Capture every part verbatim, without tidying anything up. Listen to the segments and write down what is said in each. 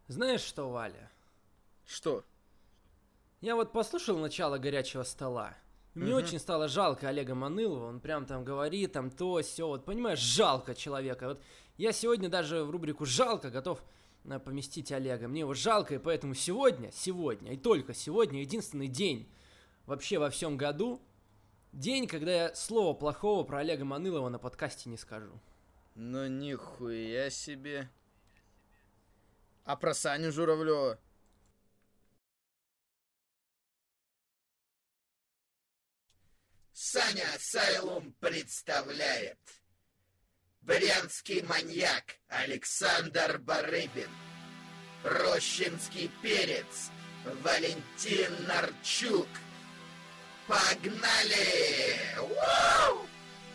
Знаешь что, Валя? Что? Я вот послушал начало «Горячего стола». И мне Мгм. очень стало жалко Олега Манылова. Он прям там говорит, там то, сё. Вот понимаешь, жалко человека. Вот я сегодня даже в рубрику «Жалко» готов э, поместить Олега. Мне его жалко, и поэтому сегодня, сегодня, и только сегодня, единственный день вообще во всем году, день, когда я слова плохого про Олега Манылова на подкасте не скажу. Ну нихуя себе. А про Саню Журавлева? Саня Асайлум представляет брянский маньяк Александр Барыбин, рощинский перец Валентин Нарчук. Погнали! Вау!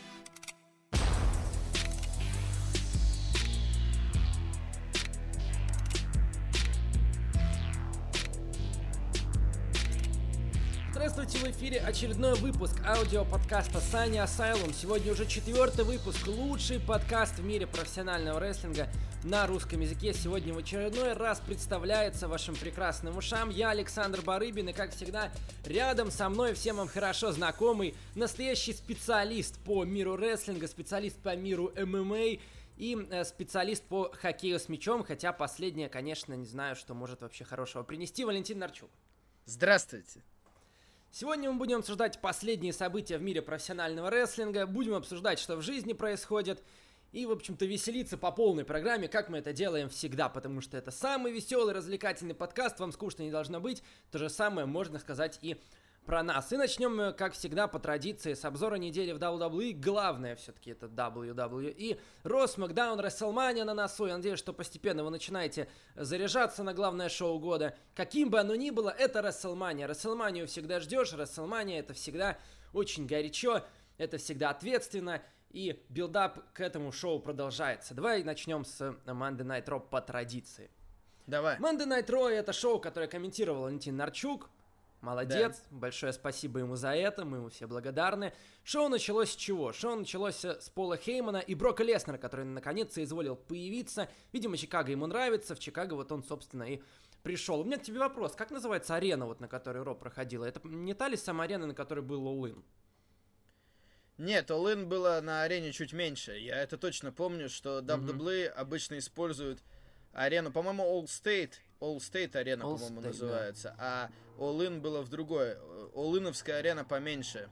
Здравствуйте, в эфире очередной выпуск аудиоподкаста Саня Асайлум. Сегодня уже четвертый выпуск, лучший подкаст в мире профессионального рестлинга на русском языке. Сегодня в очередной раз представляется вашим прекрасным ушам я, Александр Барыбин, и как всегда рядом со мной всем вам хорошо знакомый настоящий специалист по миру рестлинга, специалист по миру эм эм а и э, специалист по хоккею с мячом, хотя последнее, конечно, не знаю, что может вообще хорошего принести, Валентин Нарчук. Здравствуйте. Сегодня мы будем обсуждать последние события в мире профессионального рестлинга, будем обсуждать, что в жизни происходит, и, в общем-то, веселиться по полной программе, как мы это делаем всегда, потому что это самый веселый, развлекательный подкаст, вам скучно не должно быть, то же самое можно сказать и про нас. И начнем мы, как всегда, по традиции, с обзора недели в дабл ю дабл ю и. Главное все-таки это дабл ю дабл ю и. Raw, SmackDown, WrestleMania на носу. Я надеюсь, что постепенно вы начинаете заряжаться на главное шоу года. Каким бы оно ни было, это WrestleMania. WrestleMania всегда ждешь, WrestleMania это всегда очень горячо, это всегда ответственно. И билдап к этому шоу продолжается. Давай начнем с Monday Night Raw по традиции. Давай. Monday Night Raw это шоу, которое комментировал Валентин Нарчук. Молодец, Да. Большое спасибо ему за это, мы ему все благодарны. Шоу началось с чего? Шоу началось с Пола Хеймана и Брока Леснера, который наконец-то изволил появиться. Видимо, Чикаго ему нравится, в Чикаго вот он, собственно, и пришел. У меня к тебе вопрос, как называется арена, вот, на которой Ро проходила? Это не та ли самая арена, на которой был All In? Нет, All In было на арене чуть меньше. Я это точно помню, что дабл ю дабл ю и обычно используют арену, по-моему, All State. All State арена, All по-моему, State, называется. А All In было в другой. All In-овская арена поменьше.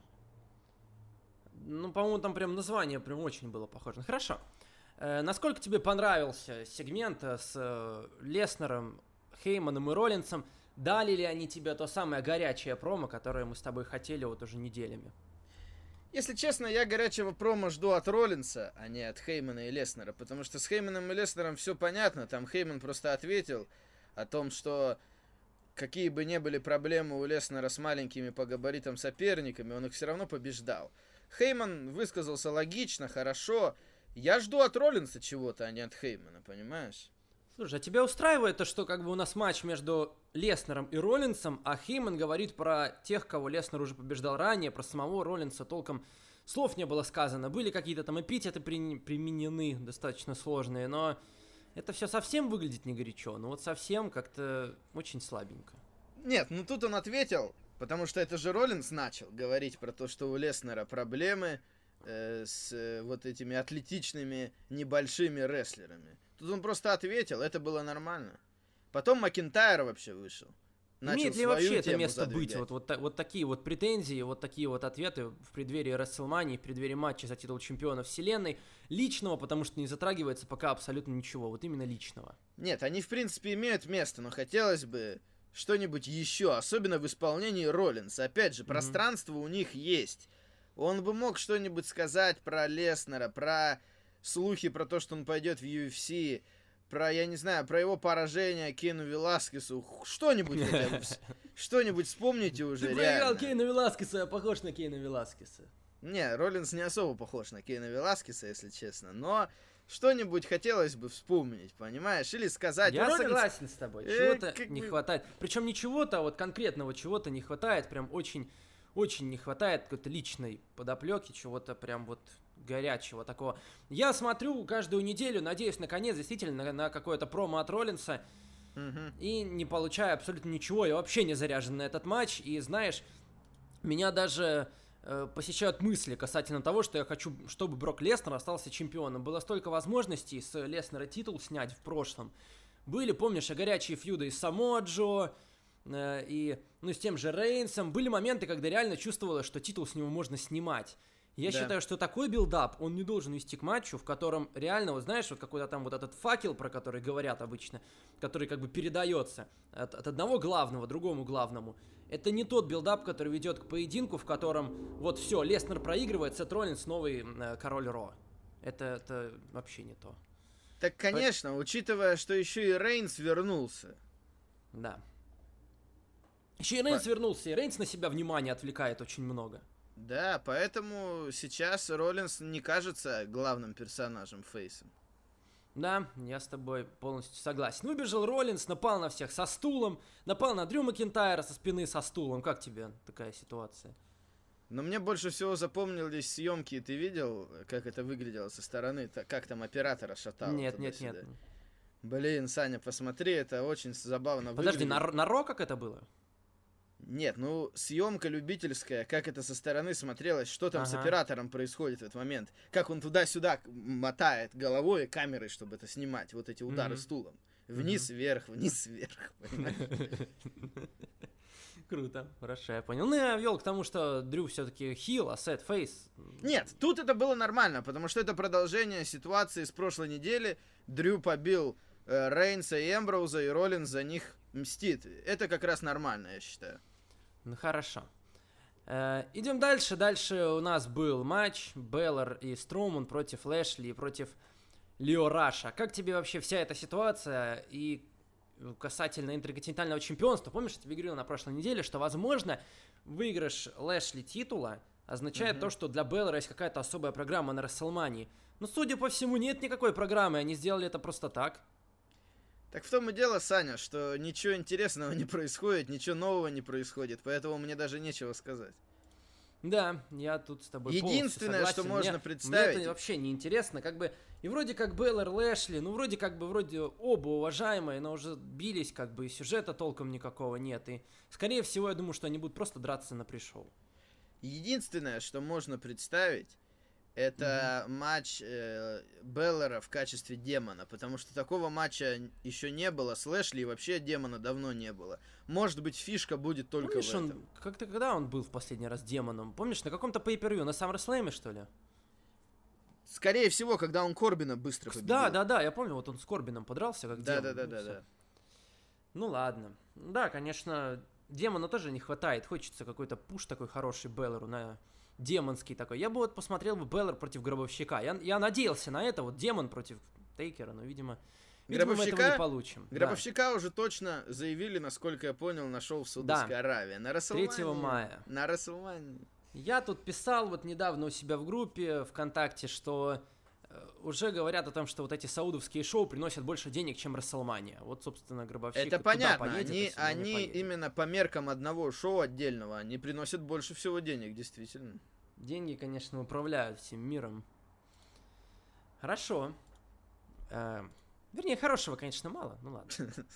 Ну, по-моему, там прям название прям очень было похоже. Ну, хорошо. Э, насколько тебе понравился сегмент э, с э, Леснером, Хейманом и Роллинсом? Дали ли они тебе то самое горячее промо, которое мы с тобой хотели вот уже неделями? Если честно, я горячего промо жду от Роллинса, а не от Хеймана и Леснера, потому что с Хейманом и Леснером все понятно. Там Хейман просто ответил о том, что какие бы ни были проблемы у Леснера с маленькими по габаритам соперниками, он их все равно побеждал. Хейман высказался логично, хорошо. Я жду от Роллинса чего-то, а не от Хеймана, понимаешь? Слушай, а тебя устраивает то, что как бы у нас матч между Леснером и Роллинсом, а Хейман говорит про тех, кого Леснер уже побеждал ранее, про самого Роллинса толком слов не было сказано. Были какие-то там эпитеты при... применены, достаточно сложные, но это все совсем выглядит не горячо, ну вот совсем как-то очень слабенько. Нет, ну тут он ответил, потому что это же Роллинс начал говорить про то, что у Леснера проблемы э, с э, вот этими атлетичными небольшими рестлерами. Тут он просто ответил, это было нормально. Потом Макинтайр вообще вышел. Начал Имеет ли свою вообще это тему место быть? задвигать. Вот, вот, та- вот такие вот претензии, вот такие вот ответы в преддверии Расселмании, в преддверии матча за титул чемпиона вселенной. Личного, потому что не затрагивается пока абсолютно ничего. Вот именно личного. Нет, они в принципе имеют место, но хотелось бы что-нибудь еще, особенно в исполнении Роллинса. Опять же, пространство у них есть. Он бы мог что-нибудь сказать про Леснера, про слухи про то, что он пойдет в ю эф си, про, я не знаю, про его поражение Кейну Веласкесу. Что-нибудь хотя бы, что-нибудь вспомните уже, Ты проиграл реально. Кейна Веласкеса, я похож на Кейна Веласкеса. Не, Роллинс не особо похож на Кейна Веласкеса, если честно, но что-нибудь хотелось бы вспомнить, понимаешь? Или сказать... Я Роллинс- согласен с тобой, э, чего-то как не бы- хватает. Причем не чего-то, а вот конкретного чего-то не хватает, прям очень, очень не хватает какой-то личной подоплеки, чего-то прям вот горячего такого. Я смотрю каждую неделю, надеюсь, наконец, действительно, на, на какое-то промо от Роллинса. Мгм. и не получая абсолютно ничего, я вообще не заряжен на этот матч, и знаешь, меня даже э, посещают мысли касательно того, что я хочу, чтобы Брок Леснер остался чемпионом. Было столько возможностей с Леснера титул снять в прошлом. Были, помнишь, и горячие фьюды и с Самоа Джо, э, и ну, с тем же Рейнсом. Были моменты, когда реально чувствовалось, что титул с него можно снимать. Я Да. считаю, что такой билдап, он не должен вести к матчу, в котором реально, вот знаешь, вот какой-то там вот этот факел, про который говорят обычно, который как бы передается от, от одного главного другому главному. Это не тот билдап, который ведет к поединку, в котором вот все, Леснер проигрывает, Сет Роллинс новый э, король Ро. Это, это вообще не то. Так, конечно, учитывая, что еще и Рейнс вернулся. Да. Еще и Рейнс вернулся, и Рейнс на себя внимание отвлекает очень много. Да, поэтому сейчас Роллинс не кажется главным персонажем Фейсом. Да, я с тобой полностью согласен. Выбежал Роллинс, напал на всех со стулом, напал на Дрю Макинтайра со спины со стулом. Как тебе такая ситуация? Но мне больше всего запомнились съемки. Ты видел, как это выглядело со стороны? Та- Как там оператора шатало? Нет, нет, туда-сюда? нет. Блин, Саня, посмотри, это очень забавно Подожди, выглядит. на, на Ро как это было? Нет, ну, съемка любительская, как это со стороны смотрелось, что там с Ага. оператором происходит в этот момент. Как он туда-сюда мотает головой и камерой, чтобы это снимать, вот эти удары Мгм. стулом. Вниз-вверх, вниз-вверх, понимаешь? Круто, хорошо, я понял. Ну, я вел к тому, что Дрю все-таки хил, а Сет фейс. Нет, тут это было нормально, потому что это продолжение ситуации с прошлой недели. Дрю побил э, Рейнса и Эмброуза, и Роллинс за них мстит. Это как раз нормально, я считаю. Ну, хорошо. Э, идем дальше. Дальше у нас был матч Беллар и Строуман против Лэшли и против Лио Раша. Как тебе вообще вся эта ситуация и касательно интерконтинентального чемпионства? Помнишь, я тебе говорил на прошлой неделе, что, возможно, выигрыш Лэшли титула означает Мгм. то, что для Беллара есть какая-то особая программа на Расселмании. Но, судя по всему, нет никакой программы, они сделали это просто так. Так в том и дело, Саня, что ничего интересного не происходит, ничего нового не происходит, поэтому мне даже нечего сказать. Да, я тут с тобой полностью Единственное, что согласен. можно Мне- представить- Мне это вообще не интересно, как бы, и вроде как Беллар, Лэшли, ну вроде как бы, вроде оба уважаемые, но уже бились, как бы, и сюжета толком никакого нет, и, скорее всего, я думаю, что они будут просто драться на пришоу. Единственное, что можно представить, это матч э, Беллара в качестве демона, потому что такого матча еще не было с Лэшли, и вообще демона давно не было. Может быть, фишка будет только Помнишь, в этом. он, как-то когда он был в последний раз демоном? Помнишь, на каком-то pay-per-view, на SummerSlam, что ли? Скорее всего, когда он Корбина быстро победил. Да, да, да, я помню, вот он с Корбином подрался, как Да, демон. да, да, Ну, да, всё. да. Ну ладно. Да, конечно, демона тоже не хватает. Хочется какой-то пуш такой хороший Беллару на демонский такой. Я бы вот посмотрел бы Беллар против Гробовщика. Я, я надеялся на это, вот демон против Тейкера, но, видимо, видимо мы этого Гробовщика? не получим. Да. Гробовщика уже точно заявили, насколько я понял, на шоу в Саудовской Аравии. На Расселмании. третьего мая. На Расселмании. Я тут писал вот недавно у себя в группе ВКонтакте, что э, уже говорят о том, что вот эти саудовские шоу приносят больше денег, чем Расселмания. Вот, собственно, Гробовщик Это туда понятно, поедет, они, а сюда не они поедет. именно по меркам одного шоу отдельного, они приносят больше всего денег, действительно. Деньги, конечно, управляют всем миром. Хорошо. Э, вернее, хорошего, конечно, мало. Ну ладно.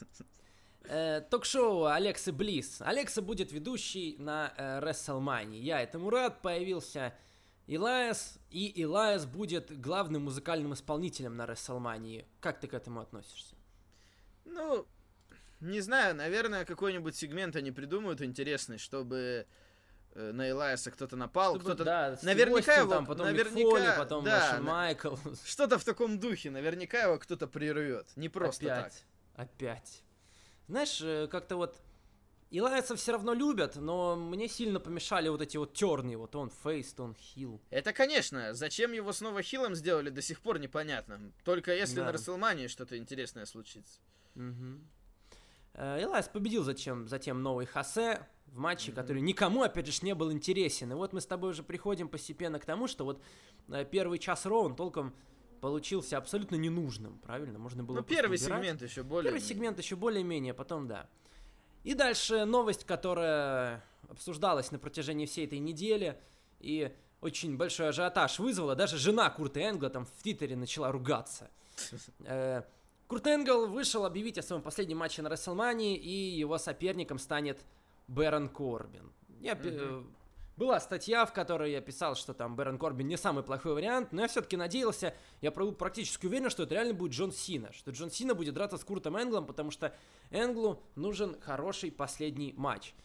Э, ток-шоу Алексы Блисс. Алекса будет ведущей на э, WrestleMania. Я этому рад. Появился Илайас. И Илайас будет главным музыкальным исполнителем на WrestleMania. Как ты к этому относишься? Ну, не знаю, наверное, какой-нибудь сегмент они придумают интересный, чтобы э, на Элайса кто-то напал, Чтобы, кто-то... да, с наверняка Остином, его- там, потом наверняка, Мик Фоли, потом да, Шон на- Майкл. Что-то в таком духе, наверняка его кто-то прервет, не просто Опять. Опять. Знаешь, э, как-то вот Илайса все равно любят, но мне сильно помешали вот эти вот терные. Вот он фейс, то он хил. так. Это, конечно, зачем его снова хилом сделали, до сих пор непонятно. Только если Да. на Расселмании что-то интересное случится. Мгм. Э, Илайс победил затем, затем новый Хосе в матче, Мгм. который никому, опять же, не был интересен. И вот мы с тобой уже приходим постепенно к тому, что вот э, первый час Ро, он толком получился абсолютно ненужным, правильно? Можно было Ну, просто первый убирать. сегмент еще более... Первый сегмент еще более-менее, потом да. И дальше новость, которая обсуждалась на протяжении всей этой недели и очень большой ажиотаж вызвала. Даже жена Курта Энгла там в Твиттере начала ругаться. Э, Курт Энгл вышел объявить о своем последнем матче на Рестлмании, и его соперником станет Бэрон Корбин. Я, mm-hmm. Была статья, в которой я писал, что там Бэрон Корбин не самый плохой вариант, но я все-таки надеялся, я был практически уверен, что это реально будет Джон Сина, что Джон Сина будет драться с Куртом Энглом, потому что Энглу нужен хороший последний матч.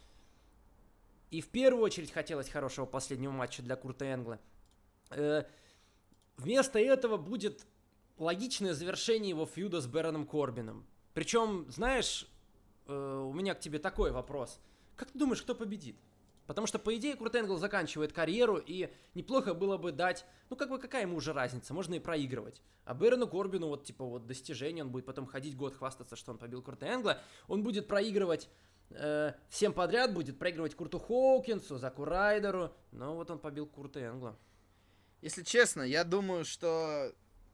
И в первую очередь хотелось хорошего последнего матча для Курта Энгла. Э, вместо этого будет логичное завершение его фьюда с Бэроном Корбином. Причем, знаешь, э, у меня к тебе такой вопрос. Как ты думаешь, кто победит? Потому что, по идее, Курт Энгл заканчивает карьеру, и неплохо было бы дать... Ну, как бы, какая ему уже разница? Можно и проигрывать. А Бэрону Корбину, вот, типа, вот, достижение, он будет потом ходить год, хвастаться, что он побил Курта Энгла. Он будет проигрывать э, всем подряд, будет проигрывать Курту Хоукинсу, Заку Райдеру. Но вот он побил Курта Энгла. Если честно, я думаю, что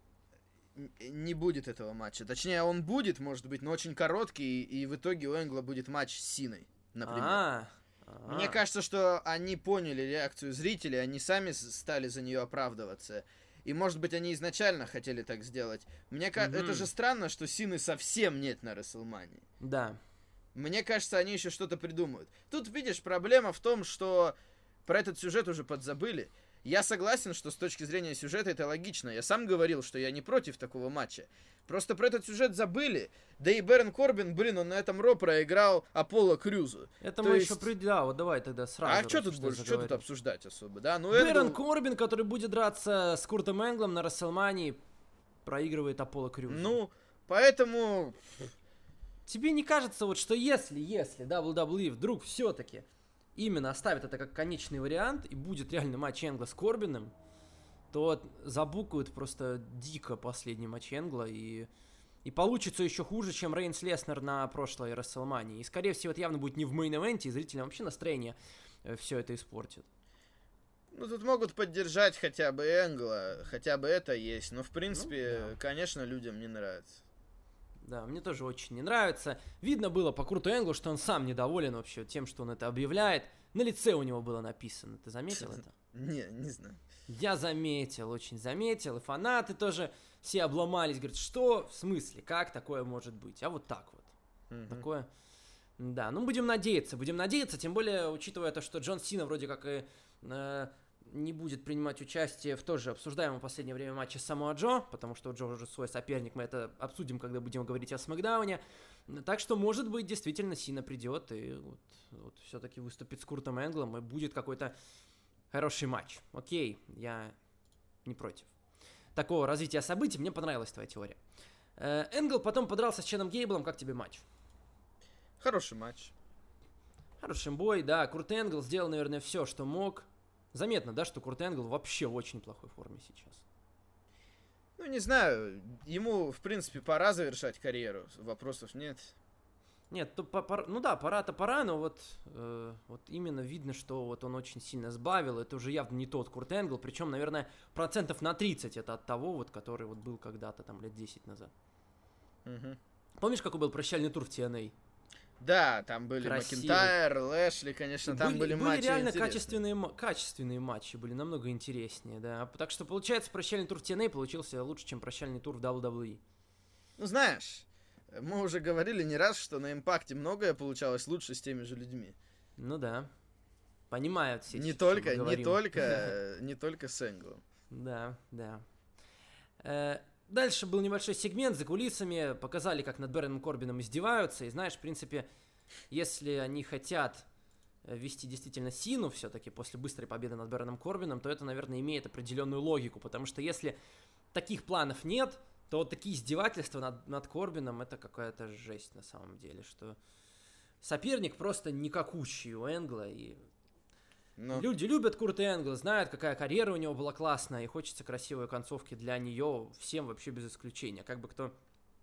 не будет этого матча. Точнее, он будет, может быть, но очень короткий, и в итоге у Энгла будет матч с Синой, например. А-а-а. Мне кажется, что они поняли реакцию зрителей, они сами стали за нее оправдываться. И, может быть, они изначально хотели так сделать. Мне кажется, Мгм. это же странно, что Сины совсем нет на Рестлмании. Да. Мне кажется, они еще что-то придумают. Тут, видишь, проблема в том, что про этот сюжет уже подзабыли. Я согласен, что с точки зрения сюжета это логично. Я сам говорил, что я не против такого матча. Просто про этот сюжет забыли. Да и Бэрон Корбин, блин, он на этом Ро проиграл Аполло Крюзу. Это То мы есть- еще придем. Да, вот давай тогда сразу. А раз что тут уж больше, что заговорили. тут обсуждать особо, да? Ну, Бэрон Энгл- Корбин, который будет драться с Куртом Энглом на Рестлмании, проигрывает Аполло Крюзу. Ну, поэтому... Тебе не кажется, вот что если, если дабл ю дабл ю и вдруг все-таки именно оставит это как конечный вариант и будет реально матч Энгла с Корбином, то забукают просто дико последний матч Энгла и, и получится еще хуже, чем Рейнс Леснер на прошлой Рестлмании. И скорее всего это явно будет не в мейн-эвенте, и зрителям вообще настроение все это испортит. Ну, тут могут поддержать хотя бы Энгла, хотя бы это есть. Но, в принципе, Ну, да. конечно, людям не нравится. Да, мне тоже очень не нравится. Видно было по Курту Энглу, что он сам недоволен вообще тем, что он это объявляет. На лице у него было написано. Ты заметил это? Не, не знаю. Я заметил, очень заметил. И фанаты тоже все обломались. Говорят, что? В смысле? Как такое может быть? А вот так вот. Мгм. Такое... Да, ну будем надеяться, будем надеяться. Тем более, учитывая то, что Джон Сина вроде как и... э, не будет принимать участие в тоже обсуждаемом в последнее время матче с Самоа Джо, потому что у Джо уже свой соперник, мы это обсудим, когда будем говорить о Смэкдауне. Так что, может быть, действительно Сина придет и вот, вот все-таки выступит с Куртом Энглом, и будет какой-то хороший матч. Окей, я не против такого развития событий, мне понравилась твоя теория. Э, Энгл потом подрался с Ченом Гейблом, как тебе матч? Хороший матч. Хороший бой, да, Курт Энгл сделал, наверное, все, что мог. Заметно, да, что Курт Энгл вообще в очень плохой форме сейчас. Ну, не знаю, ему, в принципе, пора завершать карьеру. Вопросов нет. Нет, то по- пора- ну да, пора-то пора, но вот, э, вот именно видно, что вот он очень сильно сбавил. Это уже явно не тот Курт Энгл, причем, наверное, процентов на тридцать это от того, вот, который вот был когда-то там лет десять назад. Мгм. Помнишь, какой был прощальный тур в ти эн эй? Да, там были Красивый. Макинтайр, Лэшли, конечно, там были, матчи реально интересные. качественные, ма- качественные матчи, были намного интереснее, да. Так что, получается, прощальный тур в ти эн эй получился лучше, чем прощальный тур в дабл ю дабл ю и. Ну, знаешь, мы уже говорили не раз, что на Импакте многое получалось лучше с теми же людьми. Ну да. Понимают все. Не что только, мы не говорим. только, не только с Энглом. Да, да. Э, Дальше был небольшой сегмент за кулисами, показали, как над Бэроном Корбином издеваются, и знаешь, в принципе, если они хотят э, вести действительно Сину все-таки после быстрой победы над Бэроном Корбином, то это, наверное, имеет определенную логику, потому что если таких планов нет, то вот такие издевательства над, над Корбином, это какая-то жесть на самом деле, что соперник просто никакущий у Энгла, и Но люди любят Курта Энгла, знают, какая карьера у него была классная, и хочется красивой концовки для нее всем вообще без исключения, как бы кто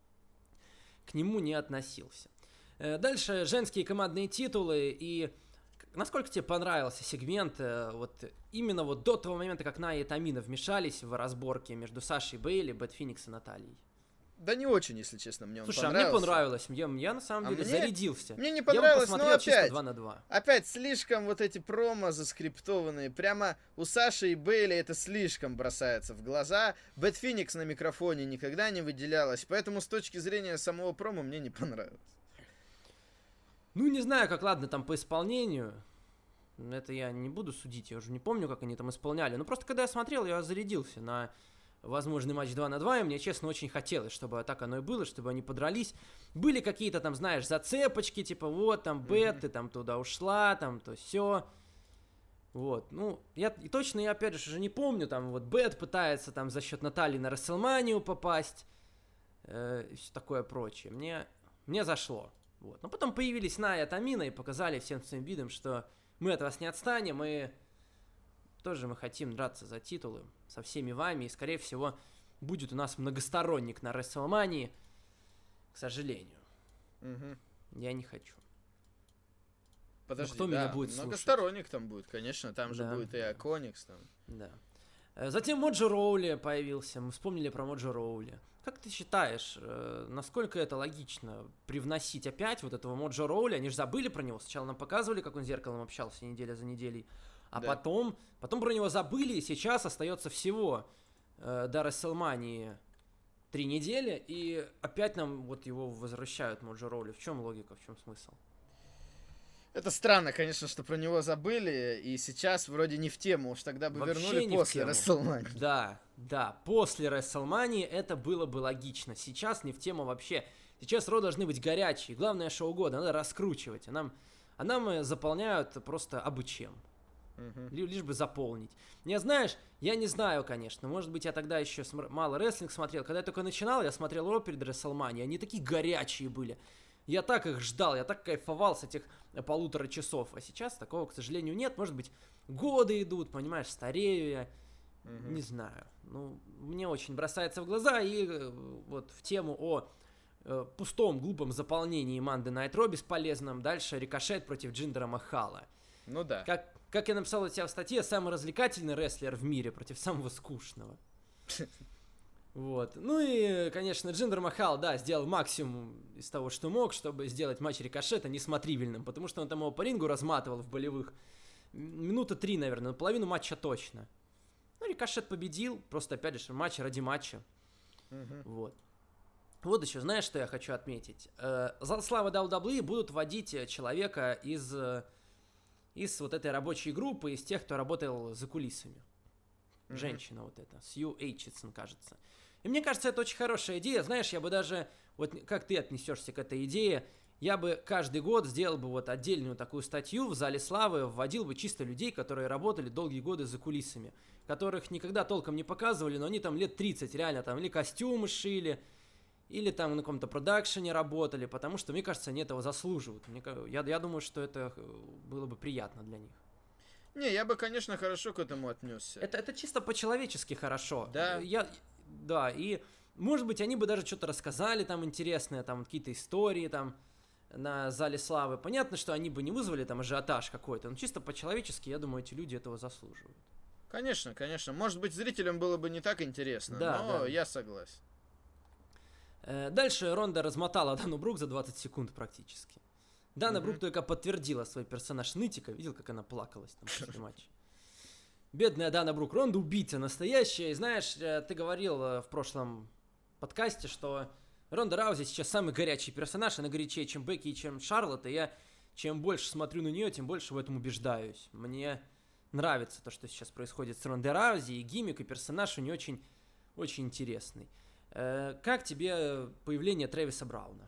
к нему не относился. Э, Дальше женские командные титулы, и к- насколько тебе понравился сегмент, э, вот именно вот до того момента, как Ная и Тамина вмешались в разборки между Сашей Бейли, Бэт Феникс и Натальей? Да не очень, если честно, мне он Слушай, понравился. а мне понравилось. Я, я на самом А деле мне- зарядился. Мне не Я бы понравилось, но посмотрел чисто опять, два на два. опять слишком вот эти промо заскриптованные. Прямо у Саши и Бейли это слишком бросается в глаза. Бэт Феникс на микрофоне никогда не выделялась, поэтому с точки зрения самого промо мне не понравилось. Ну, не знаю, как, ладно, там по исполнению. Это я не буду судить, я уже не помню, как они там исполняли. Но просто когда я смотрел, я зарядился на возможный матч два на два, и мне, честно, очень хотелось, чтобы так оно и было, чтобы они подрались. Были какие-то там, знаешь, зацепочки, типа, вот, там, Бет, ты там туда ушла, там, то все. Вот, ну, я и точно, я опять же уже не помню, там, вот, Бет пытается там за счет Натальи на Расселманию попасть, э, и все такое прочее. Мне, мне зашло, вот. Но потом появились Ная и Тамина и показали всем своим видом, что мы от вас не отстанем, и тоже мы хотим драться за титулы со всеми вами, и, скорее всего, будет у нас многосторонник на Расселмании, к сожалению. Угу. Я не хочу. Подожди, кто да, меня будет слушать? многосторонник там будет, конечно, там же Да. будет и Аконикс там. Да. Э, Затем Моджо Роули появился. Мы вспомнили про Моджо Роули. Как ты считаешь, э, насколько это логично привносить опять вот этого Моджо Роули? Они же забыли про него. Сначала нам показывали, как он с зеркалом общался неделя за неделей. А Да. потом, потом про него забыли, и сейчас остается всего э, до Расселмании три недели, и опять нам вот его возвращают, Моджо Роули. В чем логика, в чем смысл? Это странно, конечно, что про него забыли, и сейчас вроде не в тему, уж тогда бы Вообще вернули не в после тему. Расселмании. Да, да, после Расселмании это было бы логично. Сейчас не в тему вообще. Сейчас Ро должны быть горячие. Главное шоу года, надо раскручивать. А нам, а нам э, заполняют просто абы чем. Мгм. Ли- Лишь бы заполнить. Не знаешь, я не знаю, конечно. Может быть, я тогда еще смр- мало рестлинг смотрел. Когда я только начинал, я смотрел Ро перед Расселманией. Они такие горячие были. Я так их ждал, я так кайфовал с этих э, полутора часов. А сейчас такого, к сожалению, нет. Может быть, годы идут, понимаешь, старею я. Мгм. Не знаю. Ну, мне очень бросается в глаза. И э, вот в тему о э, пустом, глупом заполнении Monday Night Raw бесполезном. Дальше рикошет против Джиндера Махала. Ну да. Как, как я написал у тебя в статье, самый развлекательный рестлер в мире против самого скучного. Вот. Ну и, конечно, Джиндер Махал, да, сделал максимум из того, что мог, чтобы сделать матч рикошета несмотрибельным, потому что он там его по рингу разматывал в болевых. М, Минута три, наверное, половину матча точно. Ну, рикошет победил, просто, опять же, матч ради матча. Мгм. Вот. Вот еще, знаешь, что я хочу отметить? Э, За славы дабл ю дабл ю и будут вводить э, человека из, э, из вот этой рабочей группы, из тех, кто работал за кулисами. Мгм. Женщина вот эта, Сью Эйчетсон, кажется. И мне кажется, это очень хорошая идея. Знаешь, я бы даже, вот как ты отнесешься к этой идее, я бы каждый год сделал бы вот отдельную такую статью в Зале Славы, вводил бы чисто людей, которые работали долгие годы за кулисами, которых никогда толком не показывали, но они там лет тридцать реально там или костюмы шили, или там на каком-то продакшене работали, потому что, мне кажется, они этого заслуживают. Мне ка- я, я думаю, что это э, было бы приятно для них. Не, я бы, конечно, хорошо к этому отнесся. Это, это чисто по-человечески хорошо. Да. Я, да, и, может быть, они бы даже что-то рассказали там интересное, там какие-то истории там на Зале Славы. Понятно, что они бы не вызвали там ажиотаж какой-то, но чисто по-человечески, я думаю, эти люди этого заслуживают. Конечно, конечно. Может быть, зрителям было бы не так интересно, Да, но да. я согласен. Э, Дальше Ронда размотала Дану Брук за двадцать секунд практически. Дана Мгм. Брук только подтвердила свой персонаж нытика. Видел, как она плакалась там после матча. Бедная Дана Брук. Ронда убийца настоящая. И знаешь, э, ты говорил э, в прошлом подкасте, что Ронда Раузи сейчас самый горячий персонаж. Она горячее, чем Бекки и чем Шарлотт. И я чем больше смотрю на нее, тем больше в этом убеждаюсь. Мне нравится то, что сейчас происходит с Рондой Раузи. И гиммик, и персонаж у нее очень, очень интересный. Э, Как тебе появление Трэвиса Брауна?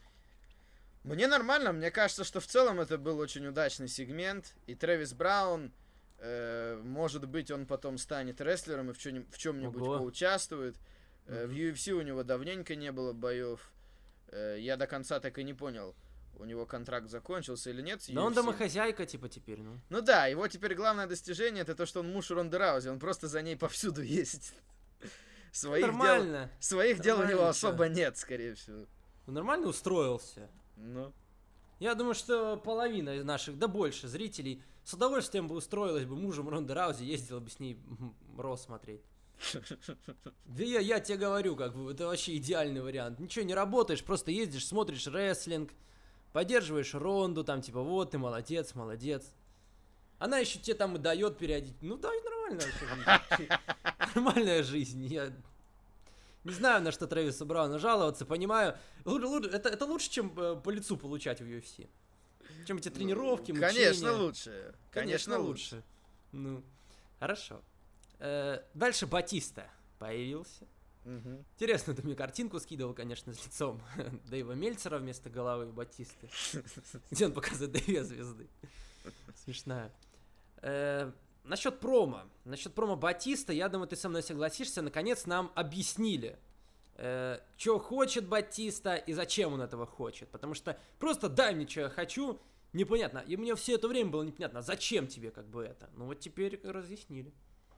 Мне нормально, мне кажется, что в целом это был очень удачный сегмент, и Трэвис Браун, э, может быть, он потом станет рестлером и в, чё- в чем-нибудь Ого. поучаствует. Э, в Мгм. ю эф си у него давненько не было боев. Э, я до конца так и не понял, у него контракт закончился или нет с Да он ю эф си. домохозяйка, типа, теперь, ну. Ну да, его теперь главное достижение это то, что он муж Ронды Раузи, он просто за ней повсюду ездит. Своих дел, Нормально. своих дел у него Нормально, особо нет, скорее всего. Ну, нормально устроился. Ну, Я думаю, что половина из наших, да больше зрителей с удовольствием бы устроилась бы мужем Ронды Раузи, ездила бы с ней м, Ро смотреть. Да я, я тебе говорю, как бы, это вообще идеальный вариант. Ничего не работаешь, просто ездишь, смотришь рестлинг, поддерживаешь Ронду, там, типа, вот, ты молодец, молодец. Она еще тебе там и дает периодически. Ну да, нормально вообще. Нормальная жизнь. Я не знаю, на что Трэвису Брауну жаловаться, понимаю. Это, это лучше, чем по лицу получать в ю эф си. Чем эти тренировки, мучения. Конечно лучше. Конечно, Конечно лучше. лучше. Ну, хорошо. Э, дальше Батиста появился. Мгм. Интересно, ты мне картинку скидывал, конечно, с лицом Дэйва Мельцера вместо головы Батисты. Где он показывает две звезды. Смешная. Э, насчет промо. Насчет промо Батиста, я думаю, ты со мной согласишься. Наконец нам объяснили, э, что хочет Батиста и зачем он этого хочет. Потому что просто дай мне, что я хочу, непонятно. И мне все это время было непонятно, зачем тебе как бы это. Ну вот теперь разъяснили.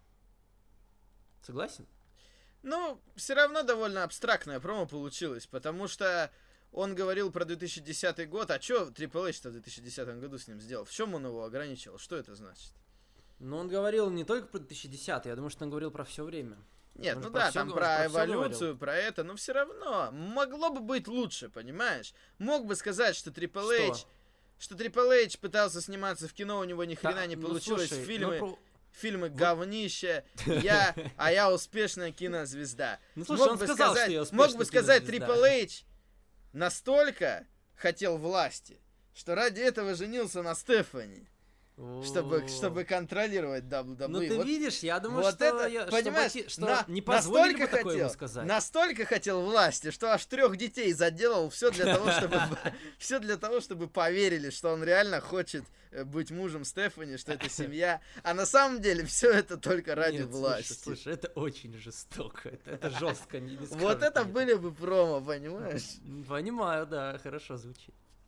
Согласен? Ну, все равно довольно абстрактная промо получилась, потому что он говорил про две тысячи десятый год, а что Triple H-то в две тысячи десятом году с ним сделал? В чем он его ограничил? Что это значит? Ну, он говорил не только про две тысячи десятый, я думаю, что он говорил про все время. Нет, Он ну же про да, всё там го- про про всё эволюцию, говорил. про это, но все равно могло бы быть лучше, понимаешь? Мог бы сказать, что Triple Что? H, что Triple H пытался сниматься в кино, у него ни хрена Да, не ну, получилось, слушай, фильмы, ну, про- фильмы говнище, я, а я успешная кинозвезда. Ну, слушай, мог он бы сказал, сказать, что я мог успешная бы сказать кинозвезда. Triple H настолько хотел власти, что ради этого женился на Стефани, чтобы, О. чтобы контролировать дабл ю дабл ю и. Ну, ты Вот видишь, я думаю, вот что, это, я, понимаешь, что, Бати- что на- не позволили бы настолько такое ему хотел, сказать. настолько хотел власти, что аж трех детей заделал, все для того, чтобы все для того, чтобы поверили, что он реально хочет э, быть мужем Стефани, что это семья, а на самом деле все это только ради Нет, власти. Слушай, слушай, это очень жестоко, это, это жестко. Не, не Вот скажешь это мне. были бы промо, понимаешь? Понимаю, да, хорошо звучит.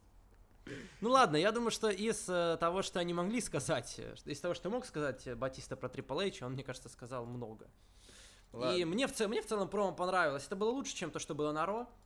Ну ладно, я думаю, что из э, того, что они могли сказать, э, что- из того, что мог сказать э, Батиста про Triple H, он, мне кажется, сказал много. И Ладно. мне в, цел- мне в целом промо понравилось. Это было лучше, чем то, что было на Ро.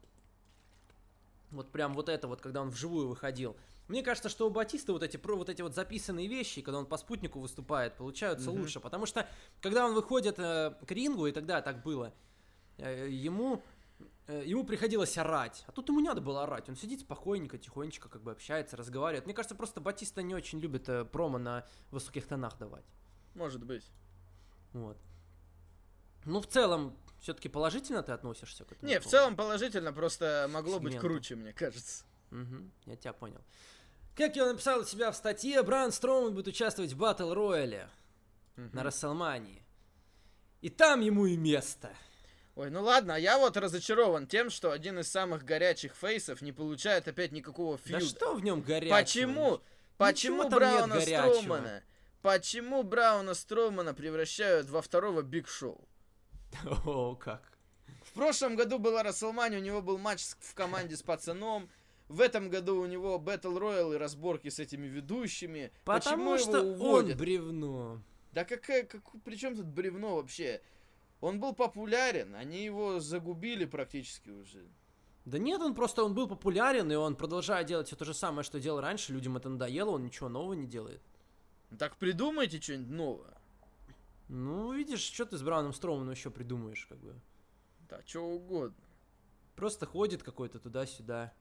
Вот прям вот это вот, когда он вживую выходил. Мне кажется, что у Батиста вот эти, про, вот эти вот записанные вещи, когда он по спутнику выступает, получаются Мгм. лучше. Потому что, когда он выходит э, к рингу, и тогда так было, э, ему, э, ему приходилось орать. А тут ему не надо было орать. Он сидит спокойненько, тихонечко, как бы общается, разговаривает. Мне кажется, просто Батиста не очень любит э, промо на высоких тонах давать. Может быть. Вот. Ну, в целом, все-таки положительно ты относишься к этому? Не, в промо? целом положительно, просто могло быть Сегменту. круче, мне кажется. Мгм, я тебя понял. Как я написал у себя в статье, Бран Строуман будет участвовать в Батл Рояле на Расселмании. И там ему и место. Ой, ну ладно, а я вот разочарован тем, что один из самых горячих фейсов не получает опять никакого фьюда. Да что в нем горячего? Почему? Почему там нет Брауна горячего. Строумана? Почему Брауна Строумана превращают во второго Биг Шоу? О, как. В прошлом году была Расселмания, у него был матч с- в команде с пацаном. В этом году у него Battle Royale и разборки с этими ведущими. Потому Почему что его он уводят? бревно. Да какая, как, при чем тут бревно вообще? Он был популярен, они его загубили практически уже. Да нет, он просто он был популярен, и он продолжает делать все то же самое, что делал раньше. Людям это надоело, он ничего нового не делает. Ну так придумайте что-нибудь новое. Ну, видишь, что ты с Брауном Строуманом еще придумаешь, как бы. Да, что угодно. Просто ходит какой-то туда-сюда.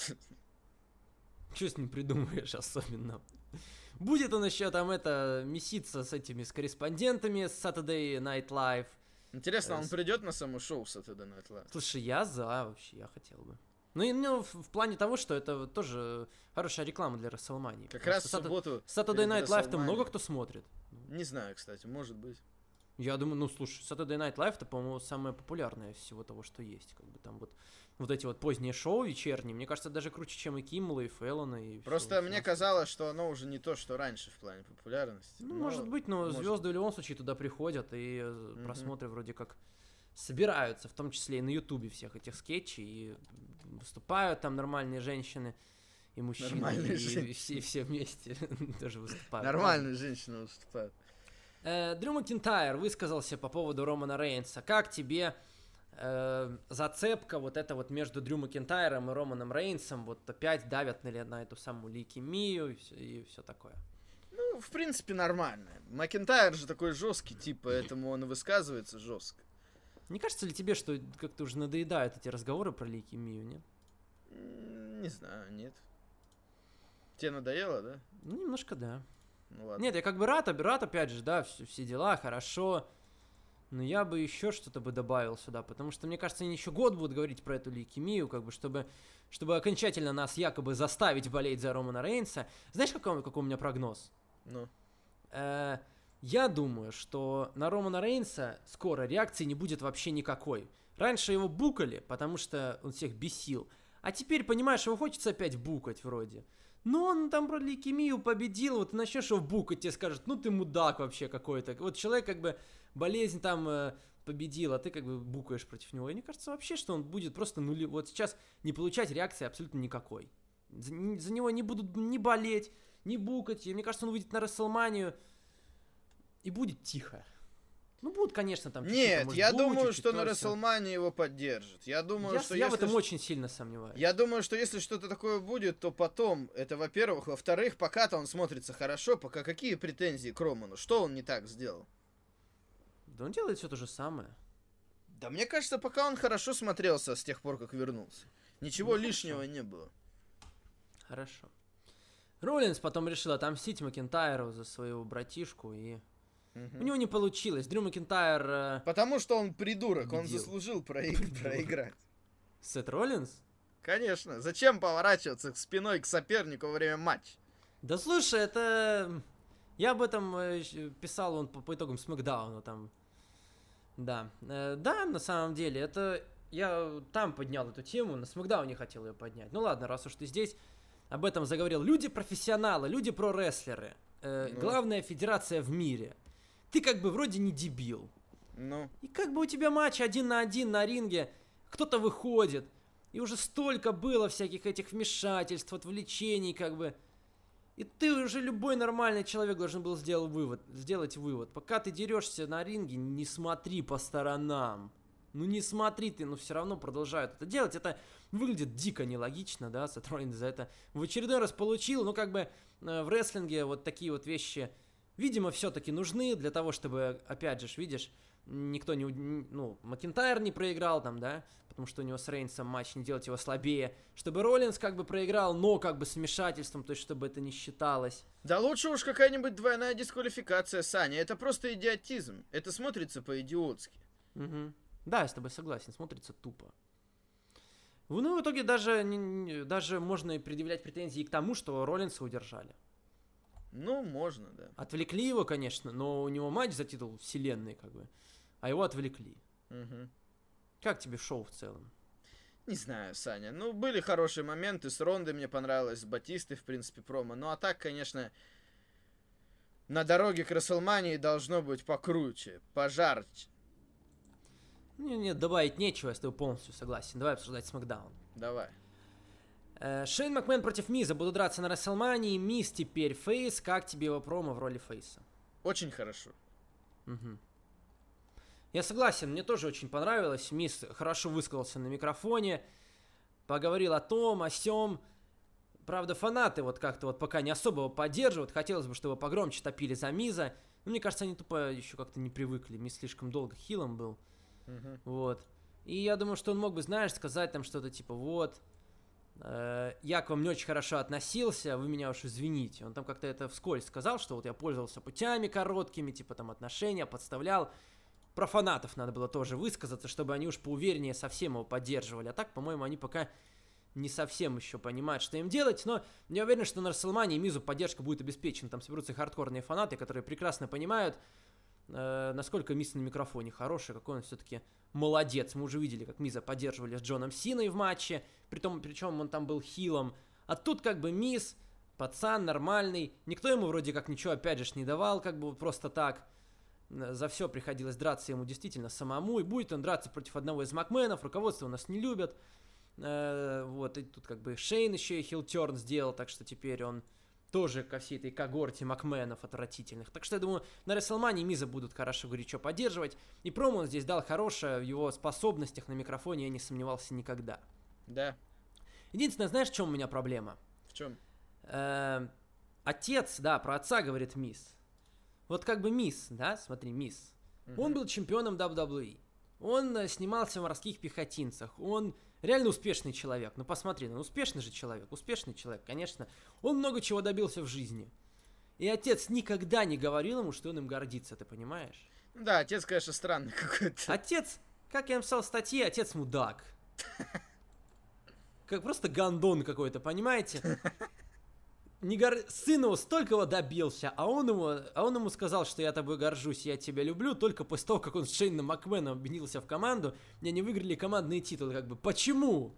Что с ним придумаешь особенно? Будет он еще там это меситься с этими, с корреспондентами с Saturday Night Live. Интересно, он С- придет на само шоу Saturday Night Live? Слушай, я за вообще, я хотел бы. Ну и ну, в, в плане того, что это тоже хорошая реклама для Расселмании. Как потому раз в что Сат- субботу. Saturday перед Night Live-то WrestleMania. много кто смотрит. Не знаю, кстати, может быть. Я думаю, ну слушай, Saturday Night Live это, по-моему, самое популярное из всего того, что есть. Как бы там вот, вот эти вот поздние шоу вечерние, мне кажется, даже круче, чем и Киммела, и Феллона, и всё- Просто всё мне остальное. казалось, что оно уже не то, что раньше в плане популярности. Ну, Но может быть, но может. звезды в любом случае туда приходят, и э, Мгм. просмотры вроде как собираются, в том числе и на Ютубе всех этих скетчей, и выступают там нормальные женщины и мужчины, Нормальные и, женщины. все, все вместе тоже выступают. Нормальные женщины выступают. Э, Дрю Макинтайр высказался по поводу Романа Рейнса. Как тебе э, зацепка вот эта вот между Дрю Макинтайром и Романом Рейнсом? Вот опять давят на, на эту самую лейкемию и все, и все такое. Ну, в принципе, нормально. Макентайр же такой жесткий, тип, поэтому он и высказывается жестко. Не кажется ли тебе, что как-то уже надоедают эти разговоры про лейкемию, нет? Не знаю, нет. Тебе надоело, да? Ну, немножко да. Ну ладно. Нет, я как бы рад, рад, опять же, да, все, все дела, хорошо. Но я бы еще что-то бы добавил сюда, потому что, мне кажется, они еще год будут говорить про эту лейкемию, как бы, чтобы, чтобы окончательно нас якобы заставить болеть за Романа Рейнса. Знаешь, какой, какой у меня прогноз? Ну. Э, я думаю, что на Романа Рейнса скоро реакции не будет вообще никакой. Раньше его букали, потому что он всех бесил. А теперь, понимаешь, его хочется опять букать вроде. Но он там про лейкемию победил, вот ты начнешь его букать, тебе скажут, ну ты мудак вообще какой-то. Вот человек как бы болезнь там э, победил, а ты как бы букаешь против него. И мне кажется вообще, что он будет просто нули... Вот сейчас не получать реакции абсолютно никакой. За, за него не будут ни болеть, ни букать. И мне кажется, он выйдет на Расселманию и будет тихо. Ну, будут, конечно, там... Нет, может, я бучить, думаю, что на всё. Расселмании его поддержат. Я думаю, Я, что я в если этом ш- очень сильно сомневаюсь. Я думаю, что если что-то такое будет, то потом, это во-первых. Во-вторых, пока-то он смотрится хорошо, пока какие претензии к Роману? Что он не так сделал? Да он делает все то же самое. Да мне кажется, пока он хорошо смотрелся с тех пор, как вернулся. Ничего Ну, лишнего хорошо. не было. Хорошо. Роллинс потом решил отомстить Макентайру за своего братишку, и Мгм. у него не получилось. Дрю Макентайр... э, Потому что он придурок, он Победил. заслужил проиг- проиграть. Сет Роллинс? Конечно. Зачем поворачиваться спиной к сопернику во время матча? Да слушай, это... Я об этом э, щ- писал он по, по итогам Смакдауна там. Да. Э, да, на самом деле, это... Я там поднял эту тему, на Смакдауне хотел ее поднять. Ну ладно, раз уж ты здесь об этом заговорил. Люди профессионалы, люди про-рестлеры. Э, Ну. Главная федерация в мире. Ты как бы вроде не дебил. Ну, И как бы у тебя матч один на один на ринге, кто-то выходит, и уже столько было всяких этих вмешательств, отвлечений, как бы. И ты уже, любой нормальный человек должен был сделать вывод, сделать вывод. Пока ты дерешься на ринге, не смотри по сторонам. Ну не смотри ты, но все равно продолжают это делать. Это выглядит дико нелогично, да, Сет Роллинс за это в очередной раз получил. Ну как бы э, в рестлинге вот такие вот вещи, видимо, все-таки нужны для того, чтобы, опять же, ж, видишь, никто не, уд- ну, Макентайр не проиграл там, да, потому что у него с Рейнсом матч, не делать его слабее, чтобы Роллинс как бы проиграл, но как бы с вмешательством, то есть чтобы это не считалось. да лучше уж какая-нибудь двойная дисквалификация, Саня. Это просто идиотизм. Это смотрится по-идиотски. Мгм. Да, я с тобой согласен, смотрится тупо. В- Ну, в итоге даже, не- не- даже можно и предъявлять претензии к тому, что Роллинса удержали. Ну, можно, да. Отвлекли его, конечно, но у него матч за титул вселенной, как бы, а его отвлекли. Мгм. Как тебе шоу в целом? Не знаю, Саня. Ну, были хорошие моменты. С Рондой мне понравилось, с Батистой, в принципе, промо. Ну, а так, конечно, на дороге к Расселмании должно быть покруче, пожарче. Не, нет, добавить нечего, я с тобой полностью согласен. Давай обсуждать Смакдаун. Давай. Э, Шейн Макмен против Миза будут драться на Расселмании. Миз теперь фейс. Как тебе его промо в роли фейса? Очень хорошо. Мгм. Я согласен, мне тоже очень понравилось. Мисс хорошо высказался на микрофоне, поговорил о том, о сём. Правда, фанаты вот как-то вот пока не особо его поддерживают. Хотелось бы, чтобы погромче топили за Миза. Но мне кажется, они тупо еще как-то не привыкли. Мисс слишком долго хилом был. Мгм. Вот. И я думаю, что он мог бы, знаешь, сказать там что-то типа, вот, э, я к вам не очень хорошо относился, вы меня уж извините. Он там как-то это вскользь сказал, что вот я пользовался путями короткими, типа там отношения, подставлял. Про фанатов надо было тоже высказаться, чтобы они уж поувереннее совсем его поддерживали. А так, по-моему, они пока не совсем еще понимают, что им делать. Но я уверен, что на Расселмании Мизу поддержка будет обеспечена. Там соберутся хардкорные фанаты, которые прекрасно понимают, э, насколько Миз на микрофоне хороший, какой он все-таки молодец. Мы уже видели, как Миза поддерживали с Джоном Синой в матче, притом, причем он там был хилом. А тут как бы Миз, пацан нормальный, никто ему вроде как ничего опять же не давал, как бы вот просто так. За все приходилось драться ему действительно самому, и будет он драться против одного из Макменов, руководство у нас не любят. Э, вот, и тут как бы Шейн еще и хилтерн сделал, так что теперь он тоже ко всей этой когорте Макменов отвратительных. Так что я думаю, на Расселмании Миза будут хорошо горячо поддерживать. И промо он здесь дал хорошее, в его способностях на микрофоне я не сомневался никогда. Да. Единственное, знаешь, в чем у меня проблема? В чем? Э, отец, да, про отца говорит Мисс. Вот как бы Мисс, да, смотри, Мисс. Мгм. Он был чемпионом дабл ю дабл ю и. Он э, снимался в «Морских пехотинцах». Он реально успешный человек. Ну посмотри, ну успешный же человек, успешный человек, конечно. Он много чего добился в жизни. И отец никогда не говорил ему, что он им гордится, ты понимаешь? Да, отец, конечно, странный какой-то. Отец, как я написал в статье, отец мудак. Как просто гондон какой-то, понимаете? Не гор... Сын его столького добился, а он, ему, а он ему сказал, что я тобой горжусь, я тебя люблю, только после того, как он с Шейном Макменом объединился в команду, и они выиграли командные титулы. Как бы, почему?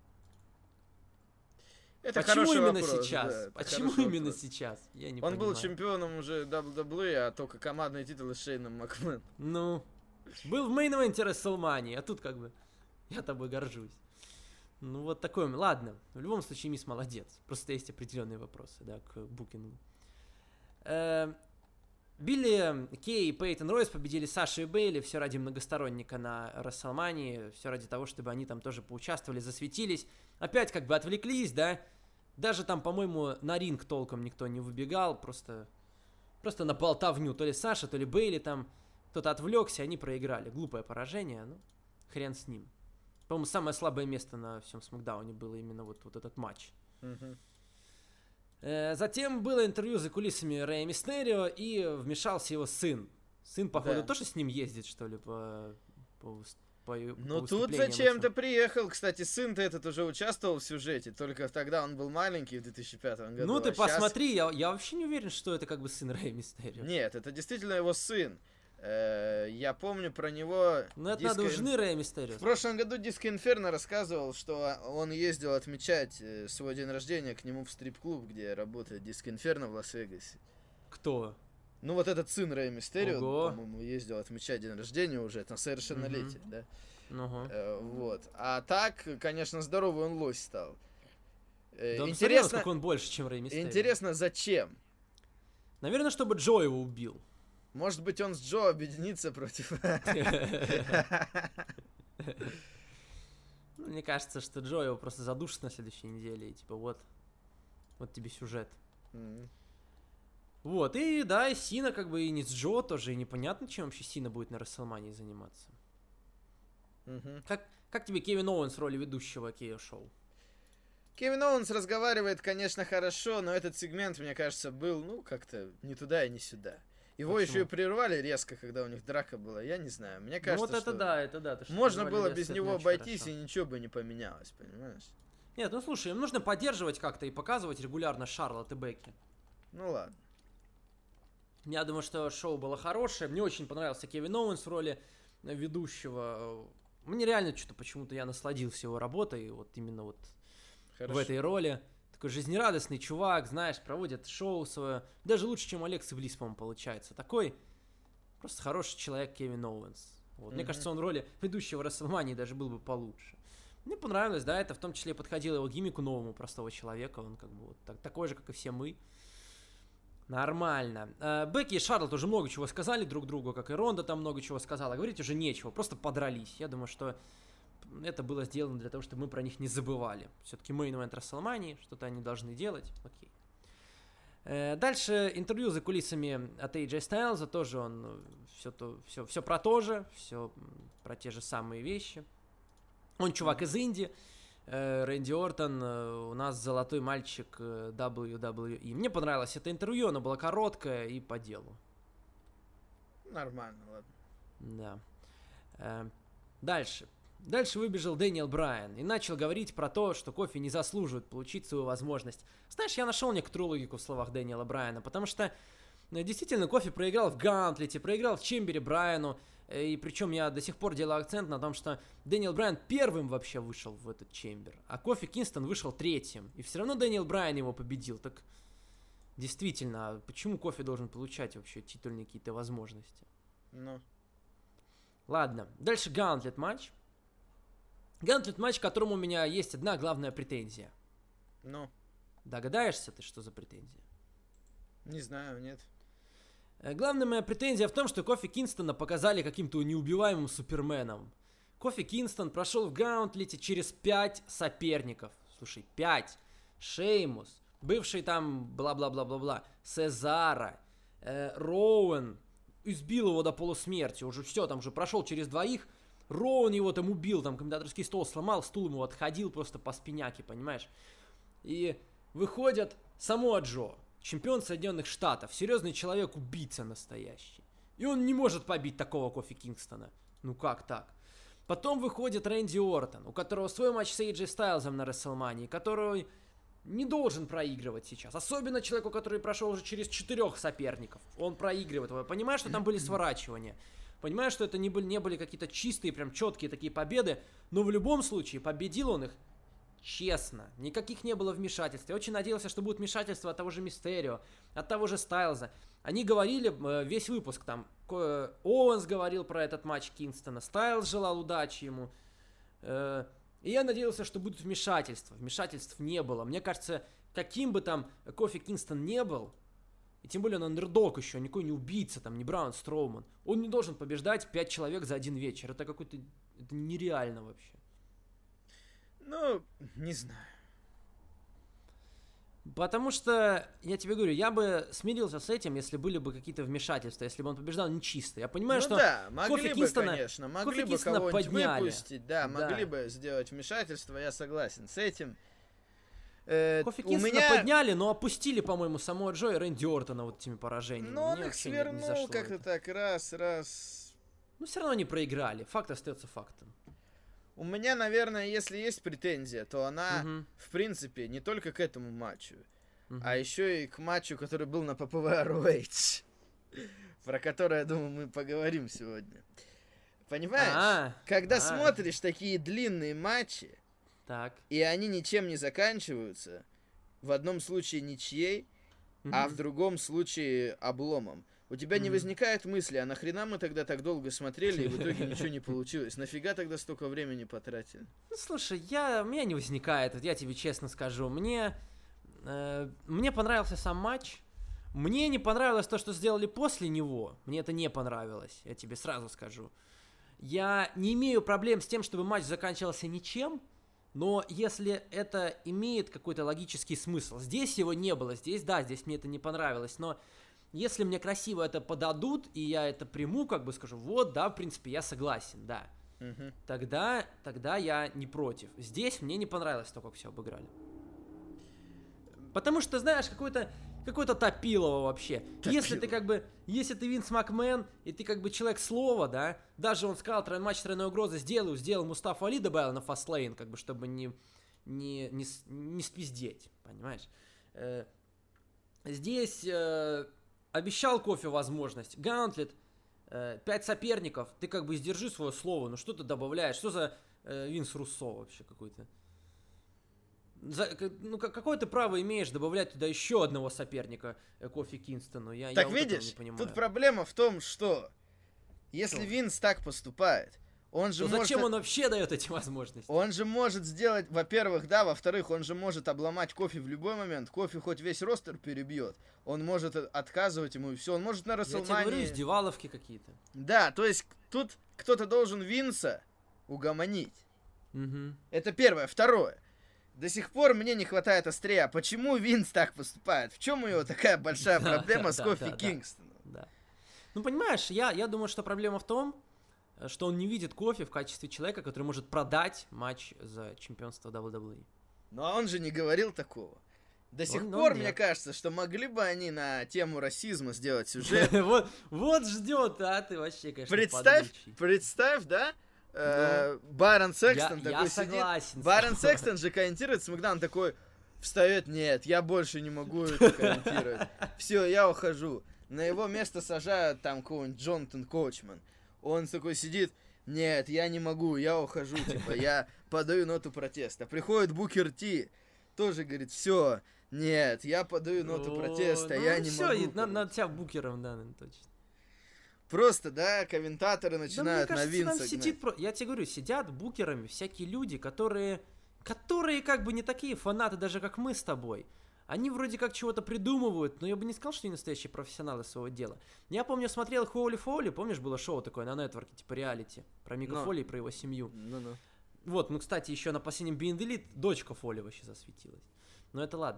Это Почему хороший именно вопрос, сейчас? да, это Почему хороший именно вопрос. сейчас? Я не Он понимаю. был чемпионом уже дабл ю дабл ю и, а только командные титулы с Шейном Макмен. Ну, был в мейн-эвенте Расселмании, а тут как бы я тобой горжусь. Ну, вот такой. Ладно, в любом случае, Мисс молодец. Просто есть определенные вопросы, да, к букингу. Э, Билли Кей и Пейтон Ройс победили Сашу и Бейли, все ради многосторонника на Расселмании, все ради того, чтобы они там тоже поучаствовали, засветились. Опять как бы отвлеклись, да. Даже там, по-моему, на ринг толком никто не выбегал, просто, просто на болтовню. То ли Саша, то ли Бейли там кто-то отвлекся, они проиграли. Глупое поражение, ну, хрен с ним. По-моему, самое слабое место на всем Смакдауне было именно вот, вот этот матч. Мгм. Э, затем было интервью за кулисами Рэя Мистерио, и вмешался его сын. Сын, походу, Да. тоже с ним ездит, что ли, по, по, выс- по, по Ну тут выступлениям зачем-то этим. приехал. Кстати, сын-то этот уже участвовал в сюжете, только тогда он был маленький в две тысячи пятом году. Ну ты а щас- посмотри, я, я вообще не уверен, что это как бы сын Рэя Мистерио. Нет, это действительно его сын. Э, Я помню про него... Ну это Диско надо у Ин- жены Рэя Мистерио. В прошлом году Диско Инферно рассказывал, что он ездил отмечать э, свой день рождения к нему в стрип-клуб, где работает Диско Инферно в Лас-Вегасе. Кто? Ну вот этот сын Рэя Мистерио, Ого. по-моему, ездил отмечать день рождения уже, на совершеннолетие, да? Ага. Э, Вот. А так, конечно, здоровый он лось стал. Э, Да он посмотри, Интересно, насколько он больше, чем Рэй Мистерио. интересно, зачем? Наверное, чтобы Джо его убил. Может быть, он с Джо объединится против... Ну, мне кажется, что Джо его просто задушит на следующей неделе. И типа вот, вот тебе сюжет. М. Вот, и да, и Сина как бы и не с Джо тоже, и непонятно, чем вообще Сина будет на Расселмании заниматься. Мгм. Как, как тебе Кевин Оуэнс в роли ведущего Кео-шоу? Кевин Оуэнс разговаривает, конечно, хорошо, но этот сегмент, мне кажется, был, ну, как-то не туда и не сюда. Его Почему? еще и прервали резко, когда у них драка была, я не знаю. Мне Ну кажется, вот это что да, это да. то, что можно прервали было резко, без это него не очень обойтись, хорошо. и ничего бы не поменялось, понимаешь? Нет, ну слушай, им нужно поддерживать как-то и показывать регулярно Шарлотт и Бекки. Ну ладно. Я думаю, что шоу было хорошее. Мне очень понравился Кевин Оуэнс в роли э, ведущего. Мне реально что-то почему-то я насладился его работой, вот именно вот Хорошо. в этой роли. Такой жизнерадостный чувак, знаешь, проводит шоу свое. Даже лучше, чем Алекс Иблис, по-моему, получается. Такой просто хороший человек Кевин Оуэнс. Вот. Мне Мгм. кажется, он в роли ведущего Расселмании даже был бы получше. Мне понравилось, да, это в том числе подходило его гиммику новому простого человека. Он как бы вот так- такой же, как и все мы. Нормально. Э, Бекки и Шарлотт уже много чего сказали друг другу, как и Ронда там много чего сказала. Говорить уже нечего, просто подрались. Я думаю, что это было сделано для того, чтобы мы про них не забывали. Все-таки мейн-эвент Расселмании, что-то они должны делать. Окей. Э, Дальше интервью за кулисами от эй джей Styles, тоже он все, то, все, все про то же, все про те же самые вещи. Он чувак из Индии. Э, Рэнди Ортон, э, у нас золотой мальчик э, дабл ю дабл ю и. Мне понравилось это интервью, оно было короткое и по делу. Нормально, ладно. Да. Э, Дальше. Дальше выбежал Дэниел Брайан и начал говорить про то, что Кофи не заслуживает получить свою возможность. Знаешь, я нашел некоторую логику в словах Дэниела Брайана, потому что э, действительно Кофи проиграл в Гантлете, проиграл в Чембере Брайану, э, и причем я до сих пор делаю акцент на том, что Дэниел Брайан первым вообще вышел в этот Чембер, а Кофи Кингстон вышел третьим, и все равно Дэниел Брайан его победил. Так действительно, а почему Кофи должен получать вообще титульные какие-то возможности? Ну. Ладно, дальше Гантлет матч. Гантлет матч, к которому у меня есть одна главная претензия. Ну. Догадаешься ты, что за претензия? Не знаю, нет. Э, Главная моя претензия в том, что Кофи Кингстона показали каким-то неубиваемым суперменом. Кофи Кингстон прошел в Гаунтлете через пять соперников. Слушай, пять. Шеймус, бывший там бла-бла-бла-бла-бла, Сезара, э, Роуэн, избил его до полусмерти, уже все, там уже прошел через двоих, Роуэн его там убил, там комментаторский стол сломал, стул ему отходил просто по спиняке, понимаешь? И выходит Самоа Джо, чемпион Соединенных Штатов, серьезный человек, убийца настоящий. И он не может побить такого Кофи Кингстона. Ну как так? Потом выходит Рэнди Ортон, у которого свой матч с эй джей Стайлзом на Рестлмании, который не должен проигрывать сейчас. Особенно человеку, который прошел уже через четырех соперников. Он проигрывает. Понимаю, что там были сворачивания. Понимаю, что это не были, не были какие-то чистые, прям четкие такие победы. Но в любом случае победил он их честно. Никаких не было вмешательств. Я очень надеялся, что будет вмешательство от того же Мистерио, от того же Стайлза. Они говорили э, весь выпуск там. Э, Оуэнс говорил про этот матч Кингстона. Стайлз желал удачи ему. Э, и я надеялся, что будут вмешательства. Вмешательств не было. Мне кажется, каким бы там Кофи Кингстон не был, и тем более он андердог еще, никакой не убийца, там, не Браун Строуман, он не должен побеждать пять человек за один вечер. Это какой-то... Это нереально вообще. Ну, не знаю. Потому что, я тебе говорю, я бы смирился с этим, если были бы какие-то вмешательства, если бы он побеждал нечисто. Я понимаю, ну что да, могли Кофи бы, Кингстона, конечно, могли Кофи бы Кингстона кого-нибудь подняли. выпустить, да, Да. могли бы сделать вмешательство, я согласен с этим. Э, Кофи у Кингстона меня... подняли, но опустили, по-моему, Самоа Джо и Рэнди Ортона вот этими поражениями. Но он Мне их вообще не- не свернул зашло как-то это. так, раз, раз. Ну, все равно они проиграли. Факт остается фактом. У меня, наверное, если есть претензия, то она, Мгм. в принципе, не только к этому матчу, Мгм. а еще и к матчу, который был на пэ пэ вэ ар о эйч, про который, я думаю, мы поговорим сегодня. Понимаешь? А, Когда а. смотришь такие длинные матчи, Так. и они ничем не заканчиваются, в одном случае ничьей, а Мгм. в другом случае обломом, у тебя не Мгм. возникает мысли, а нахрена мы тогда так долго смотрели, и в итоге ничего не получилось? Нафига тогда столько времени потратили? Ну, слушай, я, у меня не возникает, вот я тебе честно скажу. Мне, э, мне понравился сам матч. Мне не понравилось то, что сделали после него. Мне это не понравилось, я тебе сразу скажу. Я не имею проблем с тем, чтобы матч заканчивался ничем, но если это имеет какой-то логический смысл. Здесь его не было, здесь, да, здесь мне это не понравилось, но если мне красиво это подадут, и я это приму, как бы скажу, вот, да, в принципе, я согласен, да. Мгм. Тогда, тогда я не против. Здесь мне не понравилось то, как все обыграли. Потому что, знаешь, какой-то какой-то топилово вообще. Если ты Топилово. как бы, если ты Винс Макмен, и ты как бы человек слова, да, даже он сказал, трой- матч тройной угрозы сделаю, сделал, Мустафу Али добавил на фастлейн, как бы, чтобы не, не, не, с- не спиздеть, понимаешь? Э, здесь э, обещал Кофе возможность. Гаунтлет, э, пять соперников, ты как бы сдержи свое слово, ну что ты добавляешь? Что за э, Винс Руссо вообще какой-то? За- к- ну, ка- какое ты право имеешь добавлять туда еще одного соперника э, Кофи Кингстону? Я, я Так вот этого видишь, не понимаю. тут проблема в том, что если Что? Винс так поступает, он же То может... зачем он вообще дает эти возможности? Он же может сделать, во-первых, да, во-вторых, он же может обломать Кофи в любой момент. Кофи хоть весь ростер перебьет. Он может э, отказывать ему и все. Он может на Я тебе говорю, Расселмании... издеваловки какие-то. Да, то есть тут кто-то должен Винса угомонить. Мгм. Это первое. Второе. До сих пор мне не хватает острия. Почему Винс так поступает? В чем у него такая большая Да, проблема да, с да, Кофи да, да. Кингстоном? Да. Ну, понимаешь, я, я думаю, что проблема в том, э, что он не видит Кофи в качестве человека, который может продать матч за чемпионство дабл ю дабл ю и. Ну а он же не говорил такого. До сих Он- он пор, нет. мне кажется, что могли бы они на тему расизма сделать сюжет. Вот, вот ждет, а ты вообще, конечно, Представь, подлючий. представь, да? Э, Байрон Секстон Я- я такой сидит. согласен с Байрон тобой. Секстон же комментирует Смакдаун, такой встает, нет, я больше не могу это комментировать. Все, я ухожу. На его место сажают там какого-нибудь Джонатан Коучман. Он такой сидит, нет, я не могу, я ухожу, типа, я подаю ноту протеста. Приходит Букер Ти, тоже говорит, все, нет, я подаю ноту О, протеста, ну я не всё, могу. и на- короче. надо тебя букером, да, наверное, точно. Просто, да, комментаторы Да, начинают мне на кажется, там Винса сидит, гнать. про- я тебе говорю, сидят букерами всякие люди, которые, которые как бы не такие фанаты, даже как мы с тобой. Они вроде как чего-то придумывают, но я бы не сказал, что они настоящие профессионалы своего дела. Я помню, смотрел Хоули Фоули, помнишь, было шоу такое на нетворке, типа реалити, про Мика Но. Фоли и про его семью. Ну-ну. Вот, ну, кстати, еще на последнем Being the Elite дочка Фоли вообще засветилась. Но это ладно.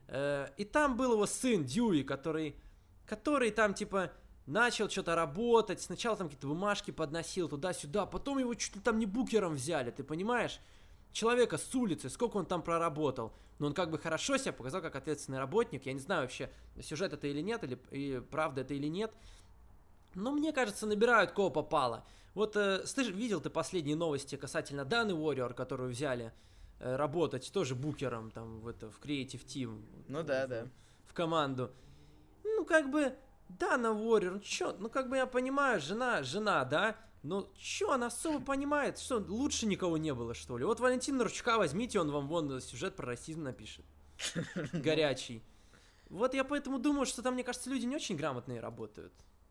Э, и там был его сын Дьюи, который, который там типа начал что-то работать. Сначала там какие-то бумажки подносил туда-сюда, потом его чуть ли там не букером взяли, ты понимаешь? Человека с улицы, сколько он там проработал. Но он как бы хорошо себя показал как ответственный работник. Я не знаю вообще, сюжет это или нет, или, или правда это или нет. Но мне кажется, набирают кого попало. Вот э, ты видел ты последние новости касательно Даны Warrior, которую взяли э, работать тоже букером там в, это, в Creative Team. Ну в, да, в, да. В команду. Ну как бы, Дана Warrior, ну чё, ну как бы я понимаю, жена, жена, да? Но чё, она особо понимает, что лучше никого не было, что ли? Вот Валентина Ручка возьмите, он вам вон сюжет про расизм напишет. Горячий. Вот я поэтому думаю, что там, мне кажется, люди не очень грамотные работают.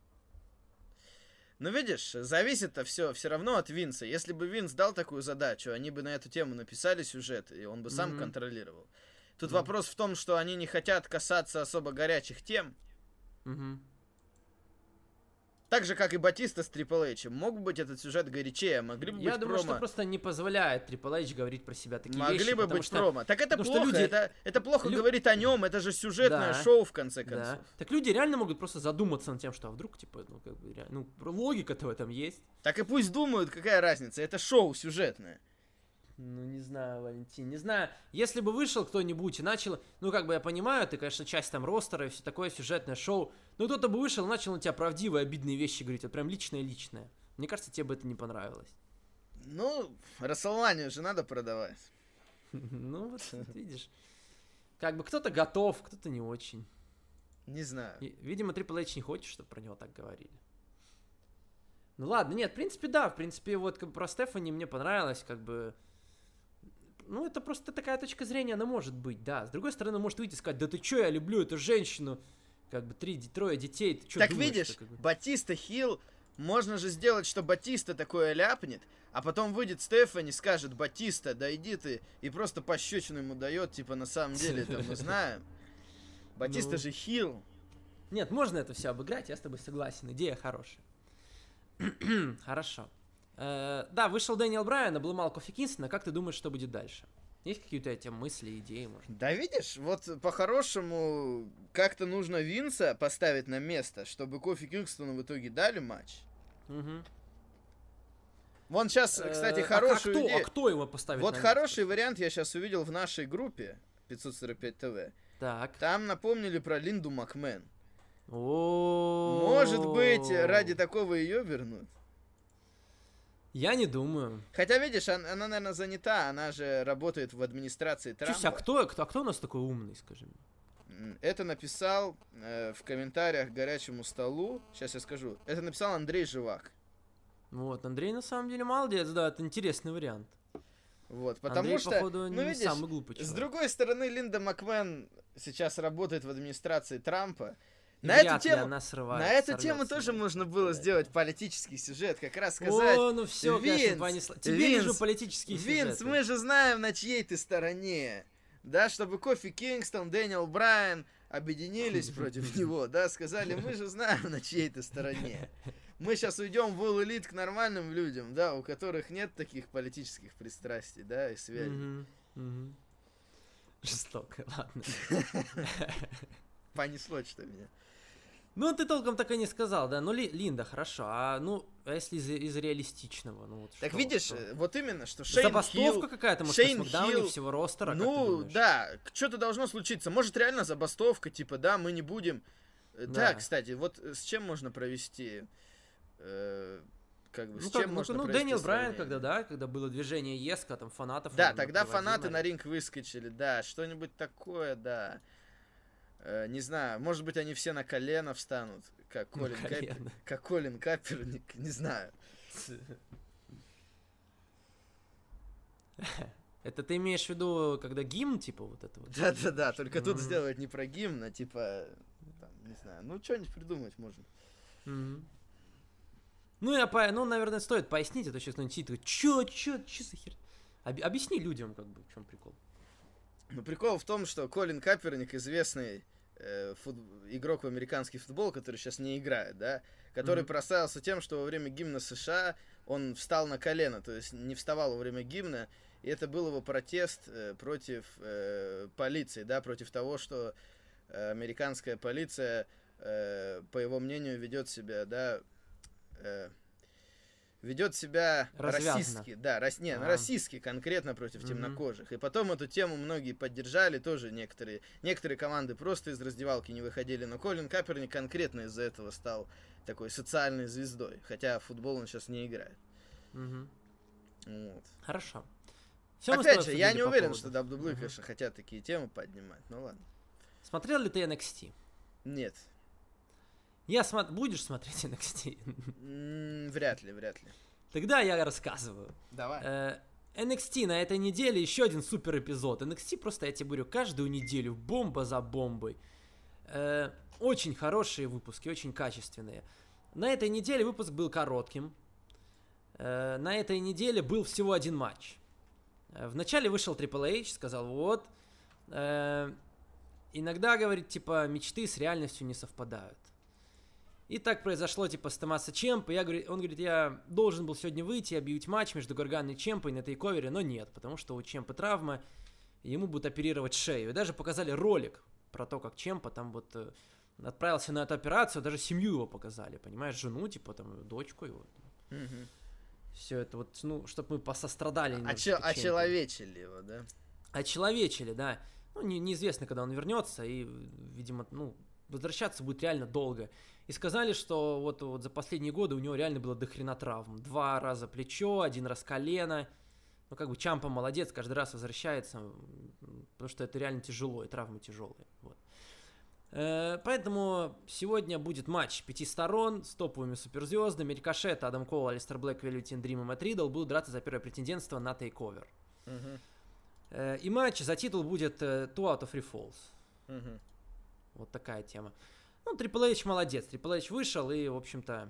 Ну, видишь, зависит-то все все равно от Винса. Если бы Винс дал такую задачу, они бы на эту тему написали сюжет, и он бы сам Mm-hmm. контролировал. Тут Mm-hmm. вопрос в том, что они не хотят касаться особо горячих тем. Угу. Так же, как и Батиста с Triple H. Мог бы быть этот сюжет горячее, могли бы Я быть думаю, промо. что просто не позволяет Triple H говорить про себя такие Могли вещи, бы потому быть что... промо. Так это потому что плохо, люди- это, это плохо лю- говорит о нем, это же сюжетное Да. шоу, в конце концов. Да. Так люди реально могут просто задуматься над тем, что а вдруг, типа, ну, как бы, реально, ну, логика-то в этом есть. Так и пусть думают, какая разница, это шоу сюжетное. Ну, не знаю, Валентин, не знаю. Если бы вышел кто-нибудь и начал... Ну, как бы я понимаю, ты, конечно, часть там ростера и все такое сюжетное шоу. Но кто-то бы вышел и начал на тебя правдивые, обидные вещи говорить. Вот прям личное-личное. Мне кажется, тебе бы это не понравилось. Ну, Расселманию же надо продавать. Ну, вот, вот видишь. Как бы кто-то готов, кто-то не очень. Не знаю. И, видимо, Triple H не хочет, чтобы про него так говорили. Ну ладно, нет, в принципе, да, в принципе, вот как бы про Стефани мне понравилось, как бы... Ну, это просто такая точка зрения, она может быть, да. С другой стороны, может выйти и сказать, да ты чё, я люблю эту женщину, как бы три, трое детей, ты чё Так думаешь, видишь, что, как бы... Батиста Хилл, можно же сделать, что Батиста такое ляпнет, а потом выйдет Стефани, скажет, Батиста, да иди ты, и просто пощечину ему дает, типа, на самом деле, там, мы знаем. Батиста Ну. же Хилл. Нет, можно это все обыграть, я с тобой согласен, идея хорошая. Хорошо. Э, да, вышел Дэниел Брайан, обломал Кофи Кингстона, как ты думаешь, что будет дальше? Есть какие-то эти мысли, идеи, может? Да видишь, вот по-хорошему как-то нужно Винса поставить на место, чтобы Кофи Кингстону в итоге дали матч. Угу. Вон сейчас, кстати, Э, а- хорошую а, кто, идею. а кто его поставит Вот на хороший вариант я сейчас увидел в нашей группе пятьсот сорок пять тэ вэ. место? Так. Там напомнили про Линду Макмен. О, Может быть, ради такого ее вернут. Я не думаю. Хотя, видишь, она, она, наверное, занята, она же работает в администрации Трампа. Слушай, а кто, кто, а кто у нас такой умный, скажи мне? М, Это написал э, в комментариях к горячему столу. Сейчас я скажу. Это написал Андрей Живак. Вот, Андрей на самом деле молодец, да, это интересный вариант. Вот, потому Андрей, что, походу, ну не видишь, самый глупый с человек. другой стороны, Линда Макмен сейчас работает в администрации Трампа. И На эту вряд ли тему, она срывает, на эту сорвется, тему тоже да. можно было Да. сделать политический сюжет, как раз сказать. О, ну все, конечно, Винс, понесло. Тебе Винс, лежу политические Винс, сюжеты. мы же знаем, на чьей ты стороне. Да, чтобы Кофи Кингстон, Дэниел Брайан объединились против него, да, сказали, мы же знаем, на чьей ты стороне. Мы сейчас уйдем в All Elite к нормальным людям, да, у которых нет таких политических пристрастий, да, и связей. Мгм, мгм. Жестоко, ладно. Понесло что меня. Ну, ты толком так и не сказал, да? Ну, Ли- Линда, хорошо. А ну, а если из, из реалистичного? Ну, вот Так что, видишь, что? э, вот именно, что Шейн Забастовка Хилл, какая-то, может, Шейн на Смакдауне Хилл, всего ростера, как ты ну, думаешь? да, что-то должно случиться. Может, реально забастовка, типа, да, мы не будем... Э, Да. Да, кстати, вот э, с чем можно провести... э, как бы, Ну, с как, чем ну, можно ну, провести Дэниел Брайан, сравнение? когда, да, когда было движение ЕСКО, там, фанатов... Да, он тогда привозил фанаты на ринг. ринг выскочили, да, что-нибудь такое, да. Э, не знаю, может быть, они все на колено встанут, как На Колин, Капер- колено. как Колин Каперник, не знаю. Это ты имеешь в виду, когда гимн, типа, вот это вот? Да-да-да, только тут Мгм. сделать не про гимн, а типа, там, не знаю, ну что-нибудь придумать можно. Мгм. Ну, я, по... ну, наверное, стоит пояснить, а то сейчас кто-нибудь сидит и говорит, чё, чё, чё за хер... Об- Объясни людям, как бы, в чем прикол. Ну, прикол в том, что Колин Каперник, известный э, фут- игрок в американский футбол, который сейчас не играет, да, который Мгм. прославился тем, что во время гимна США он встал на колено, то есть не вставал во время гимна, И это был его протест э, против э, полиции, да, против того, что э, американская полиция, э, по его мнению, ведет себя, да, э, ведет себя Развязно. расистски, да, рас, не, А. расистски конкретно против Мгм. темнокожих. И потом эту тему многие поддержали, тоже некоторые, некоторые команды просто из раздевалки не выходили, но Колин Каэперник конкретно из-за этого стал такой социальной звездой, хотя в футбол он сейчас не играет. Мгм. Вот. Хорошо. Всё мы с Опять тобой же, я обсудили не по уверен, поводу. что дабл ю дабл ю и, Мгм. конечно, хотят такие темы поднимать, ну ладно. Смотрел ли ты эн экс ти? Нет, Я смо... Будешь смотреть эн экс ти? М, вряд ли, вряд ли. Тогда я рассказываю. Давай. Э, эн экс ти на этой неделе еще один супер эпизод. эн экс ти просто, я тебе говорю, каждую неделю бомба за бомбой. Э, очень хорошие выпуски, очень качественные. На этой неделе выпуск был коротким. Э, на этой неделе был всего один матч. Э, Вначале вышел Triple H, сказал, вот, э, иногда, говорит, типа, мечты с реальностью не совпадают. И так произошло, типа, с Томасо Чемпо. Я, говорю, он говорит, я должен был сегодня выйти и объявить матч между Гарганой и Чемпой на тейковере, но нет, потому что у Чемпа травма, и ему будут оперировать шею. И даже показали ролик про то, как Чемпа там вот э, отправился на эту операцию, даже семью его показали, понимаешь, жену, типа, там, дочку его. Мгм. Все это вот, ну, чтобы мы посострадали. А немножко че- Чемпе. очеловечили его, да? Очеловечили, да. Ну, не- неизвестно, когда он вернется, и, видимо, ну, возвращаться будет реально долго. И сказали, что вот, вот за последние годы у него реально было дохрена травм. Два раза плечо, один раз колено. Ну, как бы Чампа молодец, каждый раз возвращается, м, потому что это реально тяжело, и травмы тяжелые. Вот. Э, Поэтому сегодня будет матч пяти сторон с топовыми суперзвездами. Рикошет, Адам Коул, Алистер Блэк, Велютин Дрим и Мэтт Риддл будут драться за первое претендентство на тейковер. Мгм. Э, И матч за титул будет э, Two out of Three Falls. Мгм. Вот такая тема. Ну, Triple H молодец. Triple H вышел и, в общем-то,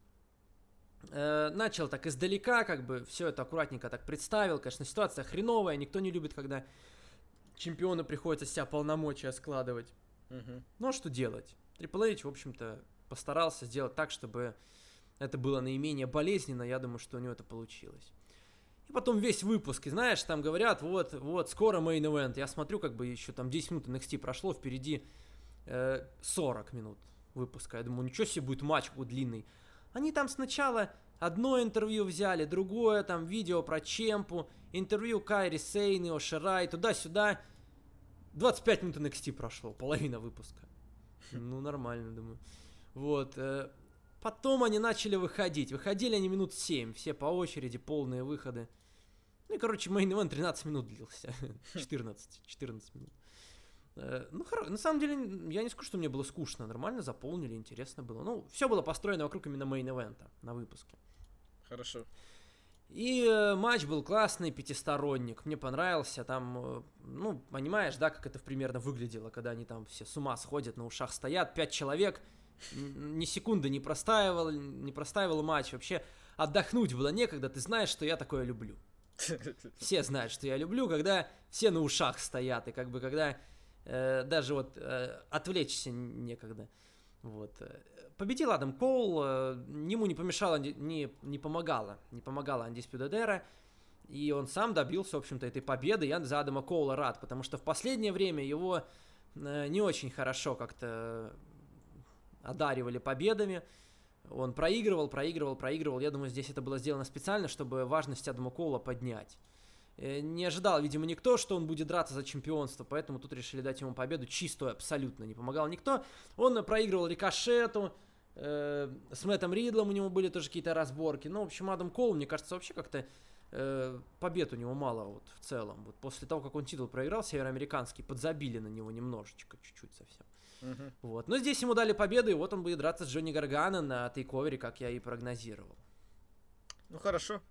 э, начал так издалека, как бы все это аккуратненько так представил. Конечно, ситуация хреновая, никто не любит, когда чемпиону приходится с себя полномочия складывать. Мгм. Ну, а что делать? Triple H, в общем-то, постарался сделать так, чтобы это было наименее болезненно. Я думаю, что у него это получилось. И потом весь выпуск, и знаешь, там говорят, вот, вот, скоро main event. Я смотрю, как бы еще там десять минут эн экс ти прошло, впереди э, сорок минут выпуска. Я думаю, ничего себе, будет матч какой длинный. Они там сначала одно интервью взяли, другое, там видео про Чемпу, интервью Кайри Сейн, Ио Ширай, туда-сюда. двадцать пять минут эн экс ти прошло, половина выпуска. Ну, нормально, думаю. Вот. э, Потом они начали выходить. Выходили они минут семь, все по очереди, полные выходы. Ну и, короче, мейн-ивент тринадцать минут длился. четырнадцать, четырнадцать минут. Э, Ну, хоро- на самом деле, я не скажу, что мне было скучно. Нормально заполнили, интересно было. Ну, все было построено вокруг именно мейн-ивента на выпуске. Хорошо. И э, матч был классный, пятисторонник, мне понравился, там, э, ну, понимаешь, да, как это примерно выглядело, когда они там все с ума сходят, на ушах стоят, пять человек, н- ни секунды не простаивал, не простаивал матч, вообще отдохнуть было некогда, ты знаешь, что я такое люблю. Все знают, что я люблю, когда все на ушах стоят, и как бы когда э, даже вот э, отвлечься некогда. Вот. э, Победил Адам Коул, э, ему не помешало, не, не помогало, не помогала Undisputed Era, и он сам добился, в общем-то, этой победы. Я за Адама Коула рад, потому что в последнее время его э, не очень хорошо как-то одаривали победами. Он проигрывал, проигрывал, проигрывал. Я думаю, здесь это было сделано специально, чтобы важность Адама Коула поднять. Э, Не ожидал, видимо, никто, что он будет драться за чемпионство, поэтому тут решили дать ему победу чистую абсолютно. Не помогал никто. Он э, проигрывал Рикошету, э, с Мэттом Ридлом у него были тоже какие-то разборки. Ну, в общем, Адам Коул, мне кажется, вообще как-то э, побед у него мало вот в целом. Вот после того, как он титул проиграл, североамериканский, подзабили на него немножечко, чуть-чуть совсем. Мгм. Вот. Но здесь ему дали победу, и вот он будет драться с Джонни Гаргано на тейковере, как я и прогнозировал. Ну хорошо.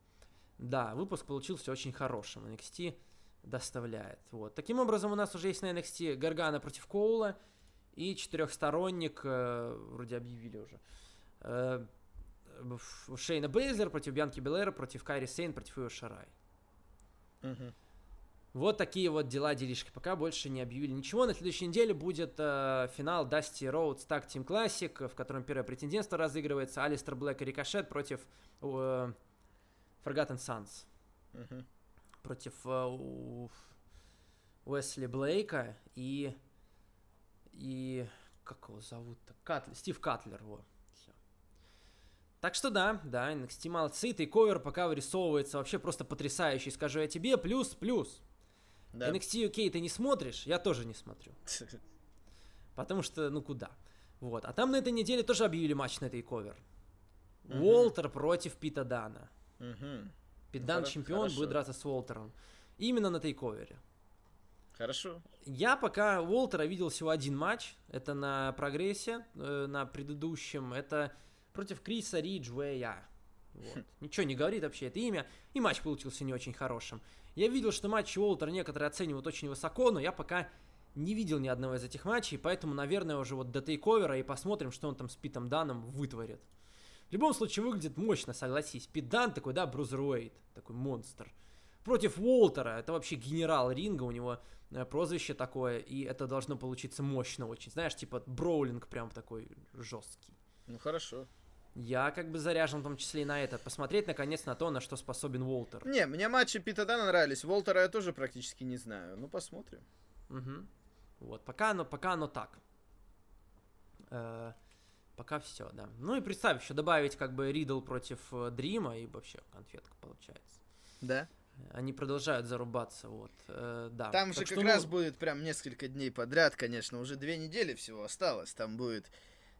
Да, выпуск получился очень хорошим. эн экс ти доставляет. Вот. Таким образом, у нас уже есть на эн экс ти Гаргано против Коула и четырехсторонник, э, вроде объявили уже, э, в- Шейна Бейзлер против Бьянки Белера, против Кайри Сейн, против Ио Ширай. Мгм. Вот такие вот дела, делишки. Пока больше не объявили ничего. На следующей неделе будет э, финал Dusty Rhodes Tag Team Classic, в котором первое претендентство разыгрывается. Алистер Блэк и Рикошет против э, Forgotten Sons. Мгм. против э, Уэсли Блейка и... И... Как его зовут-то? Катлер, Стив Катлер, вот. Всё. Так что да, да, эн экс ти молодцы, тейковер пока вырисовывается вообще просто потрясающий, скажу я тебе, плюс, плюс. Да. эн экс ти ю кей ты не смотришь, я тоже не смотрю. Потому что, ну куда? Вот, а там на этой неделе тоже объявили матч на тейковер. Мгм. Уолтер против Пита Дана. Мгм. Пит Ну, Дан хоро- чемпион, хорошо. будет драться с Уолтером. Именно на тейковере. Хорошо. Я пока Уолтера видел всего один матч. Это на прогрессе, э, на предыдущем. Это против Криса Риджуэя. Вот. Ничего не говорит вообще это имя. И матч получился не очень хорошим. Я видел, что матчи Уолтера некоторые оценивают очень высоко, но я пока не видел ни одного из этих матчей, поэтому, наверное, уже вот до тейковера и посмотрим, что он там с Питом Даном вытворит. В любом случае выглядит мощно, согласись. Пит Дан такой, да, брузервейт, такой монстр. Против Уолтера, это вообще генерал ринга, у него э, прозвище такое, и это должно получиться мощно очень. Знаешь, типа броулинг прям такой жесткий. Ну хорошо. Я как бы заряжен в том числе и на это. Посмотреть, наконец, на то, на что способен Уолтер. Не, мне матчи Пита Дана нравились. Волтера я тоже практически не знаю. Ну, посмотрим. Угу. Вот, пока оно, пока оно так. Э, пока все, да. Ну и представь, еще добавить как бы Ридл против э, Дрима, и вообще конфетка получается. Да. Они продолжают зарубаться, вот, э, да. Там же Так как что, раз ну, будет прям несколько дней подряд, конечно. Уже две недели всего осталось. Там будет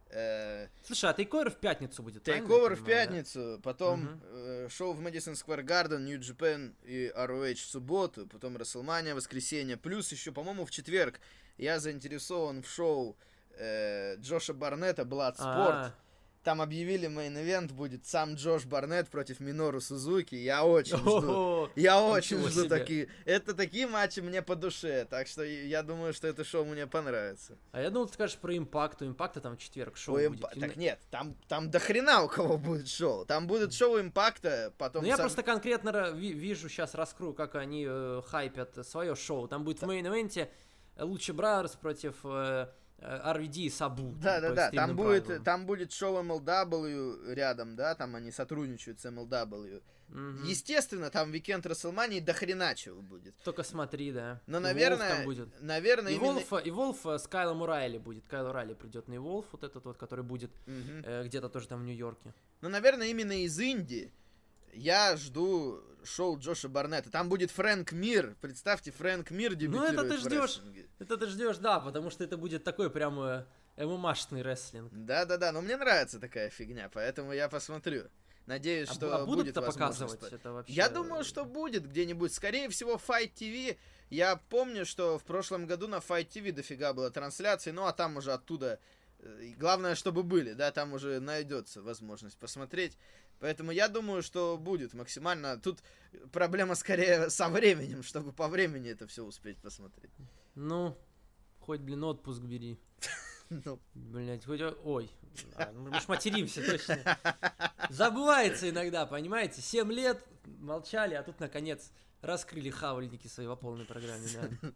э, Слушай, а тейковер в пятницу будет, правильно я тейковер в понимаю, да? пятницу, потом Мгм. э, шоу в Madison Square Garden, New Japan и ар о эйч в субботу, потом WrestleMania в воскресенье. Плюс еще, по-моему, в четверг я заинтересован в шоу э, Джоша Барнетта Bloodsport. А, Там объявили мейн-ивент, будет сам Джош Барнетт против Минору Сузуки. Я очень жду. о-хо-хо. Я очень Ничего жду себе. такие. Это такие матчи мне по душе. Так что я думаю, что это шоу мне понравится. А я думал, ты скажешь про импакт. У импакта там в четверг шоу У будет. Импа- Именно- Так нет, там, там до хрена у кого будет шоу. Там будет шоу Импакта, потом... Ну, я сам- просто конкретно ра- ви- вижу, сейчас раскрою, как они э, хайпят свое шоу. Там будет в мейн-эвенте Лучи Бразерс против э, ар ви ди и Сабу. Да, да, по да, там экстремным будет, правилам. там будет шоу эм эл дабл ю рядом, да, там они сотрудничают с эм эл дабл ю. Мгм. Естественно, там Weekend WrestleMania до хрена чего будет. Только смотри, да. Но, И наверное, Волф там будет. наверное, И именно... Волф, и Волф э, с Кайлом Урайли будет. Кайл Урайли придет на Волф, вот этот вот, который будет Мгм. э, где-то тоже там в Нью-Йорке. Ну, наверное, именно из Индии я жду шоу Джоша Барнетта. Там будет Фрэнк Мир. Представьте, Фрэнк Мир дебютирует это ты в ждёшь. рестлинге. Это ты ждешь, да, потому что это будет такой прям э, эм эм а-шный рестлинг. Да-да-да, но мне нравится такая фигня, поэтому я посмотрю. Надеюсь, А, что бу- а будет будут-то возможность показывать по- это вообще? Я думаю, что будет где-нибудь. Скорее всего, Fight ти ви. Я помню, что в прошлом году на Fight ти ви дофига было трансляций, ну а там уже оттуда... э, и Главное, чтобы были, да, там уже найдется возможность посмотреть. Поэтому я думаю, что будет максимально. Тут проблема скорее со временем, чтобы по времени это все успеть посмотреть. Ну, хоть, блин, отпуск бери. Ну, Блять, хоть... о- Ой, а, ну, мы ж материмся, точно. Забывается иногда, понимаете? Семь лет молчали, а тут, наконец, раскрыли хавальники свои по полной программе, да.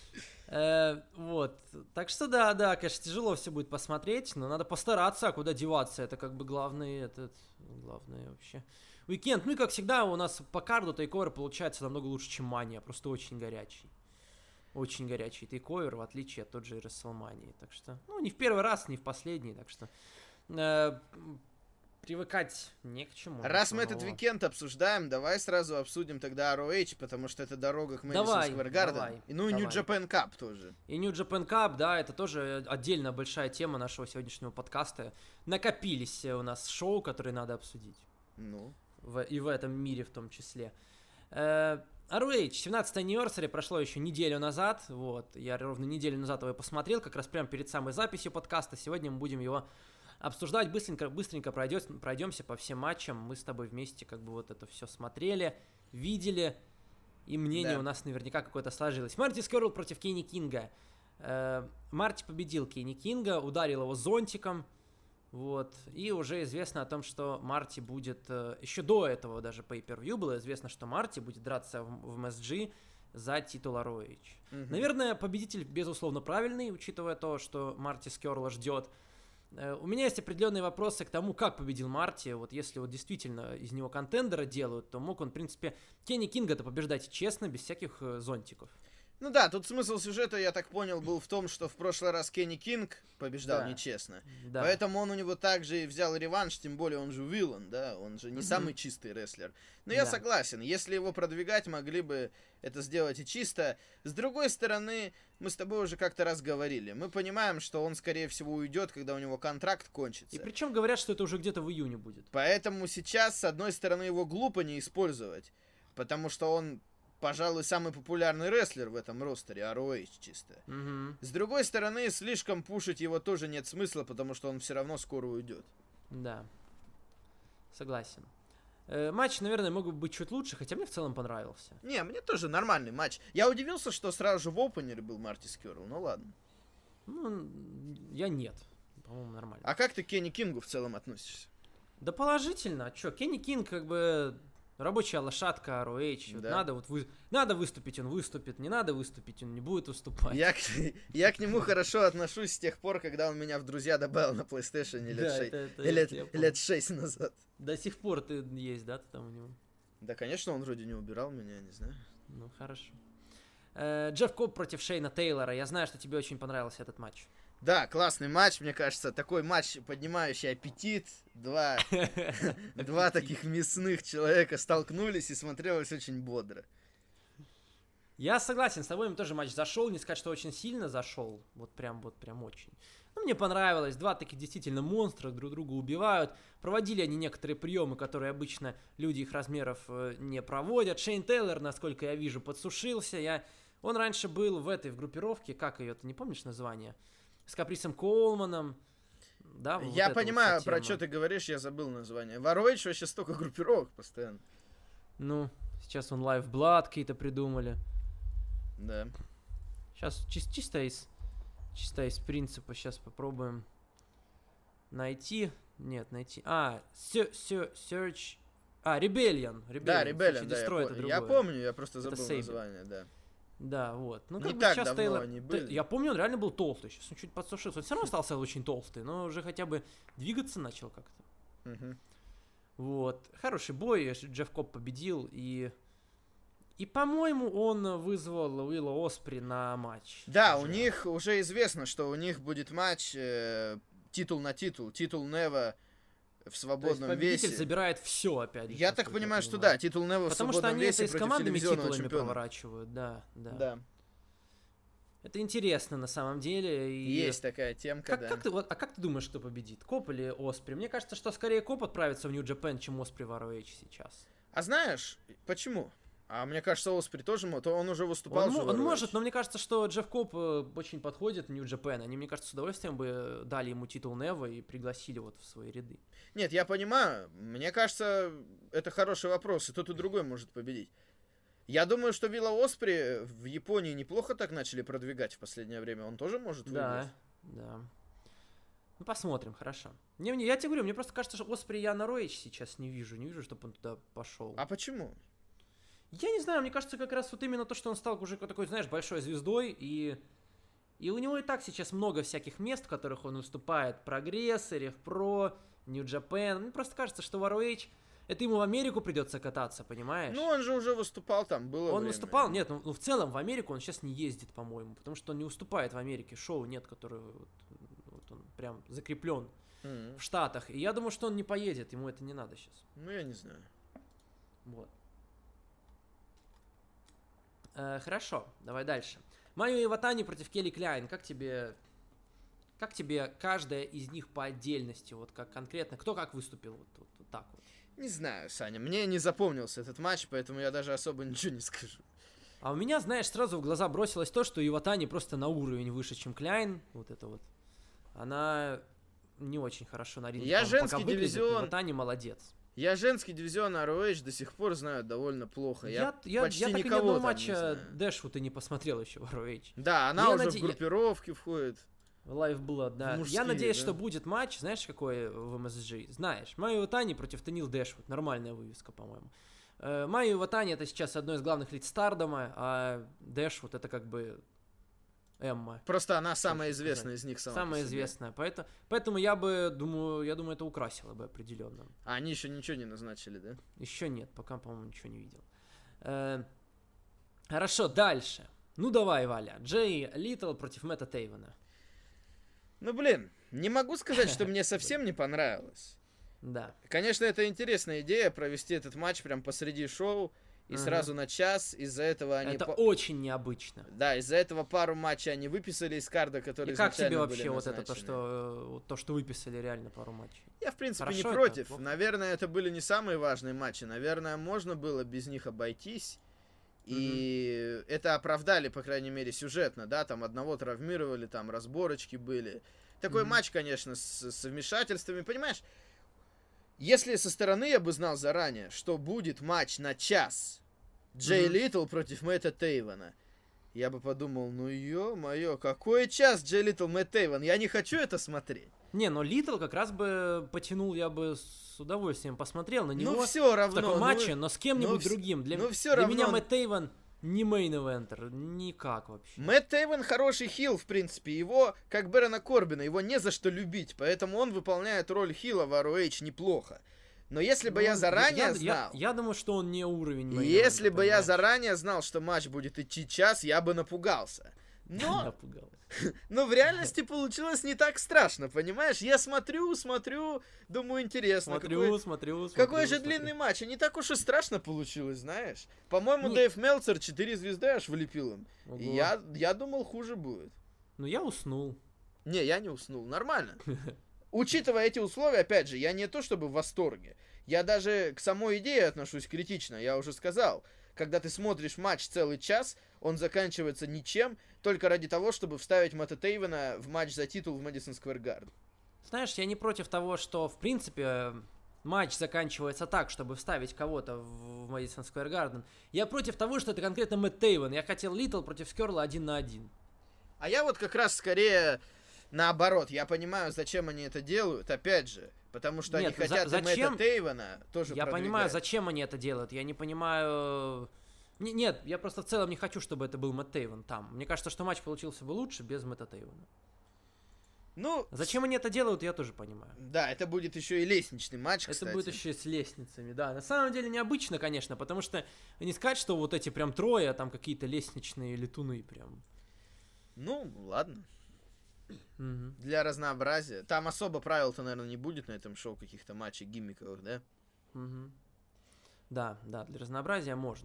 Э, вот, так что да, да, конечно, тяжело все будет посмотреть, но надо постараться, а куда деваться, это как бы главный, этот, главное вообще. Уикенд, ну и как всегда у нас по карду тейковер получается намного лучше, чем Мания, просто очень горячий. Очень горячий тейковер, в отличие от той же WrestleMania. Так что, ну, не в первый раз, не в последний, так что э, привыкать не к чему. раз мы ничего этот нового. уикенд обсуждаем, давай сразу обсудим тогда ар о эйч, потому что это дорога к Madison Давай, Square Garden. давай, И, ну и New давай. Japan Cup тоже. И New Japan Cup, да, это тоже отдельно большая тема нашего сегодняшнего подкаста. Накопились у нас шоу, которые надо обсудить. Ну, В- и в этом мире в том числе. Э, ар о эйч, семнадцатое anniversary прошло еще неделю назад, вот, я ровно неделю назад его посмотрел, как раз прямо перед самой записью подкаста, сегодня мы будем его обсуждать, быстренько, быстренько пройдет, пройдемся по всем матчам, мы с тобой вместе как бы вот это все смотрели, видели, и мнение Да. у нас наверняка какое-то сложилось. Марти Скерл против Кенни Кинга. Э, Марти победил Кенни Кинга, ударил его зонтиком. Вот, и уже известно о том, что Марти будет, э, еще до этого даже pay-per-view было известно, что Марти будет драться в, в эм эс джи за титул ар о эйч. мгм. Наверное, победитель, безусловно, правильный, учитывая то, что Марти Скерла ждет. Э, у меня есть определенные вопросы к тому, как победил Марти. Вот если вот действительно из него контендера делают, то мог он, в принципе, Кенни Кинга-то побеждать честно, без всяких э, зонтиков. Ну да, тут смысл сюжета, я так понял, был в том, что в прошлый раз Кенни Кинг побеждал Да. нечестно. Да. Поэтому он у него также и взял реванш, тем более он же виллан, да, он же не Мгм. самый чистый рестлер. Но я Да. согласен, если его продвигать, могли бы это сделать и чисто. С другой стороны, мы с тобой уже как-то раз говорили, мы понимаем, что он, скорее всего, уйдет, когда у него контракт кончится. И причем говорят, что это уже где-то в июне будет. Поэтому сейчас, с одной стороны, его глупо не использовать, потому что он, пожалуй, самый популярный рестлер в этом ростере, ар о эйч чисто. Мгм. С другой стороны, слишком пушить его тоже нет смысла, потому что он все равно скоро уйдет. Да. Согласен. Э, матч, наверное, мог бы быть чуть лучше, хотя мне в целом понравился. Не, мне тоже нормальный матч. Я удивился, что сразу же в опенере был Марти Скёрл, ну ладно. Ну, я нет. По-моему, нормально. А как ты к Кенни Кингу в целом относишься? Да положительно. А чё, Кенни Кинг как бы рабочая лошадка ар о эйч. Вот Да. надо вот вы... надо выступить, он выступит. Не надо выступить, он не будет выступать. Я к, я к нему хорошо отношусь с тех пор, когда он меня в друзья добавил на PlayStation лет, Да, шесть, это- это лет, я помню. лет шесть назад. До сих пор ты есть, да, ты там у него? Да, конечно, он вроде не убирал меня, я не знаю. Ну, хорошо. Э, Джефф Коб против Шейна Тейлора. Я знаю, что тебе очень понравился этот матч. Да, классный матч, мне кажется, такой матч, поднимающий аппетит. Два, два таких мясных человека столкнулись и смотрелось очень бодро. Я согласен, с тобой им тоже матч зашел. Не сказать, что очень сильно зашел. Вот прям, вот прям очень. Ну, мне понравилось. Два таких действительно монстра друг друга убивают. Проводили они некоторые приемы, которые обычно люди их размеров э, не проводят. Шейн Тейлор, насколько я вижу, подсушился. Я... Он раньше был в этой в группировке, как ее, ты не помнишь название? С Каприсом Коулманом. Да, вот Я эта вот понимаю, вся про тема. что ты говоришь, я забыл название. В ар о эйч вообще столько группировок постоянно. Ну, сейчас он Live Blood какие-то придумали. Да. Сейчас чис- чисто из чисто из принципа сейчас попробуем найти. Нет, найти. А, se- se- search. А, Rebellion. Rebellion. Да, В Rebellion, случае да, я, Destroy по- это я другое. помню, я просто Это забыл Saber. название, да. Да, вот. Ну, Не как бы так сейчас давно Тейлор... они Те- были. Я помню, он реально был толстый. Сейчас он чуть подсушился. Он все равно остался очень толстый, но уже хотя бы двигаться начал как-то. Мгм. Вот. Хороший бой. Джефф Коб победил. И... И, по-моему, он вызвал Уилла Оспри на матч. Да, уже. у них уже известно, что у них будет матч э, титул на титул, титул Нева в То есть свободном победитель весе. забирает все опять же. Я так насколько понимаю, что понимаю. да, титул Нева в Потому что свободном они весе это и с против командными телевизионного титулами чемпиона. проворачивают, да, да, Да, Это интересно на самом деле. И... есть такая темка, Как, да. как ты, вот, а как ты думаешь, кто победит? Коп или Оспри? Мне кажется, что скорее Коп отправится в Нью-Джапен, чем Оспри в ар о эйч сейчас. А знаешь, почему? А мне кажется, Оспри тоже, мо- то он уже выступал Он, же мо- в он ар о эйч. может, но мне кажется, что Джефф Коп э, очень подходит в Нью-Джапен. Они, мне кажется, с удовольствием бы дали ему титул Нева и пригласили вот в свои ряды. Нет, я понимаю. Мне кажется, это хороший вопрос, и тот и другой может победить. Я думаю, что Вилла Оспри в Японии неплохо так начали продвигать в последнее время. Он тоже может выиграть. Да, да. Ну, посмотрим, хорошо. Не, не, я тебе говорю, мне просто кажется, что Оспри я на ар о эйч сейчас не вижу. Не вижу, чтобы он туда пошел. А почему? Я не знаю, мне кажется, как раз вот именно то, что он стал уже такой, знаешь, большой звездой, и, и у него и так сейчас много всяких мест, в которых он выступает. Прогресс, эр эф про, Нью-Джапен. Мне просто кажется, что в ар о эйч это ему в Америку придется кататься, понимаешь? Ну, он же уже выступал там, было Он время. выступал, нет, ну, ну в целом в Америку он сейчас не ездит, по-моему, потому что он не выступает в Америке. Шоу нет, которое вот, вот он прям закреплен Мгм. в Штатах. И я думаю, что он не поедет, ему это не надо сейчас. Ну, я не знаю. Вот. Э, хорошо, давай дальше. Майо Иватани против Келли Кляйн. Как тебе, как тебе каждая из них по отдельности, вот как конкретно, кто как выступил, вот, вот- вот так вот? Не знаю, Саня, мне не запомнился этот матч, поэтому я даже особо ничего не скажу. А у меня, знаешь, сразу в глаза бросилось то, что Иватани просто на уровень выше, чем Кляйн. Вот это вот. Она не очень хорошо на ринге. Я пом- женский пока выглядит, но дивизион. Иватани молодец. Я женский дивизион ар о эйч до сих пор знаю довольно плохо. Я, Я, я, почти я так и ни никого одного там не матча знаю. Дэшвуд и не посмотрел еще в ар о эйч. Да, она Я уже наде- в группировке входит. Lifeblood, да. мужские, Я надеюсь, да. что будет матч, знаешь, какой в эм эс джи? Знаешь, Майо Иватани против Танил Дэшвуд. Нормальная вывеска, по-моему. Э, Майо Иватани это сейчас одно из главных лиц Стардома, а Дэшвуд это как бы Эмма. Просто она самая Хочется известная сказать. из них сама Самая по себе. известная. Поэтому, поэтому я бы, думаю, я думаю, это украсило бы определенно. А они еще ничего не назначили, да? Еще нет, пока, по-моему, ничего не видел. Э, Хорошо, дальше. Ну давай, Валя. Джей Литл против Мэтта Тейвена. Ну, блин, не могу сказать, что мне совсем не понравилось. Да. Конечно, это интересная идея провести этот матч прям посреди шоу и Ага. сразу на час. Из-за этого они... Это по- очень необычно. Да, из-за этого пару матчей они выписали из карда, которые И как тебе изначально вообще были вот это, то назначены. что, э, вот то, что выписали реально пару матчей? Я, в принципе, Хорошо не это? против. Плохо? Наверное, это были не самые важные матчи. Наверное, можно было без них обойтись. И это оправдали, по крайней мере, сюжетно, да, там одного травмировали, там разборочки были. Такой Мгм. матч, конечно, с, с вмешательствами, понимаешь? Если со стороны я бы знал заранее, что будет матч на час Джей Мгм. Литл против Мэтта Тейвена, я бы подумал, ну ё-моё, какой час Джей Литл, Мэтт Тейвен, я не хочу это смотреть. Не, но Литл как раз бы потянул, я бы с удовольствием посмотрел на него Ну все в равно. таком ну, матче, но с кем-нибудь ну, вс- другим. Для, ну, всё для равно. меня Мэтт Тейвен не мейн-эвентер, никак вообще. Мэтт Тейвен хороший хил, в принципе. Его, как Бэрона Корбина, его не за что любить. Поэтому он выполняет роль хила в ар о эйч неплохо. Но если бы Ну, я заранее я, знал... Я, я думаю, что он не уровень мейн-эвентера, Если бы я понимаешь? заранее знал, что матч будет идти час, я бы напугался. Но, Напугал. но в реальности получилось не так страшно, понимаешь? Я смотрю, смотрю, думаю, интересно. Смотрю, какой, смотрю, смотрю. какой же смотрю. длинный матч. И не так уж и страшно получилось, знаешь. По-моему, Не- Дэйв Мелцер четыре звезды аж влепил им. Ого. И я, я думал, хуже будет. Ну, я уснул. Не, я не уснул, нормально. Учитывая эти условия, опять же, я не то чтобы в восторге. Я даже к самой идее отношусь критично, я уже сказал. Когда ты смотришь матч целый час, он заканчивается ничем, только ради того, чтобы вставить Мэтта Тейвена в матч за титул в Мэдисон Сквер Гарден. Знаешь, я не против того, что, в принципе, матч заканчивается так, чтобы вставить кого-то в Мэдисон Сквер Гарден. Я против того, что это конкретно Мэтт Тейвен. Я хотел Литл против Скерла один на один. А я вот как раз скорее наоборот. Я понимаю, зачем они это делают, опять же. Потому что Нет, они за- хотят и зачем? Мэтта Тейвена тоже Я понимаю, продвигать. зачем они это делают. Я не понимаю... Не- Нет, я просто в целом не хочу, чтобы это был Мэтт Тейвен там. Мне кажется, что матч получился бы лучше без Мэтта Тейвена. Ну, Зачем они это делают, я тоже понимаю. да, это будет еще и лестничный матч, Это кстати. будет еще и с лестницами, да. На самом деле необычно, конечно, потому что не сказать, что вот эти прям трое, а там какие-то лестничные летуны прям. Ну, ладно. Мгм. Для разнообразия. Там особо правил-то, наверное, не будет на этом шоу, каких-то матчей гиммиковых, да? Мгм. Да, да, для разнообразия можно.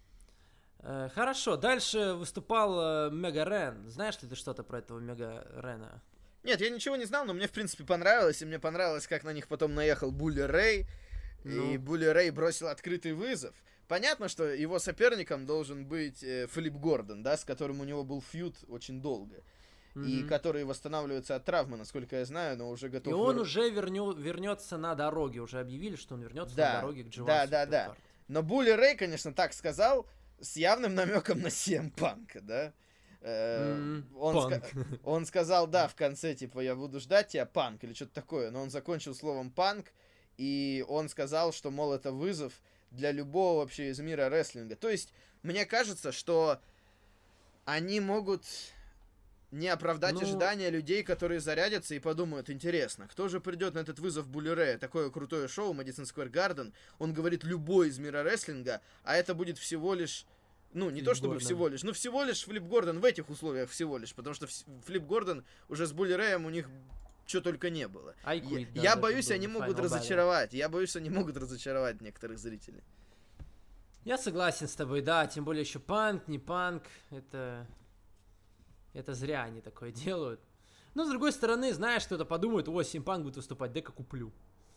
Э, хорошо, дальше выступал э, Мега Рен. Знаешь ли ты что-то про этого Мега Рена? Нет, я ничего не знал, но мне, в принципе, понравилось. И мне понравилось, как на них потом наехал Булли Рэй. Ну. И Булли Рэй бросил открытый вызов. Понятно, что его соперником должен быть э, Филипп Гордон, да, с которым у него был фьюд очень долго. И Мгм. который восстанавливается от травмы, насколько я знаю, но уже готов... И он выр- уже верню, вернется на дороге. Уже объявили, что он вернется Да, на дороге к Дживасу. да, да, да. Но Булли Рэй, конечно, так сказал, с явным намеком на си эм Панка, да? Э, М, он, Панк. ска- он сказал, да, в конце, типа, я буду ждать тебя, Панк, или что-то такое, но он закончил словом Панк, и он сказал, что, мол, это вызов для любого вообще из мира рестлинга. То есть, мне кажется, что они могут не оправдать Ну- ожидания людей, которые зарядятся и подумают, интересно, кто же придет на этот вызов Булли Рэя? Такое крутое шоу, Мэдисон Сквер Гарден. Он говорит любой из мира рестлинга, а это будет всего лишь... Ну, не Флип то чтобы Гордон. всего лишь, но всего лишь Флип Гордон в этих условиях всего лишь, потому что вс- Флип Гордон уже с Булли Рэем у них что только не было. I Я, quit, да, я даже боюсь, был они могут Final Battle. разочаровать. Я боюсь, они могут разочаровать некоторых зрителей. Я согласен с тобой, да, тем более еще панк, не панк, это... Это зря они такое делают. Но, с другой стороны, знаешь, кто-то подумает, о, Симпанк будет выступать, дай-ка куплю.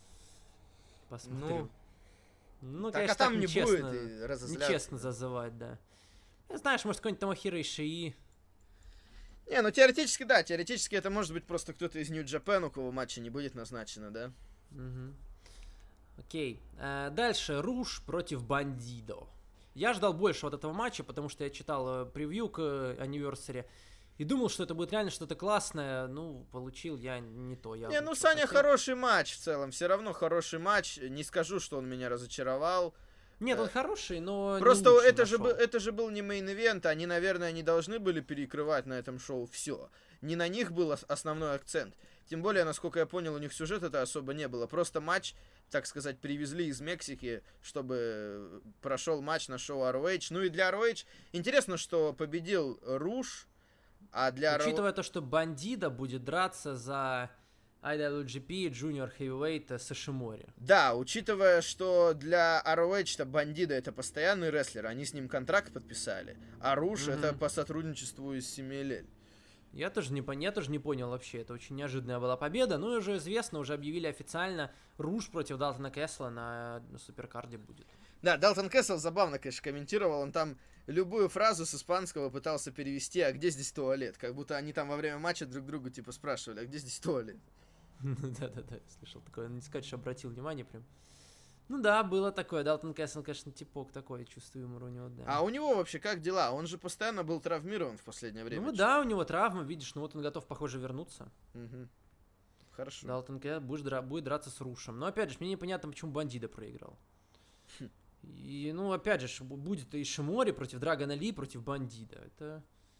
Посмотрю. Ну, так, конечно, а там так не нечестно, будет и разозляться. нечестно зазывать, да. Ну, знаешь, может, какой-нибудь Томохиро Ишии. Не, ну теоретически, да, теоретически это может быть просто кто-то из Нью-Джапен, у кого матча не будет назначено, да? Мгм. Окей. Э, дальше Руш против Бандидо. Я ждал больше от этого матча, потому что я читал э, превью к э, Anniversary и думал, что это будет реально что-то классное. Ну, получил я не то. Я не, ну что Саня хотел. хороший матч в целом, все равно хороший матч. Не скажу, что он меня разочаровал. Нет, он хороший, но Просто не лучший это же, на был, шоу. это же был не мейн-ивент, они, наверное, не должны были перекрывать на этом шоу все. Не на них был ос- основной акцент. Тем более, насколько я понял, у них сюжета-то особо не было. Просто матч, так сказать, привезли из Мексики, чтобы прошел матч на шоу ар о эйч. Ну и для ар о эйч интересно, что победил Руш, а для ар о эйч... Учитывая то, что Бандида будет драться за ай дабл ю джи пи Junior Heavyweight с Ишимори. Да, учитывая, что для ар о эйч-то Бандида это постоянный рестлер, они с ним контракт подписали, а Руш Мгм. это по сотрудничеству с Семиэлель. Я тоже, не, пон- я тоже не понял вообще, это очень неожиданная была победа, ну и уже известно, уже объявили официально, Руш против Далтона Кэссела на, на суперкарде будет. Да, Далтон Кэссел забавно, конечно, комментировал, он там любую фразу с испанского пытался перевести, а где здесь туалет? Как будто они там во время матча друг другу типа спрашивали, а где здесь туалет? Да-да-да, слышал такое, не сказать, что обратил внимание прям. Ну да, было такое, Далтон Кэссел, конечно, типок такой, чувство юмора у него, да. А у него вообще как дела? Он же постоянно был травмирован в последнее время. Ну да, у него травма, видишь, ну вот он готов, похоже, вернуться. Мгм. Хорошо. Далтон Кэссел будешь дра- будет драться с Рушем. Но опять же, мне непонятно, почему Бандида проиграл. Хм. И, ну, опять же, ш- будет и Шимори против Драгона Ли против Бандида. Это...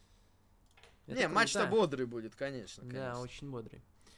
это Не, матч-то круто. бодрый будет, конечно. Да, конечно. очень бодрый.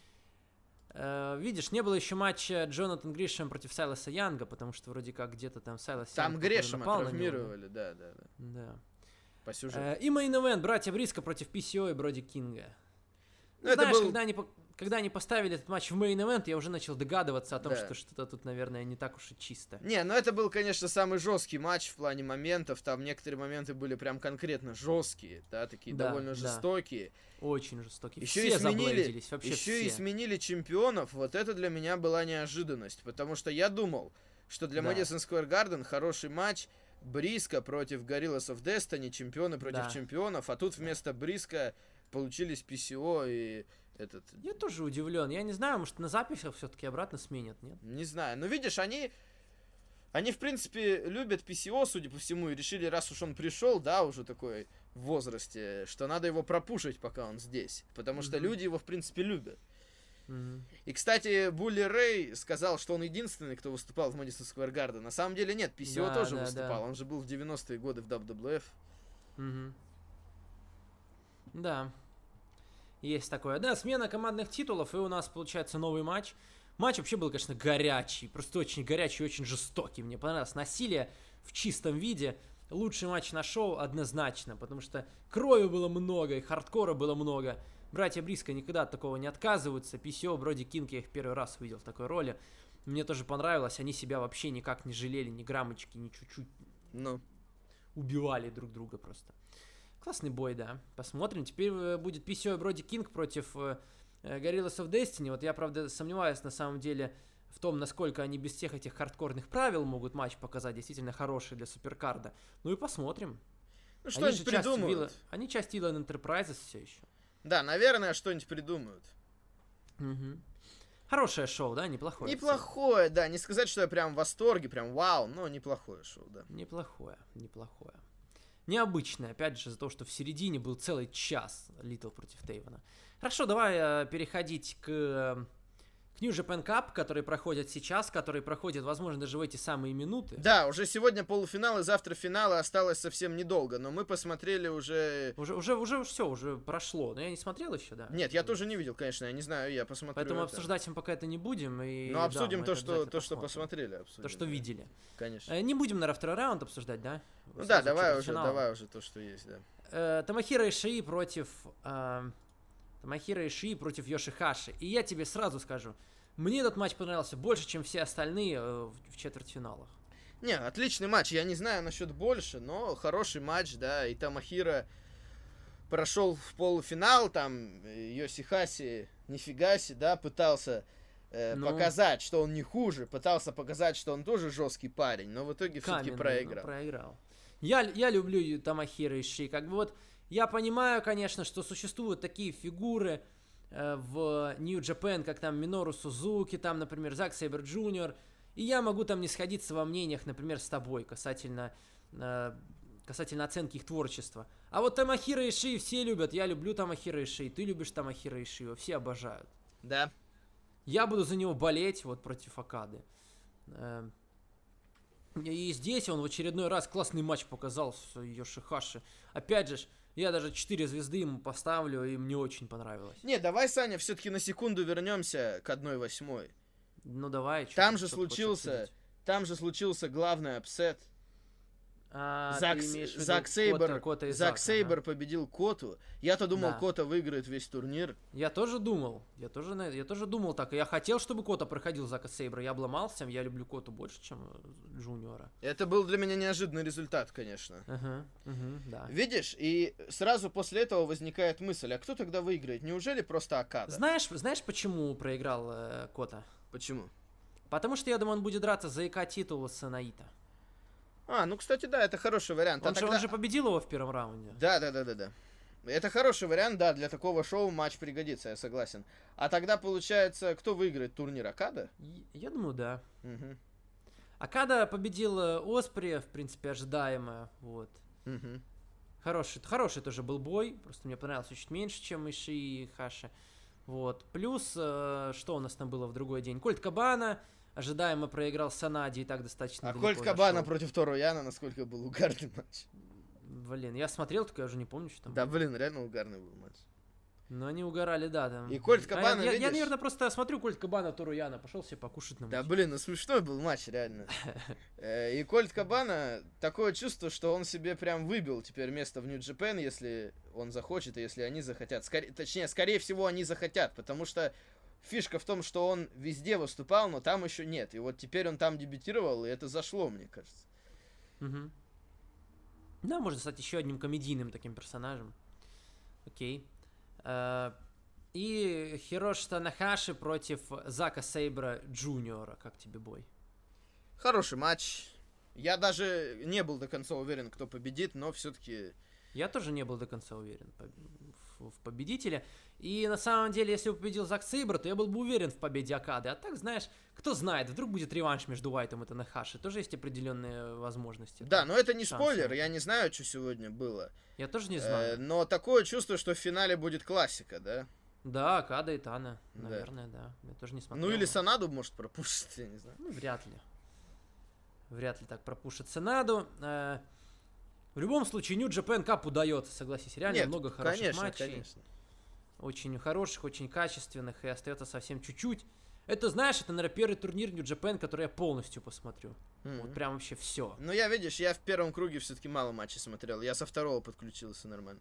Э, видишь, не было еще матча Джонатан Гришем против Сайласа Янга, потому что вроде как где-то там Сайлас Там Янг, походу, Грешема напал на него, да. травмировали, да, да, да. Да. По сюжету. Э, и мейн-эвент, братья Бриско против пи си о и Броди Кинга. Ну, это Знаешь, был- когда, они, по- когда они поставили этот матч в мейн-эвент, я уже начал догадываться о том, Да. что что-то тут, наверное, не так уж и чисто. Не, ну это был, конечно, самый жесткий матч в плане моментов. Там некоторые моменты были прям конкретно жесткие, да, такие Да, довольно да. жестокие. Очень жестокий. Еще все и сменили, заблейдились, вообще еще все. и сменили чемпионов. Вот это для меня была неожиданность, потому что я думал, что для Да. Madison Square Garden хороший матч Бриско против Gorillas of Destiny, чемпионы против Да. чемпионов, а тут вместо Бриско получились пи си о и этот. Я тоже удивлен. Я не знаю, может, на записях все-таки обратно сменят, нет? Не знаю. Но видишь, они. Они, в принципе, любят пи си о, судя по всему, и решили, раз уж он пришел, да, уже такой в возрасте, что надо его пропушить, пока он здесь. Потому что Мгм. люди его, в принципе, любят. Мгм. И, кстати, Булли Рэй сказал, что он единственный, кто выступал в Madison Square Garden. На самом деле нет, пи си о Да, тоже да, выступал. да. Он же был в девяностые годы в дабл ю дабл ю эф. Мгм. Да. Есть такое. Да, смена командных титулов, и у нас получается новый матч. Матч вообще был, конечно, горячий. Просто очень горячий и очень жестокий. Мне понравилось. Насилие в чистом виде. Лучший матч на шоу однозначно, потому что крови было много, и хардкора было много. Братья Бриско никогда от такого не отказываются. пи си о, Броди Кинг, я их первый раз увидел в такой роли. Мне тоже понравилось. Они себя вообще никак не жалели, ни граммочки, ни чуть-чуть. Ну, Убивали друг друга просто. Классный бой, да. Посмотрим. Теперь э, будет пи си о и Броди Кинг против э, э, Gorillas of Destiny. Вот я, правда, сомневаюсь на самом деле в том, насколько они без всех этих хардкорных правил могут матч показать. Действительно хороший для суперкарда. Ну и посмотрим. ну Они что-нибудь же часть придумают. Вилла- Они часть Elite Enterprises все еще. Да, наверное, что-нибудь придумают. Мгм. Хорошее шоу, да? Неплохое. в целом. Неплохое, да. Не сказать, что я прям в восторге, прям вау, но неплохое шоу, да. Неплохое, неплохое. Необычное, опять же, за то, что в середине был целый час Литл против Тейвона. Хорошо, давай э, переходить к, э, к New Japan Cup, который проходит сейчас, который проходит, возможно, даже в эти самые минуты. Да, уже сегодня полуфинал и завтра финалы, осталось совсем недолго, но мы посмотрели уже... Уже, уже, уже все, уже прошло. Но я не смотрел еще, да. Нет, я тоже не видел, конечно, я не знаю, я посмотрю. Поэтому это. обсуждать мы пока это не будем. И, Ну, да, обсудим мы то, это что, обязательно то, что посмотрим. посмотрели. Обсудим, То, что да. видели. Конечно. Э, не будем, наверное, второй раунд обсуждать, да? Ну да, Сразу давай уже, четвертьфинал. давай уже то, что есть, да. Э, Томохиро Ишии против э, Томохиро Ишии против Йошихаши. И я тебе сразу скажу, мне этот матч понравился больше, чем все остальные э, в, в четвертьфиналах. Не, отличный матч, я не знаю насчет больше, но хороший матч, да, и Томохиро прошел в полуфинал, там Йосихаси, нифигаси, да, пытался э, Ну. показать, что он не хуже, пытался показать, что он тоже жесткий парень, но в итоге все-таки Каменный, проиграл. но проиграл. Я, я люблю Томохиро Ишии. Как бы вот я понимаю, конечно, что существуют такие фигуры э, в New Japan, как там Минору Сузуки, там, например, Зак Сейбер Джуниор. И я могу там не сходиться во мнениях, например, с тобой касательно, э, касательно оценки их творчества. А вот Томохиро Ишии все любят. Я люблю Томохиро Ишии, ты любишь Томохиро Ишии, его все обожают. Да. Я буду за него болеть вот против Окады. Э, И здесь он в очередной раз классный матч показал с Йошихаши. Опять же, я даже четыре звезды ему поставлю, и мне очень понравилось. Не, давай, Саня, все-таки на секунду вернемся к одной восьмой. Ну давай. Чё, Там же что ты хочешь случился, обсудить? там же случился главный апсет. А, Зак, ты имеешь в виду Зак Сейбр, Кота- Кота и Зак Зака, Сейбр ага. победил Коту. Я-то думал, Да. Кота выиграет весь турнир. Я тоже думал, я тоже, на- я тоже думал так. И я хотел, чтобы Кота проходил Зака Сейбра. Я обломался, я люблю Коту больше, чем э, Джуниора. Это был для меня неожиданный результат, конечно. Ага, мгм, да. Видишь, и сразу после этого возникает мысль, а кто тогда выиграет? Неужели просто Акада? Знаешь, знаешь, почему проиграл э, Кота? Почему? Потому что я думаю, он будет драться за ИК титул с Наита. А, ну, кстати, да, это хороший вариант. Он, А же, тогда- он же победил его в первом раунде. Да, да, да, да, да. Это хороший вариант, да, для такого шоу матч пригодится, я согласен. А тогда, получается, кто выиграет турнир? Акада? И- Я думаю, да. Угу. Акада победил э, Оспри, в принципе, ожидаемо. Вот. Угу. Хороший, хороший тоже был бой. Просто мне понравился чуть меньше, чем Иши и Хаши. Вот. Плюс, э, что у нас там было в другой день? Кольт Кабана ожидаемо проиграл Санади, и так достаточно А далеко Кольт Кабана зашел. против Торо Яна, насколько был угарный матч. Блин, я смотрел, только я уже не помню, что там Да, было. блин, реально угарный был матч. Но они угорали, да, там. И Кольт А Кабана, я, я, я, видишь? наверное, просто смотрю Кольт Кабана, Тору Яна, пошел себе покушать на Да, матч. блин, ну смешной был матч, реально. Э, И Кольт Кабана, такое чувство, что он себе прям выбил теперь место в Нью-Джапен, если он захочет, и если они захотят. Скорее, точнее, скорее всего, они захотят, потому что фишка в том, что он везде выступал, но там еще нет. И вот теперь он там дебютировал, и это зашло, мне кажется. Мгм. Да, можно стать еще одним комедийным таким персонажем. Окей. Э, И Хироши Танахаши против Зака Сейбра Джуниора. Как тебе бой? Хороший матч. Я даже не был до конца уверен, кто победит, но все-таки... Я тоже не был до конца уверен по- в, в победителе. И на самом деле, если бы победил Зак Сейбр, то я был бы уверен в победе Акады. А так, знаешь, кто знает, вдруг будет реванш между Уайтом и Танахаши. Тоже есть определенные возможности. Да, но это не шансы. спойлер, я не знаю, что сегодня было. Я тоже не Э, знаю. Но такое чувство, что в финале будет классика, да? Да, Акада и Тана. Да. Наверное, да. Я тоже не смотрел. Ну или Санаду, может, пропустит, я не знаю. Ну, вряд ли. Вряд ли так пропушит Сенаду. Э, В любом случае, New Japan Cup удается, согласись. Реально Нет, много хороших конечно, матчей. конечно. Очень хороших, очень качественных. И остается совсем чуть-чуть. Это, знаешь, это, наверное, первый турнир New Japan, который я полностью посмотрю. Мгм. Вот прям вообще все. Ну, я, видишь, я в первом круге все-таки мало матчей смотрел. Я со второго подключился нормально.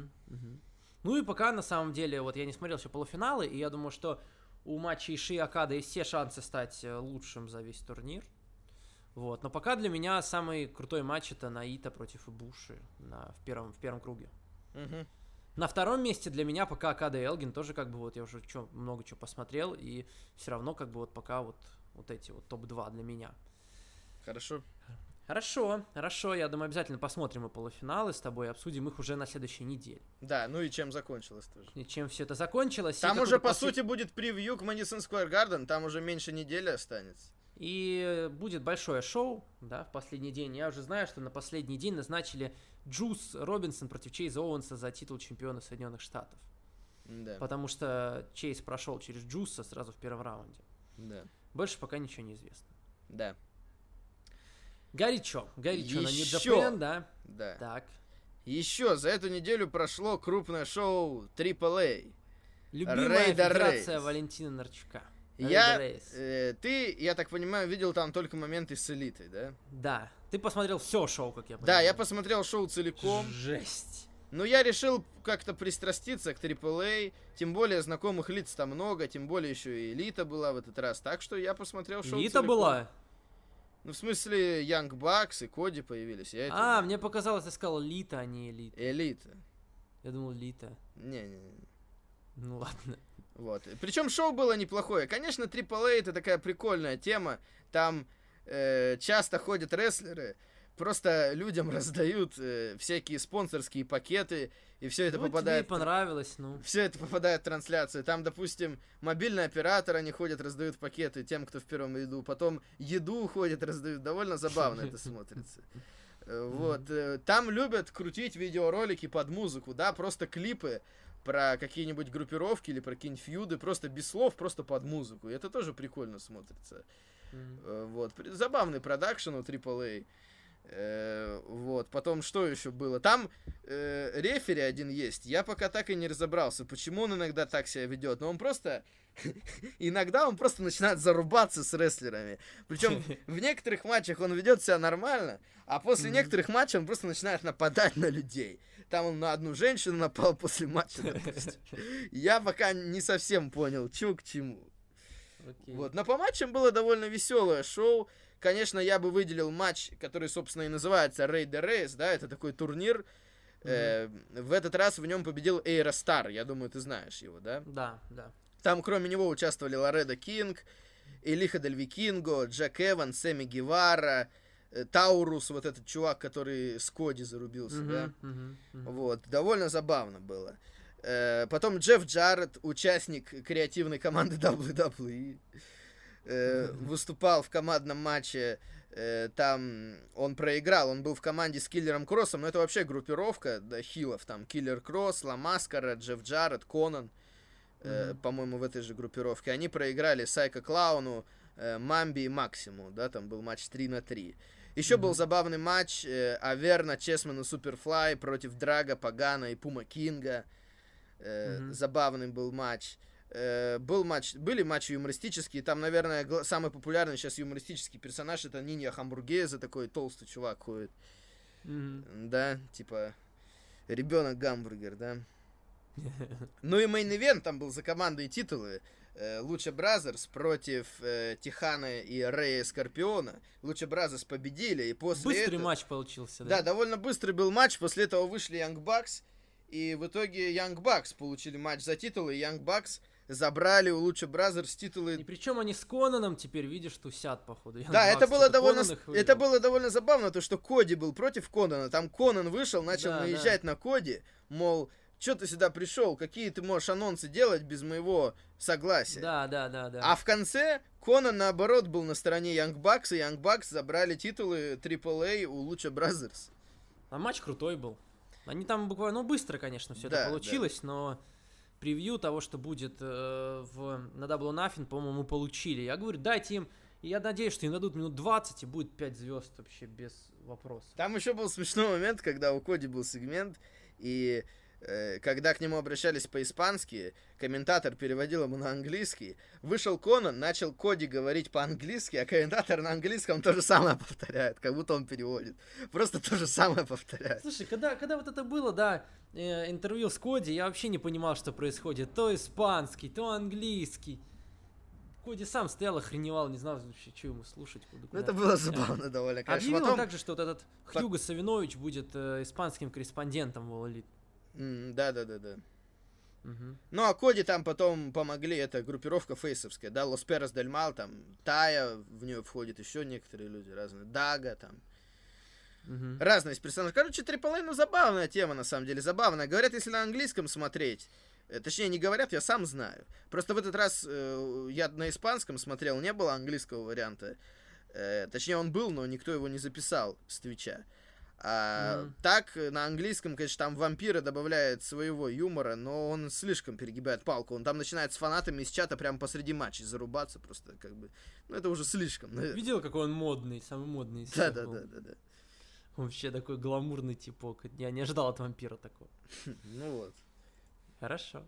Ну и пока, на самом деле, вот я не смотрел еще полуфиналы, и я думаю, что у матча Иши и Акада есть все шансы стать э, лучшим за весь турнир. Вот. Но пока для меня самый крутой матч это Наита против Ибуши на, в, первом, в первом круге. Мгм. На втором месте для меня пока Акада и Элгин тоже как бы вот я уже чё, много чего посмотрел, и все равно как бы вот пока вот, вот эти вот топ два для меня. Хорошо. Хорошо, хорошо, я думаю, обязательно посмотрим и полуфиналы с тобой, обсудим их уже на следующей неделе. Да, ну и чем закончилось тоже. И чем все это закончилось. и Там какой-то уже, по послед- сути, будет превью к Madison Square Garden, там уже меньше недели останется. И будет большое шоу, да, в последний день. Я уже знаю, что на последний день назначили Джус Робинсон против Чейза Оуэнса за титул чемпиона Соединенных Штатов. Да, Потому что Чейз прошел через Джуса сразу в первом раунде. да, Больше пока ничего не известно. да, Горячо, горячо на New Еще. Japan, да. да. Так. Еще за эту неделю прошло крупное шоу трипл эй. Любимая Рейдер федерация Рейс. Валентина Нарчука. Я, Рейдер Рейс. э, ты, я так понимаю, видел там только моменты с элитой, да? Да. Ты посмотрел все шоу, как я понимаю. Да, я посмотрел шоу целиком. Жесть. Но я решил как-то пристраститься к трипл эй, тем более знакомых лиц там много, тем более еще и элита была в этот раз, так что я посмотрел шоу Элита целиком. была? Ну, в смысле, Young Bucks и Коди появились, я это... А, мне показалось, ты сказал Лита, а не Элита. Элита. Я думал Лита. Не-не-не. Ну ладно. Вот. Причем шоу было неплохое. Конечно, трипл эй это такая прикольная тема. Там э, часто ходят рестлеры, просто людям раздают э, всякие спонсорские пакеты, и все это Ну, попадает... тебе и понравилось, ну. Все это попадает в трансляцию. Там, допустим, мобильный оператор, они ходят, раздают пакеты тем, кто в первом ряду. Потом еду ходят, раздают. Довольно забавно это смотрится. Э, Вот. э, Там любят крутить видеоролики под музыку, да, просто клипы. про какие-нибудь группировки или про какие-нибудь фьюды, просто без слов, просто под музыку. И это тоже прикольно смотрится. Mm-hmm. Вот. Забавный продакшн у трипл эй. Э, вот, потом что еще было? Там э, рефери один есть. Я пока так и не разобрался, почему он иногда так себя ведет. Но он просто иногда он просто начинает зарубаться с рестлерами. Причем в некоторых матчах он ведет себя нормально, а после mm-hmm. некоторых матчей он просто начинает нападать на людей. Там он на одну женщину напал после матча, допустим. Я пока не совсем понял, чего к чему. Okay. Вот. Но по матчам было довольно веселое шоу. Конечно, я бы выделил матч, который, собственно, и называется Raid the Race, да, это такой турнир. Mm-hmm. Э, в этот раз в нем победил Эйра Стар, я думаю, ты знаешь его, да? Да, да. Там, кроме него, участвовали Лоредо Кинг, Элиха Дель Викинго, Джек Эванс, Сэмми Гевара, э, Таурус, вот этот чувак, который с Коди зарубился, mm-hmm, да? Mm-hmm, mm-hmm. Вот, довольно забавно было. Э, потом Джефф Джарретт, участник креативной команды дабл ю дабл ю и. Э, выступал в командном матче, э, там он проиграл, он был в команде с Киллером Кроссом, но это вообще группировка, да, хилов, там Киллер Кросс, Ла Маскара, Джефф Джарретт, Конан, э, mm-hmm. по-моему, в этой же группировке. Они проиграли Сайко Клауну, э, Мамби и Максиму, да, там был матч три на три. Еще mm-hmm. был забавный матч э, Аверна, Чесман и Суперфлай против Драга, Пагана и Пума Кинга. Э, mm-hmm. Забавный был матч. Был матч, были матчи юмористические. Там, наверное, гл- самый популярный сейчас юмористический персонаж — это Нинья Хамбургеза, такой толстый чувак ходит. Mm-hmm. Да, типа ребенок гамбургер, да. Ну и мейн-ивент там был за командные титулы. Луча Бразерс против э, Тихана и Рэя Скорпиона. Луча Бразерс победили, и после Быстрый этого... матч получился, да? Да, довольно быстрый был матч. После этого вышли Young Bucks, и в итоге Young Bucks получили матч за титулы, и Young Bucks забрали у Луча Бразерс титулы. И причем они с Конаном теперь, видишь, тусят, походу. Young Да, Bucks, это было довольно, это выиграл. было довольно забавно, то, что Коди был против Конана. Там Конан вышел, начал да, наезжать да. на Коди, мол, что ты сюда пришел, какие ты можешь анонсы делать без моего согласия. Да, да, да, да. А в конце Конан, наоборот, был на стороне Young Bucks, и Young Bucks забрали титулы трипл эй у Луча Бразерс. А матч крутой был. Они там буквально, ну, быстро, конечно, все да, это получилось, да. но превью того, что будет э, в, на Double or Nothing, по-моему, мы получили. Я говорю, дайте им, и я надеюсь, что им дадут минут двадцать, и будет пять звезд вообще без вопросов. Там еще был смешной момент, когда у Коди был сегмент, и э, когда к нему обращались по-испански, комментатор переводил ему на английский, вышел Конан, начал Коди говорить по-английски, а комментатор на английском то же самое повторяет, как будто он переводит. Просто то же самое повторяет. Слушай, когда, когда вот это было, да, э, интервью с Коди, я вообще не понимал, что происходит. То испанский, то английский. Коди сам стоял, охреневал, не знал вообще, что ему слушать. Куда, куда. Ну, это было забавно yeah. довольно, конечно. Объявил Потом... он также, что вот этот Хьюго По... Савинович будет э, испанским корреспондентом в All Elite. Mm, да-да-да-да. Uh-huh. Ну, а Коди там потом помогли, это группировка фейсовская, да, Лос Перос Дель Мал, там, Тая, в нее входят еще некоторые люди разные, Дага, там, uh-huh. разные персонажи. Короче, трипл эй, ну, забавная тема, на самом деле, забавная. Говорят, если на английском смотреть, э, точнее, не говорят, я сам знаю. Просто в этот раз э, я на испанском смотрел, не было английского варианта. Э, точнее, он был, но никто его не записал с Твича. А, mm-hmm. Так, на английском, конечно, там вампиры добавляет своего юмора, но он слишком перегибает палку. Он там начинает с фанатами из чата прямо посреди матча зарубаться просто, как бы. Ну, это уже слишком. Видел, какой он модный, самый модный из всех. Да-да-да. Вообще такой гламурный типок. Я не ожидал от вампира такого. Ну вот. Хорошо.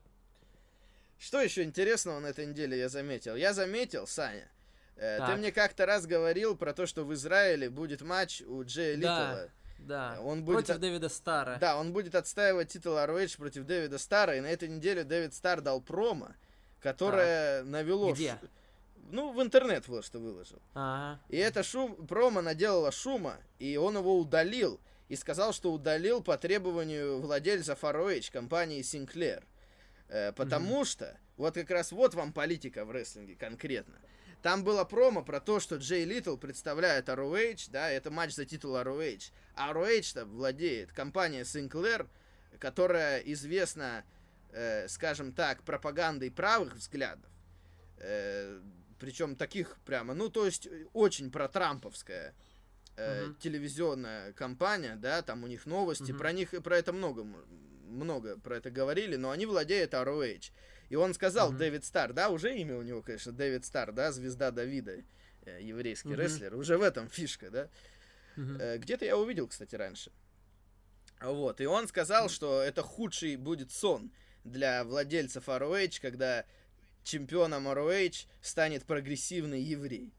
Что еще интересного на этой неделе я заметил? Я заметил, Саня, э, ты мне как-то раз говорил про то, что в Израиле будет матч у Джея Литтла. Да, он будет против от... Дэвида Стара. Да, он будет отстаивать титул ар о эйч против Дэвида Стара, и на этой неделе Дэвид Стар дал промо, которое так. навело... Где? Ш... Ну, в интернет вот что выложил. Ага. И это шум... промо наделало шума, и он его удалил, и сказал, что удалил по требованию владельцев ар о эйч, компании Sinclair. Э, потому mm-hmm. что, вот как раз вот вам политика в рестлинге конкретно. Там было промо про то, что Джей Литтл представляет ар о эйч, да, это матч за титул ар о эйч. ар о эйч-то владеет компания Sinclair, которая известна, э, скажем так, пропагандой правых взглядов. Э, причем таких прямо, ну, то есть очень протрамповская э, uh-huh. телевизионная компания, да, там у них новости, uh-huh. про них и про это много много про это говорили, но они владеют ар о эйч. И он сказал, mm-hmm. Дэвид Стар, да, уже имя у него, конечно, Дэвид Стар, да, звезда Давида, э, еврейский mm-hmm. рестлер, уже в этом фишка, да. Mm-hmm. Э, где-то я увидел, кстати, раньше. Вот, и он сказал, mm-hmm. что это худший будет сон для владельцев ар о эйч, когда чемпионом ар о эйч станет прогрессивный еврей.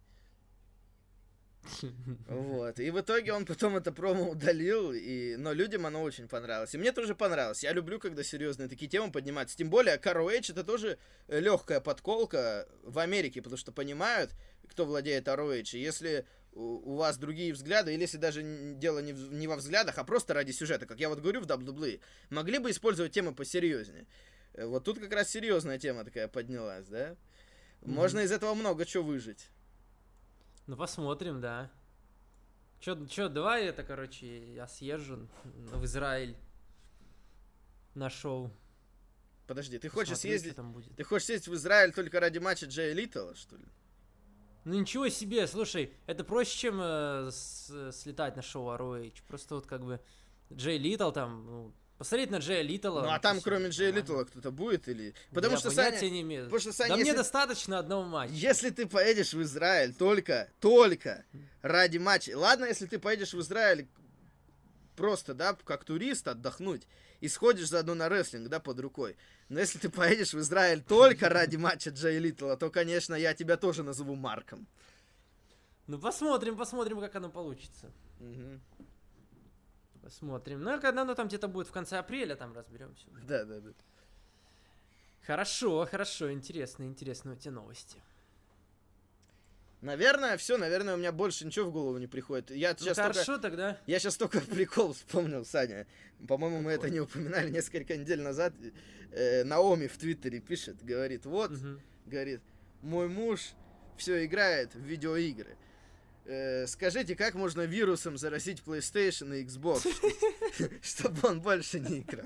Вот. И в итоге он потом это промо удалил, и... но людям оно очень понравилось. И мне тоже понравилось. Я люблю, когда серьезные такие темы поднимаются. Тем более, ар о эйч это тоже легкая подколка в Америке, потому что понимают, кто владеет ар о эйч. И если у вас другие взгляды, или если даже дело не, в, не во взглядах, а просто ради сюжета, как я вот говорю в дабл ю дабл ю и, могли бы использовать темы посерьезнее. Вот тут как раз серьезная тема такая поднялась, да? Mm-hmm. Можно из этого много чего выжить. Ну, посмотрим, да. Чё, чё, давай это, короче, я съезжу в Израиль на шоу. Подожди, ты хочешь Посмотрю, съездить... там будет. Ты хочешь съездить в Израиль только ради матча Джея Литтла, что ли? Ну, ничего себе, слушай, это проще, чем э, с, слетать на шоу ар о эйч. Просто вот как бы Джей Литтл там, ну, посмотреть на Джея Литтла. Ну, а там кроме Джея Литтла кто-то будет или... Потому я что понятия Саня... не имею. Потому что, Саня, да если... мне достаточно одного матча. Если ты поедешь в Израиль только, только ради матча... Ладно, если ты поедешь в Израиль просто, да, как турист отдохнуть, и сходишь заодно на рестлинг, да, под рукой. Но если ты поедешь в Израиль только ради матча Джея Литтла, то, конечно, я тебя тоже назову Марком. Ну, посмотрим, посмотрим, как оно получится. Угу. Посмотрим. Ну, когда оно там где-то будет в конце апреля, там разберемся. Да, да, да. Хорошо, хорошо, интересно, интересно у тебя новости. Наверное, все, наверное, у меня больше ничего в голову не приходит. Я ну, сейчас хорошо только... тогда. Я сейчас только прикол вспомнил, Саня. По-моему, Какой? мы это не упоминали несколько недель назад. Э, Наоми в Твиттере пишет, говорит, вот, угу. говорит, мой муж все играет в видеоигры. Э, скажите, как можно вирусом заразить PlayStation и Xbox, чтобы он больше не играл?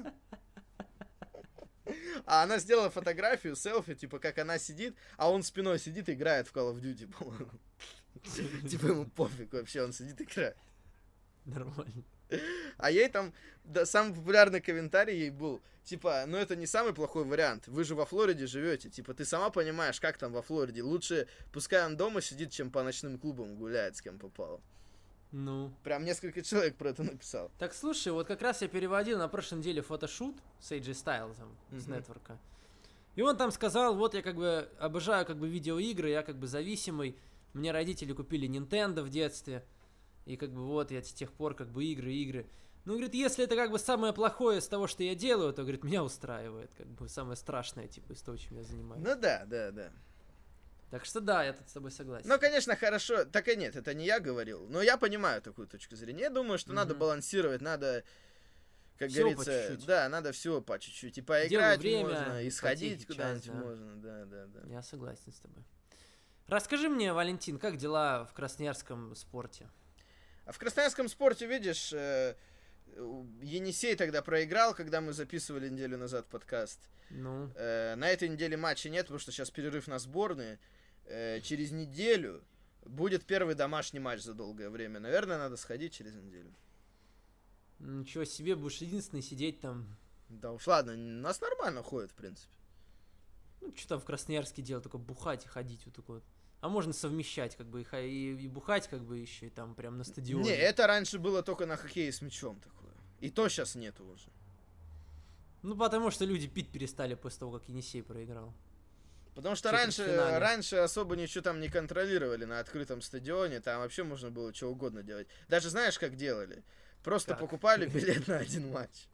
А она сделала фотографию, селфи, типа, как она сидит, а он спиной сидит и играет в Call of Duty, по-моему. Типа, ему пофиг вообще, он сидит и играет. Нормально. А ей там, да, самый популярный комментарий ей был, типа, ну это не самый плохой вариант, вы же во Флориде живете, типа, ты сама понимаешь, как там во Флориде, лучше пускай он дома сидит, чем по ночным клубам гуляет, с кем попало. Ну. Прям несколько человек про это написал. Так, слушай, вот как раз я переводил на прошлой неделе фотошут с эй джей Styles mm-hmm. с нетворка. И он там сказал, вот я как бы обожаю как бы видеоигры, я как бы зависимый, мне родители купили Nintendo в детстве, и как бы вот я с тех пор как бы игры, игры. Ну, говорит, если это как бы самое плохое из того, что я делаю, то, говорит, меня устраивает, как бы самое страшное, типа, из того, чем я занимаюсь. Ну да, да, да. Так что да, я тут с тобой согласен. Ну, конечно, хорошо. Так и нет, это не я говорил. Но я понимаю такую точку зрения. Я думаю, что mm-hmm. надо балансировать, надо, как всего говорится, по чуть-чуть. Да, надо все по чуть-чуть. И поиграть время, можно, и сходить куда-нибудь да. можно. Да, да, да. Я согласен с тобой. Расскажи мне, Валентин, как дела в красноярском спорте? А в красноярском спорте, видишь, э, Енисей тогда проиграл, когда мы записывали неделю назад подкаст. Ну. Э, на этой неделе матча нет, потому что сейчас перерыв на сборные. Э, через неделю будет первый домашний матч за долгое время. Наверное, надо сходить через неделю. Ничего себе, будешь единственный сидеть там. Да уж ладно, у нас нормально ходит, в принципе. Ну, что там в Красноярске делать, только бухать и ходить вот такой вот. А можно совмещать, как бы, и, и, и бухать, как бы, еще и там прям на стадионе. Не, это раньше было только на хоккее с мячом такое. И то сейчас нету уже. Ну, потому что люди пить перестали после того, как Енисей проиграл. Потому что раньше, раньше особо ничего там не контролировали на открытом стадионе, там вообще можно было что угодно делать. Даже знаешь, как делали? Просто как? Покупали билет на один матч.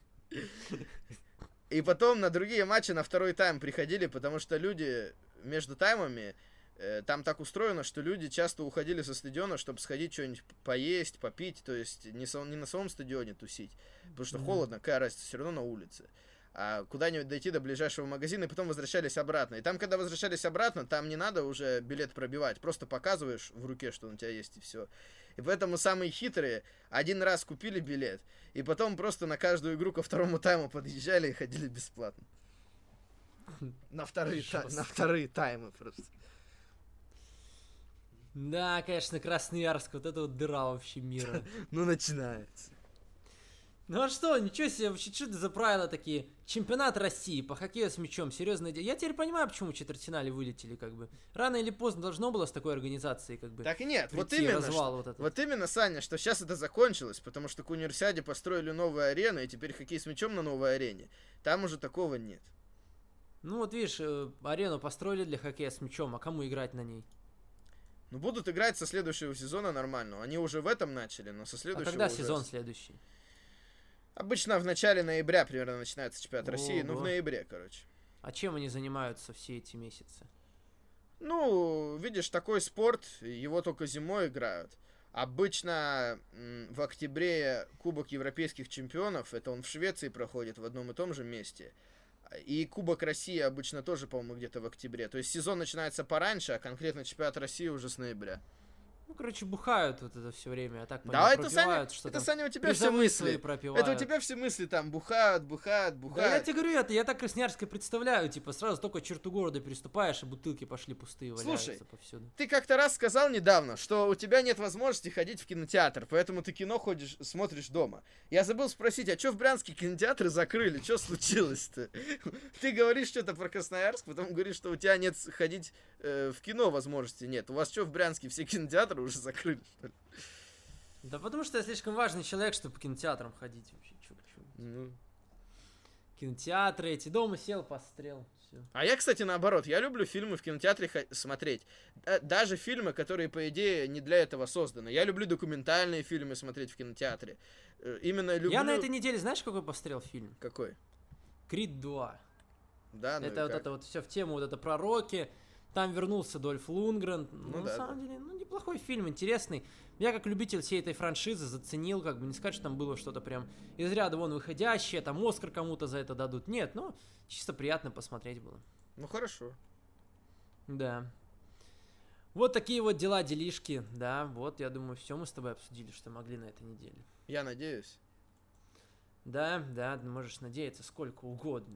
И потом на другие матчи на второй тайм приходили, потому что люди между таймами, э, там так устроено, что люди часто уходили со стадиона, чтобы сходить что-нибудь поесть, попить, то есть не, со, не на самом стадионе тусить, потому что mm-hmm. холодно, какая разница, все равно на улице. А куда-нибудь дойти до ближайшего магазина, и потом возвращались обратно. И там, когда возвращались обратно, там не надо уже билет пробивать, просто показываешь в руке, что он у тебя есть, и все. И поэтому самые хитрые один раз купили билет, и потом просто на каждую игру ко второму тайму подъезжали и ходили бесплатно. На вторые, та- на вторые таймы просто. Да, конечно, Красноярск, вот это вот дыра вообще мира. Ну, начинается. Ну а что, ничего себе, вообще, что это за правила такие? Чемпионат России по хоккею с мячом, серьезное дело. Я теперь понимаю, почему в четвертьфинале вылетели, как бы. Рано или поздно должно было с такой организацией, как бы. Так и нет, вот прийти, именно, развал что- вот этот. вот именно, Саня, что сейчас это закончилось, потому что к универсиаде построили новую арену, и теперь хоккей с мячом на новой арене. Там уже такого нет. Ну вот видишь, э, арену построили для хоккея с мячом, а кому играть на ней? Ну, будут играть со следующего сезона нормально. Они уже в этом начали, но со А следующего когда уже- сезон следующий? Обычно в начале ноября примерно начинается чемпионат России, ну, в Ого. ноябре, короче. А чем они занимаются все эти месяцы? Ну, видишь, такой спорт, его только зимой играют. Обычно м, в октябре Кубок Европейских чемпионов, это он в Швеции проходит в одном и том же месте. И Кубок России обычно тоже, по-моему, где-то в октябре. То есть сезон начинается пораньше, а конкретно чемпионат России уже с ноября. Ну, короче, бухают вот это все время, а так Да, понимаю, это, Саня, пропивают, что это, там. Саня, у тебя все Призовые свои мысли. пропивают. Это у тебя все мысли там бухают, бухают, Да я бухают. тебе говорю, это я так Красноярское представляю, типа сразу только черту города переступаешь, и бутылки пошли пустые валяются Слушай, повсюду. Ты как-то раз сказал недавно, что у тебя нет возможности ходить в кинотеатр, поэтому ты кино ходишь, смотришь дома. Я забыл спросить, а что в Брянске кинотеатры закрыли? Что случилось-то? Ты говоришь что-то про Красноярск, потом говоришь, что у тебя нет ходить э, в кино возможности нет. У вас что, в Брянске все кинотеатры уже закрыли, что ли? Да потому что я слишком важный человек, чтобы по кинотеатрам ходить вообще. Чё, чё. Ну. Кинотеатры эти, дома сел, посмотрел. Всё. А я, кстати, наоборот, я люблю фильмы в кинотеатре хо- смотреть. Да- Даже фильмы, которые, по идее, не для этого созданы. Я люблю документальные фильмы смотреть в кинотеатре. Э, Именно люблю... Я на этой неделе, знаешь, какой посмотрел фильм? Какой? Крид два. Да, ну и это вот как? это вот все в тему вот это пророки. Там вернулся Дольф Лундгрен. Ну, на да, самом деле, ну, неплохой фильм, интересный. Я как любитель всей этой франшизы заценил, как бы не сказать, что там было что-то прям из ряда вон выходящее, там Оскар кому-то за это дадут. Нет, ну, чисто приятно посмотреть было. Ну хорошо. Да. Вот такие вот дела, делишки, да, вот, я думаю, все мы с тобой обсудили, что могли на этой неделе. Я надеюсь. Да, да, можешь надеяться сколько угодно.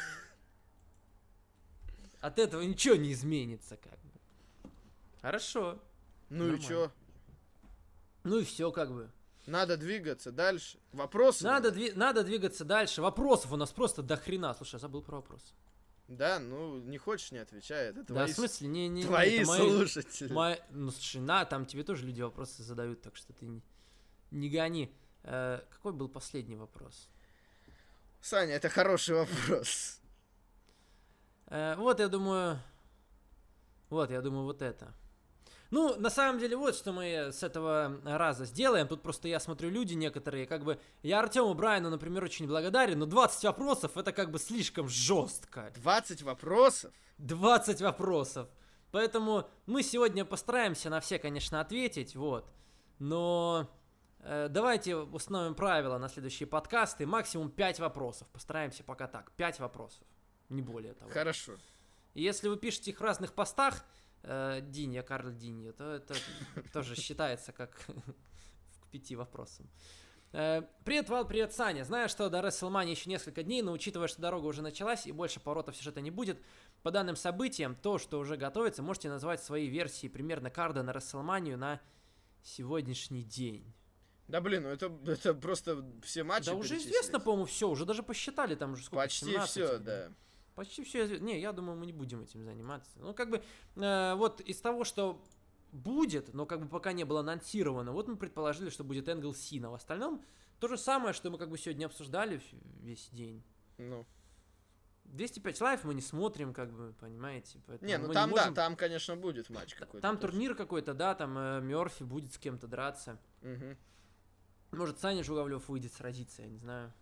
От этого ничего не изменится, как бы. Хорошо. Ну Нормально. и чё? Ну и все, как бы. Надо двигаться дальше. Вопросы? Надо, дви- надо двигаться дальше. Вопросов у нас просто до хрена. Слушай, я забыл про вопрос. Да, ну не хочешь, не отвечай. Это Да, твои, в смысле, не, не, не, твои это мои- слушатели. мои- ну, слушай, на, там тебе тоже люди вопросы задают, так что ты не, не гони. Э, какой был последний вопрос? Саня, это хороший вопрос. Э, вот, я думаю... Вот, я думаю, вот это. Ну, на самом деле, вот что мы с этого раза сделаем. Тут просто я смотрю, люди некоторые, как бы... Я Артему Брайану, например, очень благодарен, но двадцать вопросов — это как бы слишком жестко. двадцать вопросов? двадцать вопросов. Поэтому мы сегодня постараемся на все, конечно, ответить, вот. Но э, давайте установим правила на следующие подкасты. Максимум пять вопросов. Постараемся пока так. пять вопросов. Не более того. Хорошо. И если вы пишете их в разных постах, э, Динья, Карл Динья, то это тоже считается как к пяти вопросам. Э, Привет, Вал, привет, Саня. Знаю, что до WrestleMania еще несколько дней, но учитывая, что дорога уже началась и больше поворотов сюжета не будет, по данным событиям, то, что уже готовится, можете назвать свои версии примерно карда на WrestleMania на сегодняшний день. Да блин, ну это, это просто все матчи Да уже перечислить. известно, по-моему, все, уже даже посчитали там уже сколько, Почти семнадцать, все, или- да. Почти все известно. Не, я думаю, мы не будем этим заниматься. Ну, как бы, э, вот из того, что будет, но как бы пока не было анонсировано, вот мы предположили, что будет Энгл Сина. В остальном то же самое, что мы как бы сегодня обсуждали в- весь день. Ну. двести пять лайв мы не смотрим, как бы, понимаете. Поэтому Не, ну мы там, можем- да, там, конечно, будет матч какой-то. Там тоже. турнир какой-то, да, там э, Мёрфи будет с кем-то драться. Мгм. Может, Саня Журавлев выйдет сразиться, я не знаю.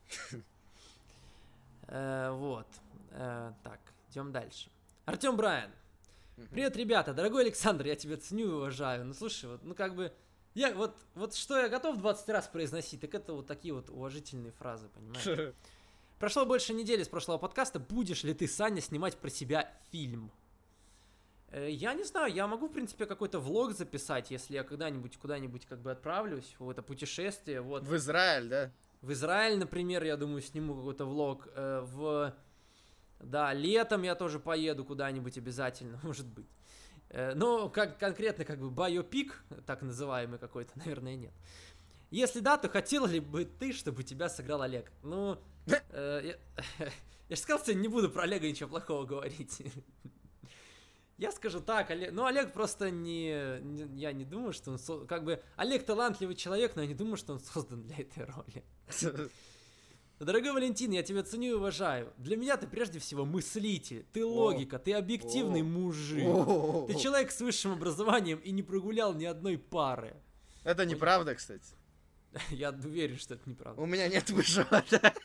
Э, Вот. Э, Так, идем дальше. Артем Брайан. Мгм. Привет, ребята. Дорогой Александр, я тебя ценю и уважаю. Ну, слушай, вот, ну, как бы... Я вот, вот что я готов двадцать раз произносить, так это вот такие вот уважительные фразы, понимаешь? Прошло больше недели с прошлого подкаста. Будешь ли ты, Саня, снимать про себя фильм? Э, Я не знаю, я могу, в принципе, какой-то влог записать, если я когда-нибудь куда-нибудь как бы отправлюсь в это путешествие, вот. В Израиль, да? В Израиль, например, я думаю, сниму какой-то влог. Э, В... Да, летом я тоже поеду куда-нибудь обязательно, может быть. Э, Но как конкретно как бы байопик, так называемый какой-то, наверное, нет. Если да, то хотел ли бы ты, чтобы тебя сыграл Олег? Ну, э, я, я же сказал, что не буду про Олега ничего плохого говорить. Я скажу так, Олег, ну Олег просто не, не, я не думаю, что он, со, как бы, Олег талантливый человек, но я не думаю, что он создан для этой роли. Дорогой Валентин, я тебя ценю и уважаю. Для меня ты прежде всего мыслитель, ты логика, ты объективный мужик. Ты человек с высшим образованием и не прогулял ни одной пары. Это неправда, кстати. Я уверен, что это неправда. У меня нет высшего.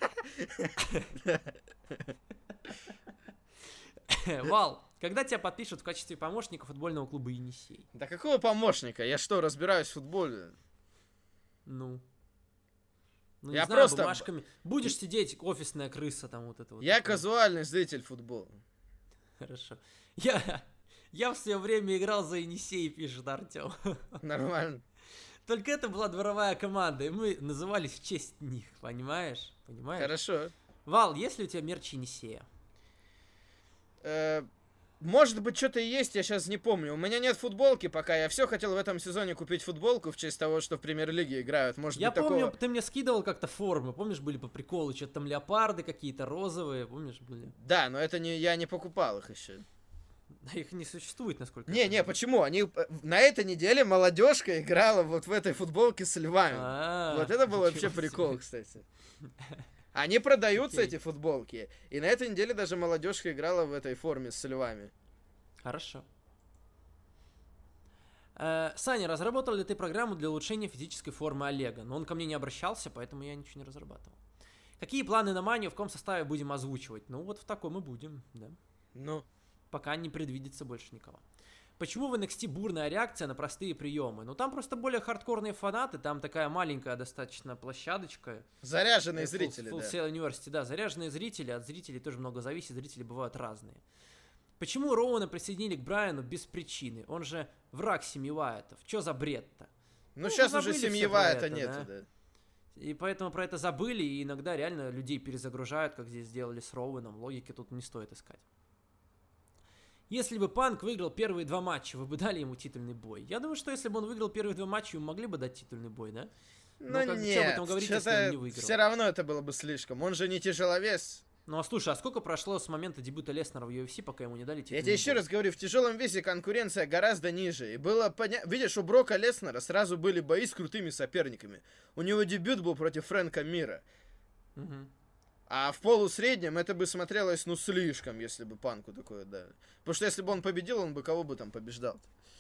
Вал, когда тебя подпишут в качестве помощника футбольного клуба «Енисей»? Да какого помощника? Я что, разбираюсь в футболе? Ну... Ну, я не знаю, просто... бумажками. Будешь сидеть, офисная крыса там вот это вот. Я такое. казуальный зритель футбола. Хорошо. Я, я в свое время играл за Енисей, пишет Артем. Нормально. Только это была дворовая команда, и мы назывались в честь них, понимаешь? Понимаешь? Хорошо. Вал, есть ли у тебя мерч Енисея? Э, может быть, что-то и есть, я сейчас не помню. У меня нет футболки пока. Я все хотел в этом сезоне купить футболку в честь того, что в премьер-лиге играют. Может Я быть, помню, такого... ты мне скидывал как-то формы, помнишь, были по приколу, что-то там леопарды какие-то розовые, помнишь, были? Да, но это не я не покупал их еще. Их не существует, насколько Не, я не, понимаю. почему? Они на этой неделе молодежка играла вот в этой футболке с львами. А, Вот это был вообще ничего себе. прикол, кстати. Они продаются, Окей. эти футболки. И на этой неделе даже молодежка играла в этой форме с львами. Хорошо. Э, Саня, разработал ли ты программу для улучшения физической формы Олега? Но он ко мне не обращался, поэтому я ничего не разрабатывал. Какие планы на Манию, в каком составе будем озвучивать? Ну вот в таком и будем, да. Ну, Пока не предвидится больше никого. Почему в эн экс ти бурная реакция на простые приемы? Ну там просто более хардкорные фанаты, там такая маленькая достаточно площадочка. заряженные Full- зрители, Full да. Sail University, да, заряженные зрители, от зрителей тоже много зависит, зрители бывают разные. Почему Роуэна присоединили к Брайану без причины? Он же враг семьи Уайтов. Чё за бред-то? Ну, Ну, сейчас забыли уже все семьи про это это, нету, да? да. И поэтому про это забыли, и иногда реально людей перезагружают, как здесь сделали с Роуэном. Логики тут не стоит искать. Если бы Панк выиграл первые два матча, вы бы дали ему титульный бой? Я думаю, что если бы он выиграл первые два матча, ему могли бы дать титульный бой, да? Ну, Ну, как бы, чё об этом нет, говорить, если он не выиграл? все равно это было бы слишком. Он же не тяжеловес. Ну а слушай, а сколько прошло с момента дебюта Леснера в ю эф си, пока ему не дали титульный Я тебе еще бой? раз говорю, в тяжелом весе конкуренция гораздо ниже. И было понятно... Видишь, у Брока Леснера сразу были бои с крутыми соперниками. У него дебют был против Фрэнка Мира. Мгм. А в полусреднем это бы смотрелось, ну, слишком, если бы Панку такое дали. Потому что если бы он победил, он бы кого бы там побеждал.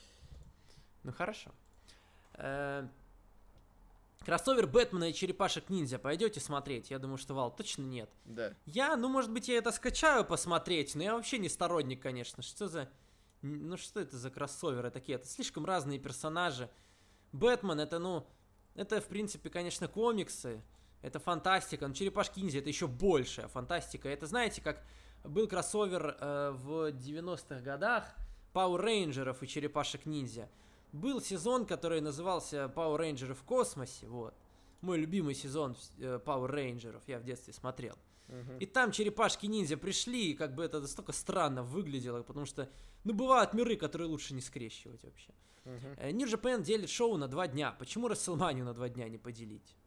Ну хорошо. Э, Кроссовер Бэтмена и Черепашек-ниндзя пойдете смотреть? Я думаю, что Вал точно нет. Да. Я, ну, может быть, я это скачаю посмотреть, но я вообще не сторонник, конечно. Что за... Ну, что это за кроссоверы такие? Это слишком разные персонажи. Бэтмен, это, ну... Это, в принципе, конечно, комиксы. Это фантастика. Но Черепашки-ниндзя это еще большая фантастика. Это, знаете, как был кроссовер э, в девяностых годах Power Рейнджеров и Черепашек-ниндзя. Был сезон, который назывался Power Рейнджеры в космосе, вот. Мой любимый сезон э, Power Рейнджеров, я в детстве смотрел. Мгм. И там черепашки-ниндзя пришли, и как бы это настолько странно выглядело, потому что, ну, бывают миры, которые лучше не скрещивать вообще. Мгм. Э, New Japan делит шоу на два дня. Почему Расселманию на два дня не поделить?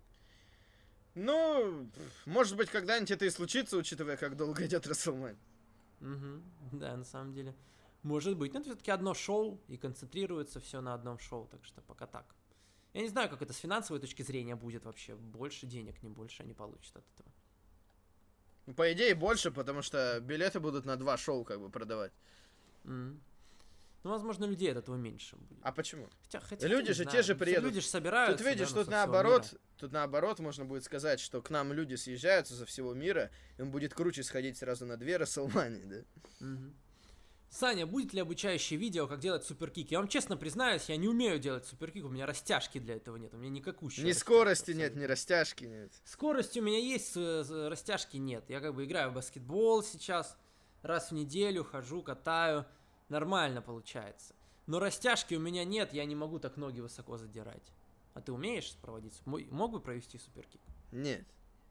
Ну, может быть, когда-нибудь это и случится, учитывая, как долго идет Расселмания. Мгм. Да, на самом деле. Может быть. Но это все-таки одно шоу, и концентрируется все на одном шоу, так что пока так. Я не знаю, как это с финансовой точки зрения будет вообще. Больше денег, не больше они получат от этого. Ну, по идее, больше, потому что билеты будут на два шоу как бы продавать. Мгм. Ну, возможно, людей от этого меньше будет. А почему? Хотя, хотя, Люди не же знаю. те же Все приедут. Люди же собираются. Тут видишь, да, ну, тут со всего наоборот, мира. тут наоборот можно будет сказать, что к нам люди съезжаются со всего мира, им будет круче сходить сразу на две Расселмании, да? Мгм. Саня, будет ли обучающее видео, как делать суперкик? Я вам честно признаюсь, я не умею делать суперкик, у меня растяжки для этого нет, у меня никакущая Ни растяжка скорости нет, абсолютно. ни растяжки нет. Скорость у меня есть, э, э, растяжки нет. Я как бы играю в баскетбол сейчас, раз в неделю хожу, катаю, нормально получается. Но растяжки у меня нет, я не могу так ноги высоко задирать. А ты умеешь проводить? су- Мо- Мог бы провести суперкик? Нет.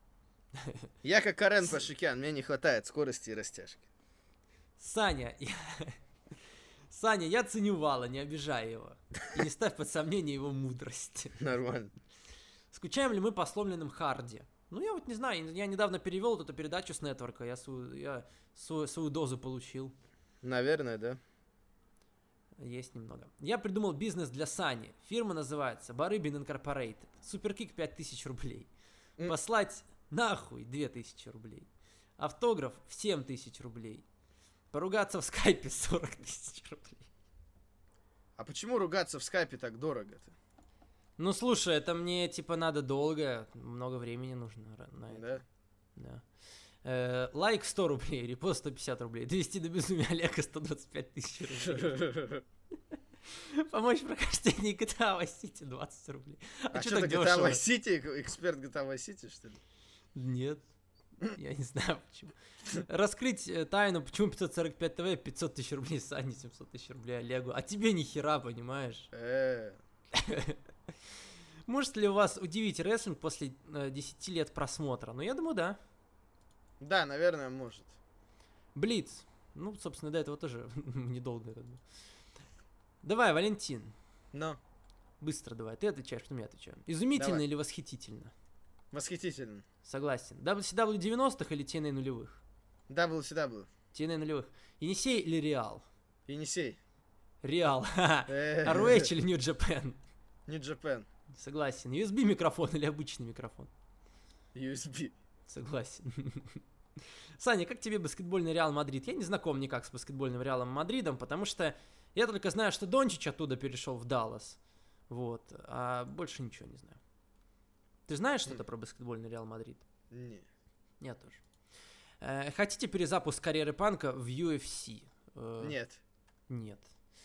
Я как Карен Пашикян, мне не хватает скорости и растяжки. Саня, я... Саня, я ценю Вала, не обижай его. И не ставь под сомнение его мудрость. Нормально. Скучаем ли мы по сломленным Харди? Ну, я вот не знаю, я недавно перевел вот эту передачу с нетворка, я свою, я свою, свою дозу получил. Наверное, да. Есть немного. Я придумал бизнес для Сани. Фирма называется Барыбин Инкорпорейтед. Суперкик пять тысяч рублей. Mm. Послать нахуй две тысячи рублей. Автограф в семь тысяч рублей. Поругаться в скайпе сорок тысяч рублей. А почему ругаться в скайпе так дорого-то? Ну, слушай, это мне, типа, надо долго, много времени нужно на это. Да? Да. Э, лайк сто рублей, репост сто пятьдесят рублей. Довести до безумия Олега сто двадцать пять тысяч рублей. Помочь в прохождении джи ти эй Vice City двадцать рублей. А, а что, ты джи ти эй Vice City, эксперт джи ти эй Vice City, что ли? Нет. Я не знаю почему. Раскрыть тайну, почему пятьсот сорок пять ТВ пятьсот тысяч рублей Сане, семьсот тысяч рублей Олегу. А тебе ни хера, понимаешь? Может ли у вас удивить рестлинг после э, десяти лет просмотра? Ну, я думаю, да. Да, наверное, может. Блиц. Ну, собственно, до этого тоже недолго. Как бы. Давай, Валентин. Но. Быстро давай. Ты отвечаешь, потом я отвечаю. Изумительно давай. Или восхитительно? Восхитительно. Согласен. дабл ю си дабл ю девяностых или ти эн эй нулевых? дабл ю си дабл ю. ти эн эй нулевых. Енисей или Реал? Енисей. Реал. ар о эйч или New Japan? New Japan. Согласен. ю эс би микрофон или обычный микрофон? ю эс би. Согласен. Саня, как тебе баскетбольный Реал Мадрид? Я не знаком никак с баскетбольным Реалом Мадридом, потому что я только знаю, что Дончич оттуда перешел в Даллас. Вот. А больше ничего не знаю. Ты знаешь что-то про баскетбольный Реал Мадрид? Не. Я тоже. Э, хотите перезапуск карьеры Панка в ю эф си? Э, Нет. Нет.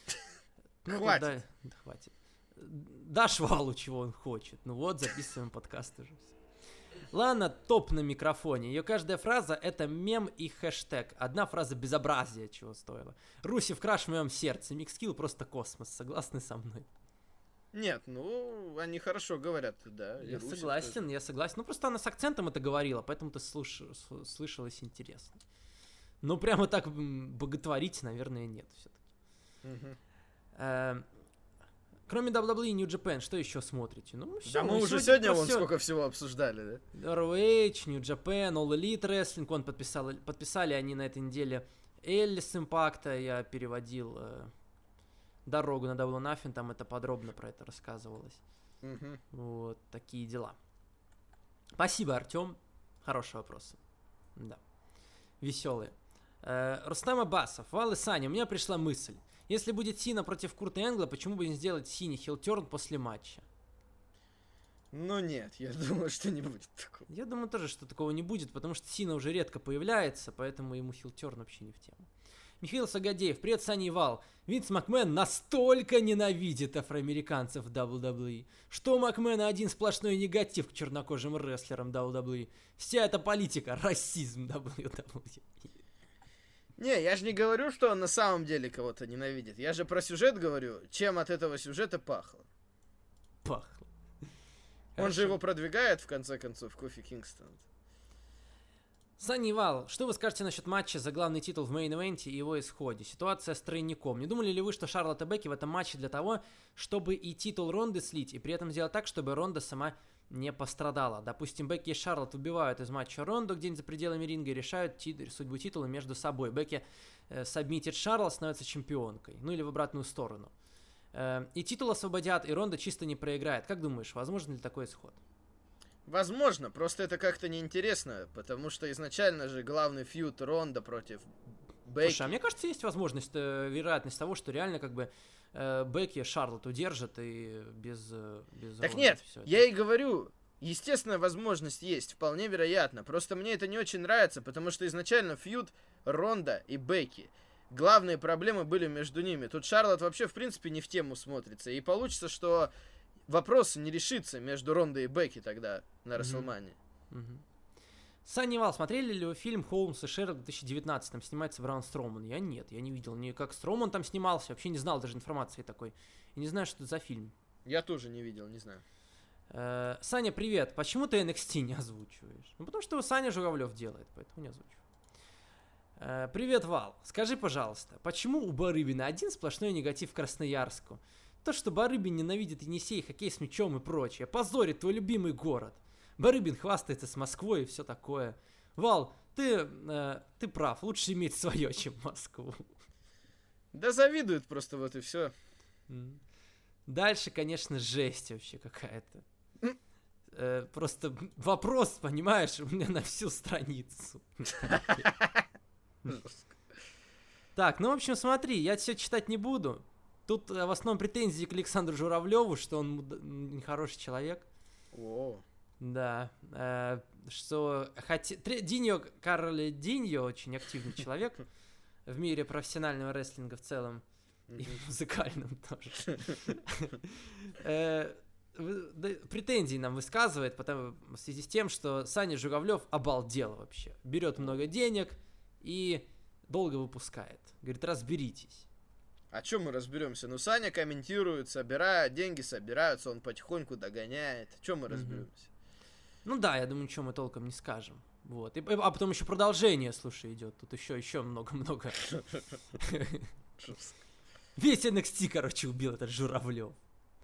Хватит. Да, да, хватит. Дашь Валу, чего он хочет. Ну вот, записываем подкаст уже. Лана топ на микрофоне. Ее каждая фраза — это мем и хэштег. Одна фраза безобразия, чего стоило. Русев краш в моем сердце. Микскилл просто космос. Согласны со мной? Нет, ну, они хорошо говорят, да. Я согласен, тоже. я согласен. Ну, просто она с акцентом это говорила, поэтому ты слуш... слышалось интересно. Но прямо так боготворить, наверное, нет все-таки. Угу. Э, кроме дабл ю дабл ю и New Japan, что еще смотрите? Ну, все, да мы, мы уже сегодня, сегодня вон все... сколько всего обсуждали, да? ар о эйч, New Japan, All Elite Wrestling, он подписал, подписали они на этой неделе Элли с Импакта, я переводил... Э... Дорогу на Double or Nothing, там это подробно про это рассказывалось. Uh-huh. Вот такие дела. Спасибо, Артем. Хороший вопрос. Да. Веселые. Э, Рустам Абасов. Вал и Саня, у меня пришла мысль. Если будет Сина против Курта Энгла, почему бы не сделать Сине хилтерн после матча? Ну нет, я думаю, что не будет такого. Я думаю тоже, что такого не будет, потому что Сина уже редко появляется, поэтому ему хилтерн вообще не в тему. Михаил Сагадеев, привет, Саня и Вал. Винс Макмен настолько ненавидит афроамериканцев в дабл ю дабл ю и, что у Макмена один сплошной негатив к чернокожим рестлерам дабл ю дабл ю и. Вся эта политика, расизм дабл ю дабл ю и. Не, я же не говорю, что он на самом деле кого-то ненавидит. Я же про сюжет говорю, чем от этого сюжета пахло. Пахло. Он Хорошо. же его продвигает, в конце концов, Кофи Кингстон. Саня и Вал, что вы скажете насчет матча за главный титул в мейн-ивенте и его исходе? Ситуация с тройником. Не думали ли вы, что Шарлотт и Бекки в этом матче для того, чтобы и титул Ронды слить, и при этом сделать так, чтобы Ронда сама не пострадала? Допустим, Бекки и Шарлотт убивают из матча Ронду где-нибудь за пределами ринга и решают ти- судьбу титула между собой. Бекки э, сабмитит Шарлотт, становится чемпионкой. Ну или в обратную сторону. Э, и титул освободят, и Ронда чисто не проиграет. Как думаешь, возможен ли такой исход? Возможно, просто это как-то неинтересно, потому что изначально же главный фьюд Ронда против Бекки. Слушай, а мне кажется, есть возможность, э, вероятность того, что реально как бы э, Бекки Шарлотт удержит и без, э, без Так Ронды нет, всё это. я и говорю, естественно, возможность есть, вполне вероятно. Просто мне это не очень нравится, потому что изначально фьюд Ронда и Бекки. Главные проблемы были между ними. Тут Шарлотт вообще, в принципе, не в тему смотрится. И получится, что вопрос не решится между Рондой и Бекки тогда на Расселмане. Mm-hmm. Саня и Вал, смотрели ли вы фильм «Холмс и Шерлок» в две тысячи девятнадцатом? Снимается Браун Строуман. Я нет, я не видел ни как Строуман там снимался, вообще не знал даже информации такой. И не знаю, что это за фильм. Я тоже не видел, не знаю. Э, Саня, привет. Почему ты эн экс ти не озвучиваешь? Ну, потому что его Саня Журавлев делает, поэтому не озвучиваю. Э, привет, Вал. Скажи, пожалуйста, почему у Барыбина один сплошной негатив к Красноярску? То, что Барыбин ненавидит Енисей, хоккей с мячом и прочее, позорит твой любимый город. Барыбин хвастается с Москвой и все такое. Вал, ты, э, ты прав, лучше иметь свое, чем Москву. Да завидуют просто, вот и все. Дальше, конечно, жесть вообще какая-то. Э, просто вопрос, понимаешь, у меня на всю страницу. Так, ну, в общем, смотри, я все читать не буду. Тут в основном претензии к Александру Журавлеву, что он нехороший человек. О. Да, э, что хотя... Диньо, Карле Диньо очень активный человек в мире профессионального рестлинга в целом. И в музыкальном тоже. Претензии нам высказывает, потому, в связи с тем, что Саня Журавлев обалдел вообще. Берет много денег и долго выпускает. Говорит, разберитесь. А чё мы разберемся? Ну, Саня комментирует, собирает, деньги собираются, он потихоньку догоняет. Чё мы разберемся? Ну да, я думаю, ничего мы толком не скажем. Вот. И, а потом еще продолжение, слушай, идет. Тут еще, еще много-много. Весь эн экс ти, короче, убил этот Журавлев.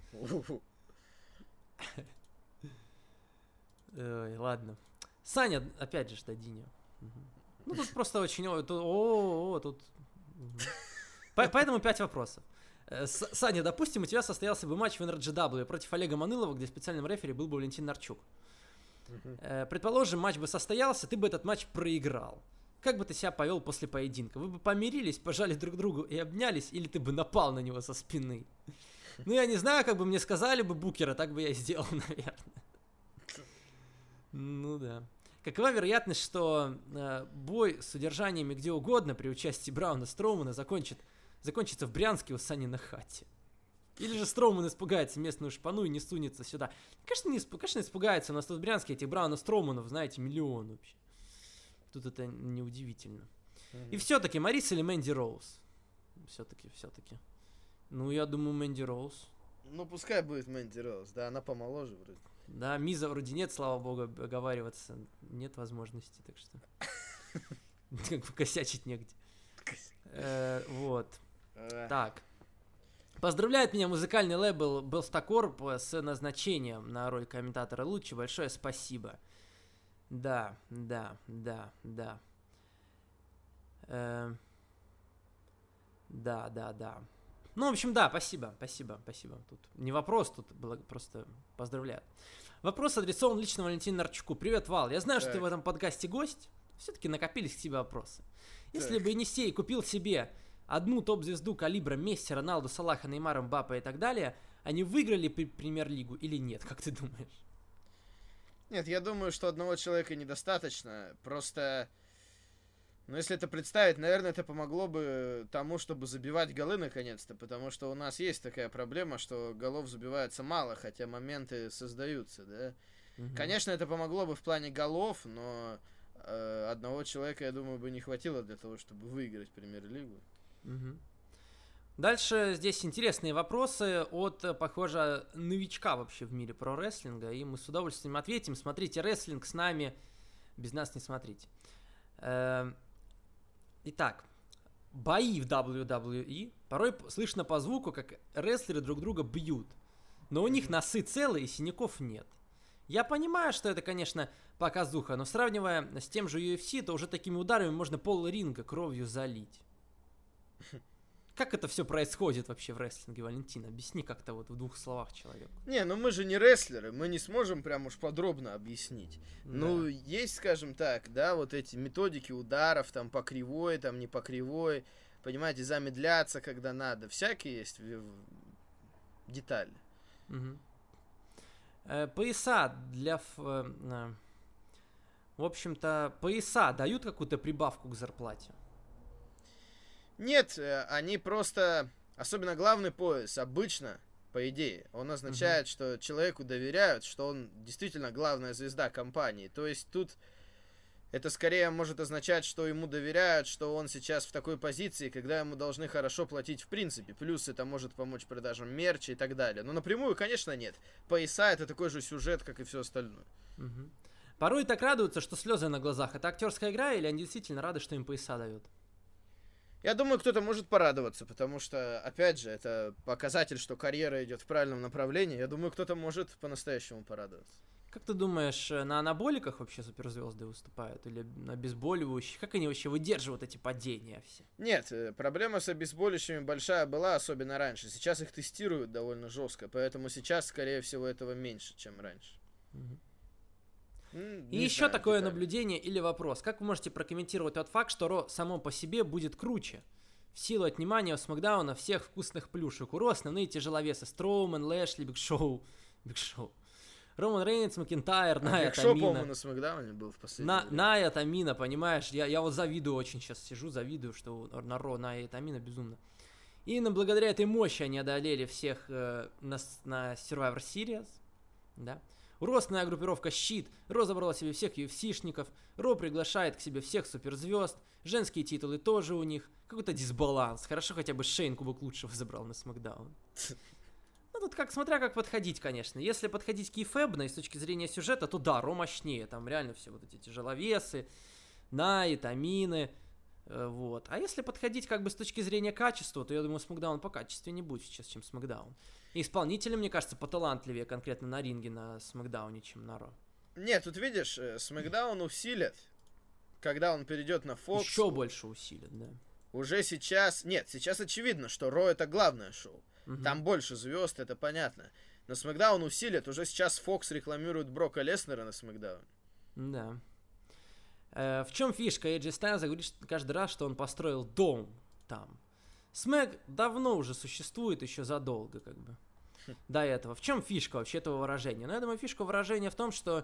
Ой, ладно. Саня, опять же, что Диня. Ну, тут просто очень... О, тут... Поэтому пять вопросов. Саня, допустим, у тебя состоялся бы матч в эн эр джи дабл ю против Олега Манылова, где специальным рефери был бы Валентин Нарчук. Предположим, матч бы состоялся, ты бы этот матч проиграл. Как бы ты себя повел после поединка? Вы бы помирились, пожали друг другу и обнялись, или ты бы напал на него со спины? Ну, я не знаю, как бы мне сказали бы букера, так бы я и сделал, наверное. Ну да. Какова вероятность, что э, бой с удержаниями где угодно при участии Брауна Строумана закончит, закончится в Брянске у Сани на хате? Или же Строуман испугается местную шпану и не сунется сюда? Конечно, не испу... Конечно, испугается. У нас тут в Брянске этих Брауна Строуманов, знаете, миллион вообще. Тут это неудивительно. Mm-hmm. И все-таки Марис или Мэнди Роуз? Все-таки, все-таки. Ну, я думаю, Мэнди Роуз. Ну, пускай будет Мэнди Роуз, да, она помоложе вроде. Да, Миза вроде нет, слава богу, оговариваться нет возможности, так что... Как бы косячить негде. Вот. Так. Поздравляет меня музыкальный лейбл Белстакорп с назначением на роль комментатора Лучи. Большое спасибо. Да, да, да, да. Э, да, да, да. Ну, в общем, да, спасибо, спасибо, спасибо. Тут не вопрос, тут было просто поздравляю. Вопрос адресован лично Валентину Нарчуку. Привет, Вал. Я знаю, так. что ты в этом подкасте гость. Все-таки накопились к тебе вопросы. Если так. бы Енисей купил себе одну топ-звезду калибра Месси, Роналду, Салаха, Неймара, Мбаппе и так далее, они выиграли премьер-лигу или нет? Как ты думаешь? Нет, я думаю, что одного человека недостаточно. Просто, ну, если это представить, наверное, это помогло бы тому, чтобы забивать голы наконец-то. Потому что у нас есть такая проблема, что голов забивается мало, хотя моменты создаются, да. Угу. Конечно, это помогло бы в плане голов, но э, одного человека, я думаю, бы не хватило для того, чтобы выиграть премьер-лигу. Угу. Дальше здесь интересные вопросы от, похоже, новичка вообще в мире про-рестлинга, и мы с удовольствием ответим. Смотрите рестлинг с нами, без нас не смотрите. Итак, бои в дабл ю дабл ю и порой слышно по звуку, как рестлеры друг друга бьют, но у них носы целые и синяков нет. Я понимаю, что это, конечно, показуха, но сравнивая с тем же ю эф си, то уже такими ударами можно пол ринга кровью залить. Как это все происходит вообще в рестлинге, Валентин? Объясни как-то вот в двух словах человеку. Не, ну мы же не рестлеры, мы не сможем прям уж подробно объяснить. Да. Ну, есть, скажем так, да, вот эти методики ударов, там, по кривой, там, не по кривой, понимаете, замедляться, когда надо. Всякие есть детали. Угу. Э, пояса для... Э, в общем-то, пояса дают какую-то прибавку к зарплате? Нет, они просто, особенно главный пояс, обычно, по идее, он означает, uh-huh. что человеку доверяют, что он действительно главная звезда компании. То есть тут это скорее может означать, что ему доверяют, что он сейчас в такой позиции, когда ему должны хорошо платить в принципе. Плюс это может помочь продажам мерча и так далее. Но напрямую, конечно, нет. Пояса — это такой же сюжет, как и все остальное. Uh-huh. Порой так радуются, что слезы на глазах. Это актерская игра, или они действительно рады, что им пояса дают? Я думаю, кто-то может порадоваться, потому что, опять же, это показатель, что карьера идет в правильном направлении. Я думаю, кто-то может по-настоящему порадоваться. Как ты думаешь, на анаболиках вообще суперзвезды выступают или на обезболивающих? Как они вообще выдерживают эти падения все? Нет, проблема с обезболивающими большая была, особенно раньше. Сейчас их тестируют довольно жестко, поэтому сейчас, скорее всего, этого меньше, чем раньше. Угу. М, И не еще знаю такое детали. наблюдение или вопрос. Как вы можете прокомментировать тот факт, что Ро само по себе будет круче? В силу отнимания у Смакдауна всех вкусных плюшек. У Ро основные тяжеловесы. Строумэн, Лэшли, Биг Шоу. Биг Шоу. Роман Рейнольдс, Макинтайр, А Найя, Биг Шоу, по-моему, Тамина. на Смакдауне был в последнее На, время. Найя, Тамина, понимаешь? Я, я вот завидую очень сейчас, сижу, завидую, что у- на Ро Найя и Тамина безумно. И именно благодаря этой мощи они одолели всех э, на, с- на Survivor Series. Да. Ростная группировка «Щит», Ро забрала себе всех ю эф си-шников, Ро приглашает к себе всех суперзвезд, женские титулы тоже у них, какой-то дисбаланс, хорошо хотя бы Шейн кубок лучшего забрал на Смакдаун. Ну тут как, смотря как подходить, конечно, если подходить кейфэбно и с точки зрения сюжета, то да, Ро мощнее, там реально все вот эти тяжеловесы, Наи, Тамины, э, вот. А если подходить как бы с точки зрения качества, то я думаю, Смакдаун по качеству не будет сейчас, чем Смакдаун. И исполнители, мне кажется, поталантливее конкретно на ринге на Смакдауне, чем на Ро. Нет, тут видишь, э, Смакдаун усилят, когда он перейдет на Fox. Еще больше усилят, да. Уже сейчас... Нет, сейчас очевидно, что Ро это главное шоу. Мгм. Там больше звезд, это понятно. Но Смакдаун усилит. Уже сейчас Fox рекламирует Брока Леснера на Смакдауне. Да. Э, в чем фишка? Эйджи Стайлза говорит что- каждый раз, что он построил дом там. Смэк давно уже существует, еще задолго, как бы, до этого. В чем фишка вообще этого выражения? Ну, я думаю, фишка выражения в том, что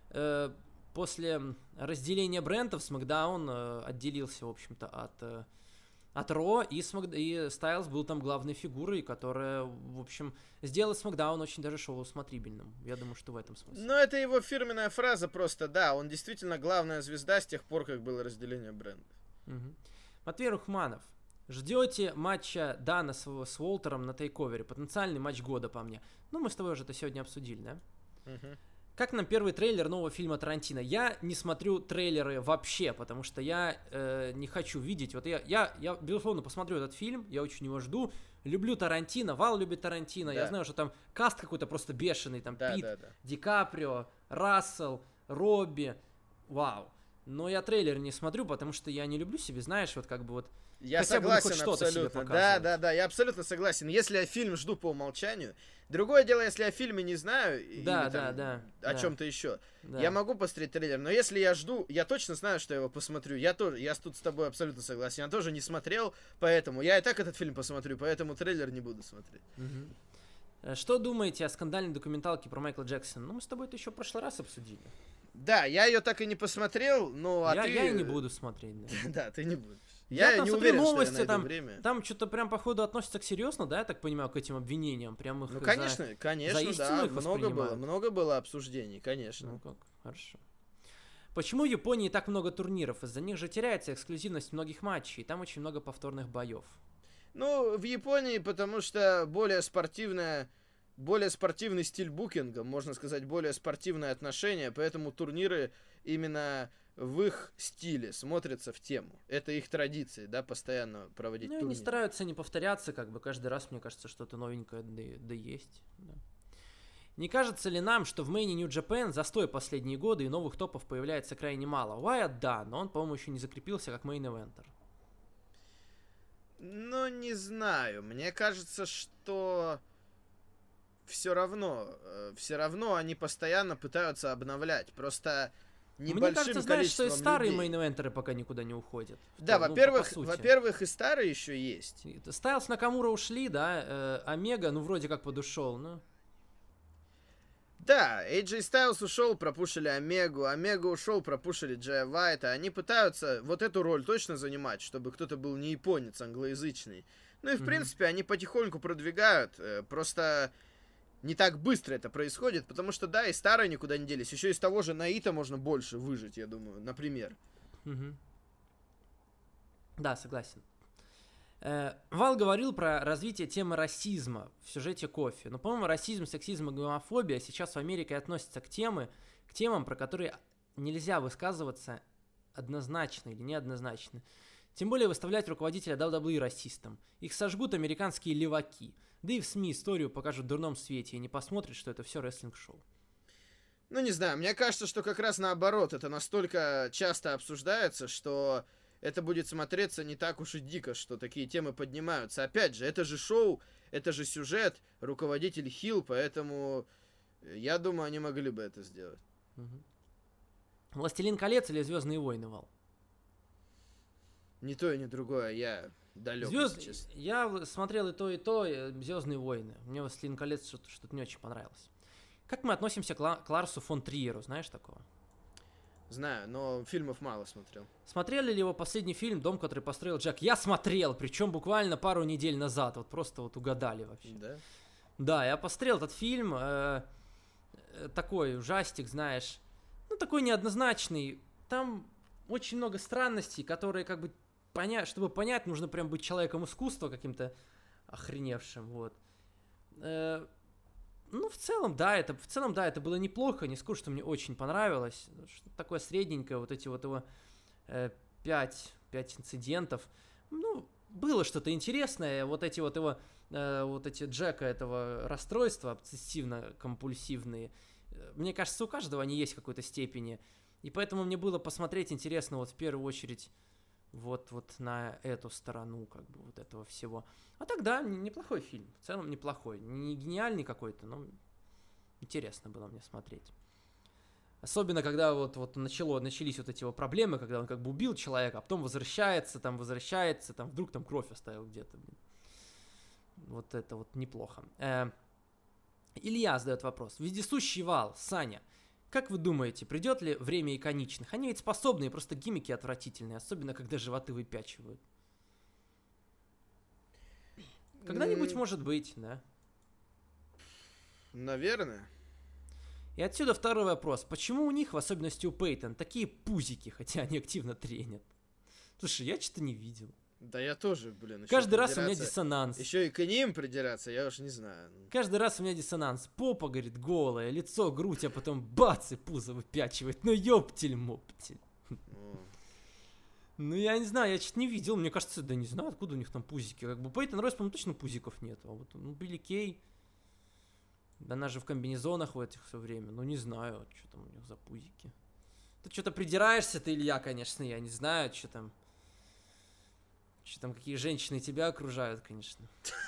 э, после разделения брендов Смакдаун э, отделился, в общем-то, от, э, от Ро, и, Смак... и Стайлз был там главной фигурой, которая, в общем, сделала Смакдаун очень даже шоу смотрибельным. Я думаю, что в этом смысле. Но это его фирменная фраза просто, да, он действительно главная звезда с тех пор, как было разделение брендов. Мгм. Матвей Рухманов. Ждете матча Дана с, с Уолтером на тейковере? Потенциальный матч года по мне. Ну, мы с тобой уже это сегодня обсудили, да? Мгм. Как нам первый трейлер нового фильма Тарантино? Я не смотрю трейлеры вообще, потому что я э, не хочу видеть. Вот я, я, я, безусловно, посмотрю этот фильм, я очень его жду. Люблю Тарантино, Вал любит Тарантино. Я Да. знаю, что там каст какой-то просто бешеный. Там Да, Пит, да, да. Ди Каприо, Рассел, Робби. Вау. Но я трейлер не смотрю, потому что я не люблю себе, знаешь, вот как бы вот... Я Хотя бы, ну, хоть согласен что-то себе абсолютно. Да, показывать. да, да, я абсолютно согласен. Если я фильм жду по умолчанию, другое дело, если я о фильме не знаю, Да, или, там, да, да, о да. чем-то еще. Да. Я могу посмотреть трейлер, но если я жду, я точно знаю, что я его посмотрю. Я тоже, я тут с тобой абсолютно согласен. Я тоже не смотрел, поэтому я и так этот фильм посмотрю, поэтому трейлер не буду смотреть. Мгм. Э, Что думаете о скандальной документалке про Майкла Джексона? Ну, мы с тобой это еще в прошлый раз обсудили. Да, я ее так и не посмотрел, но а я, ты... я и не буду смотреть. Да. Да, ты не будешь. Я Я, там не смотрю уверен, новости, что я найду там- время. Там что-то прям, походу, относятся к серьезно, да, я так понимаю, к этим обвинениям. Прям их Ну, за- конечно, конечно, истину да, их много было, воспринимают. много было обсуждений, конечно. Ну как, хорошо. Почему в Японии так много турниров? Из-за них же теряется эксклюзивность многих матчей, и там очень много повторных боев. Ну, в Японии, потому что более спортивная, более спортивный стиль букинга, можно сказать, более спортивное отношение, поэтому турниры именно в их стиле смотрятся в тему. Это их традиции, да, постоянно проводить Ну, и они турниры. стараются не повторяться, как бы каждый раз, мне кажется, что-то новенькое да, да есть. Да. Не кажется ли нам, что в Мэйне New Japan застой последние годы и новых топов появляется крайне мало? Уайт, да, но он, по-моему, еще не закрепился как мейн-эвентер. Ну, не знаю. Мне кажется, что все равно, все равно они постоянно пытаются обновлять. Просто небольшим Мне кажется, знаешь, что и количеством старые людей. мейн-эвентеры пока никуда не уходят. Да, Ну, по- во-первых, по сути. во-первых, и старые еще есть. Стайлс, Накамура ушли, да, э, Омега, ну, вроде как подушел, ну. Да, эй джей Styles ушел, пропушили Омегу, Омега ушел, пропушили Джея Вайта. Они пытаются вот эту роль точно занимать, чтобы кто-то был не японец, англоязычный. Ну и в Мгм. принципе они потихоньку продвигают, э, просто не так быстро это происходит, потому что да, и старые никуда не делись. Еще из того же Наита можно больше выжить, я думаю, например. Мгм. Да, согласен. Э, Вал говорил про развитие темы расизма в сюжете «Кофе». Но, по-моему, расизм, сексизм и гомофобия сейчас в Америке относятся к, темы, к темам, про которые нельзя высказываться однозначно или неоднозначно. Тем более выставлять руководителя дабл ю дабл ю и расистом. Их сожгут американские леваки. Да и в СМИ историю покажут в дурном свете и не посмотрят, что это все рестлинг-шоу. Ну, не знаю, мне кажется, что как раз наоборот, это настолько часто обсуждается, что это будет смотреться не так уж и дико, что такие темы поднимаются. Опять же, это же шоу, это же сюжет, руководитель хил, поэтому я думаю, они могли бы это сделать. Угу. «Властелин колец» или «Звездные войны», Вал? Ни то и ни другое, я далек, Звезд... если честно. Я смотрел и то, и то, и «Звездные войны». Мне «Властелин колец» что-то, что-то не очень понравилось. Как мы относимся к, Ла... к Ларсу фон Триеру, знаешь такого? Знаю, но фильмов мало смотрел. Смотрели ли его последний фильм «Дом, который построил Джек»? Я смотрел, причем буквально пару недель назад. Вот просто вот угадали вообще. Да? Да, я посмотрел этот фильм. Э, э, такой ужастик, знаешь. Ну, такой неоднозначный. Там очень много странностей, которые как бы понять, чтобы понять, нужно прям быть человеком искусства каким-то охреневшим, вот. Э, Ну, в целом, да, это, в целом, да, это было неплохо, не скажу, что мне очень понравилось. Что-то такое средненькое, вот эти вот его э, пять, пять инцидентов. Ну, было что-то интересное, вот эти вот его, э, вот эти Джека этого расстройства, обсессивно-компульсивные. Мне кажется, у каждого они есть в какой-то степени. И поэтому мне было посмотреть интересно вот в первую очередь вот, вот на эту сторону, как бы, вот этого всего. А тогда неплохой фильм, в целом неплохой. Не гениальный какой-то, но интересно было мне смотреть. Особенно, когда вот, вот начало, начались вот эти вот проблемы, когда он как бы убил человека, а потом возвращается, там возвращается, там вдруг там кровь оставил где-то. Вот это вот неплохо. Э, Илья задает вопрос. Вездесущий Вал, Саня, как вы думаете, придет ли время иконичных? Они ведь способные, просто гиммики отвратительные, особенно когда животы выпячивают. Когда-нибудь, может быть, да. Наверное. И отсюда второй вопрос. Почему у них, в особенности у Пейтон, такие пузики, хотя они активно тренят? Слушай, я что-то не видел. Да я тоже, блин. Каждый раз у меня диссонанс. Еще и к ним придираться, я уж не знаю. Каждый раз у меня диссонанс. Попа, говорит, голая, лицо, грудь, а потом бац, и пузо выпячивает. Ну ёптель-моптель. Ну, я не знаю, я что-то не видел. Мне кажется, да не знаю, откуда у них там пузики. Как бы Пейтон Ройс, по-моему, точно пузиков нет. А вот, ну, Билли Кей, да она же в комбинезонах в этих все время. Ну, не знаю, что там у них за пузики. Ты что-то придираешься, ты, Илья, конечно, я не знаю, что там. Что там, какие женщины тебя окружают, конечно.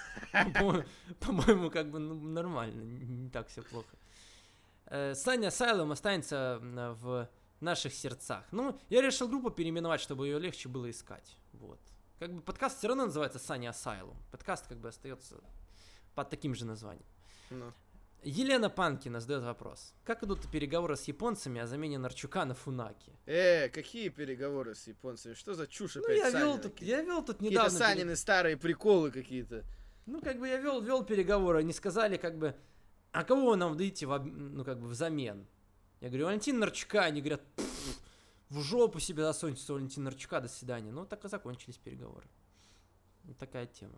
По-моему, как бы нормально, не так все плохо. Саня Asylum останется в наших сердцах. Ну, я решил группу переименовать, чтобы ее легче было искать. Вот. Как бы подкаст все равно называется Саня Asylum. Подкаст как бы остается под таким же названием. Ну. Елена Панкина задает вопрос. Как идут переговоры с японцами о замене Нарчука на Фунаки? Э, какие переговоры с японцами? Что за чушь опять? Ну, я Саня вел тут, я вел тут недавно... Какие-то Санины пере... старые приколы какие-то. Ну, как бы я вел, вел переговоры, они сказали, как бы, а кого нам дадите, в, ну, как бы, взамен? Я говорю, Валентин Нарчука. Они говорят, в жопу себе засуньте Валентин Нарчука, до свидания. Ну, так и закончились переговоры. Вот такая тема.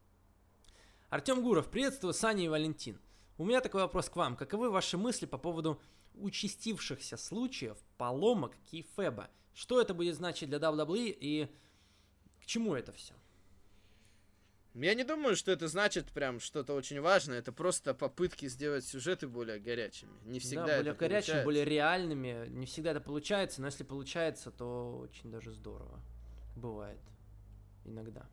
Артем Гуров, приветствую, Саня и Валентин. У меня такой вопрос к вам. Каковы ваши мысли по поводу участившихся случаев поломок кейфеба? Что это будет значить для дабл ю дабл ю и, и к чему это все? Я не думаю, что это значит прям что-то очень важное. Это просто попытки сделать сюжеты более горячими. Не всегда да, это более горячими, получается. более реальными. Не всегда это получается, но если получается, то очень даже здорово. Бывает. Иногда.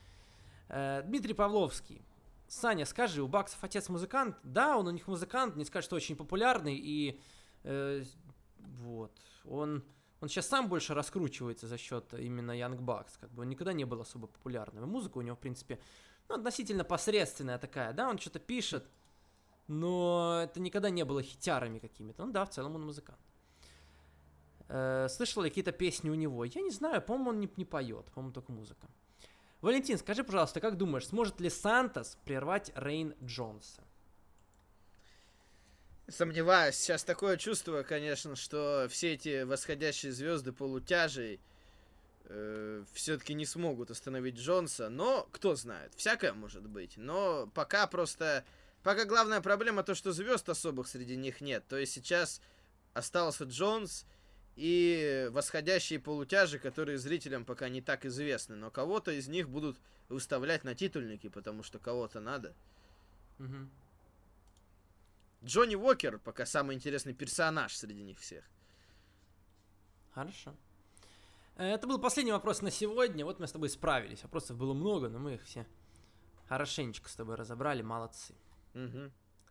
Э, Дмитрий Павловский. Саня, скажи, у Баксов отец музыкант? Да, он у них музыкант, не скажешь, что очень популярный, и э, вот, он, он сейчас сам больше раскручивается за счет именно Young Bucks, как бы он никогда не был особо популярным, и музыка у него, в принципе, ну, относительно посредственная такая, да, он что-то пишет, но это никогда не было хитярами какими-то, ну да, в целом он музыкант. Э, слышал ли какие-то песни у него? Я не знаю, по-моему, он не, не поет, по-моему, только музыка. Валентин, скажи, пожалуйста, как думаешь, сможет ли Сантос прервать Рейн Джонса? Сомневаюсь. Сейчас такое чувство, конечно, что все эти восходящие звезды полутяжей э, все-таки не смогут остановить Джонса. Но кто знает, всякое может быть. Но пока просто... Пока главная проблема то, что звезд особых среди них нет. То есть сейчас остался Джонс, и восходящие полутяжи, которые зрителям пока не так известны, но кого-то из них будут выставлять на титульники, потому что кого-то надо. Угу. Джонни Уокер пока самый интересный персонаж среди них всех. Хорошо. Это был последний вопрос на сегодня. Вот мы с тобой справились. Вопросов было много, но мы их все хорошенечко с тобой разобрали. Молодцы. Угу.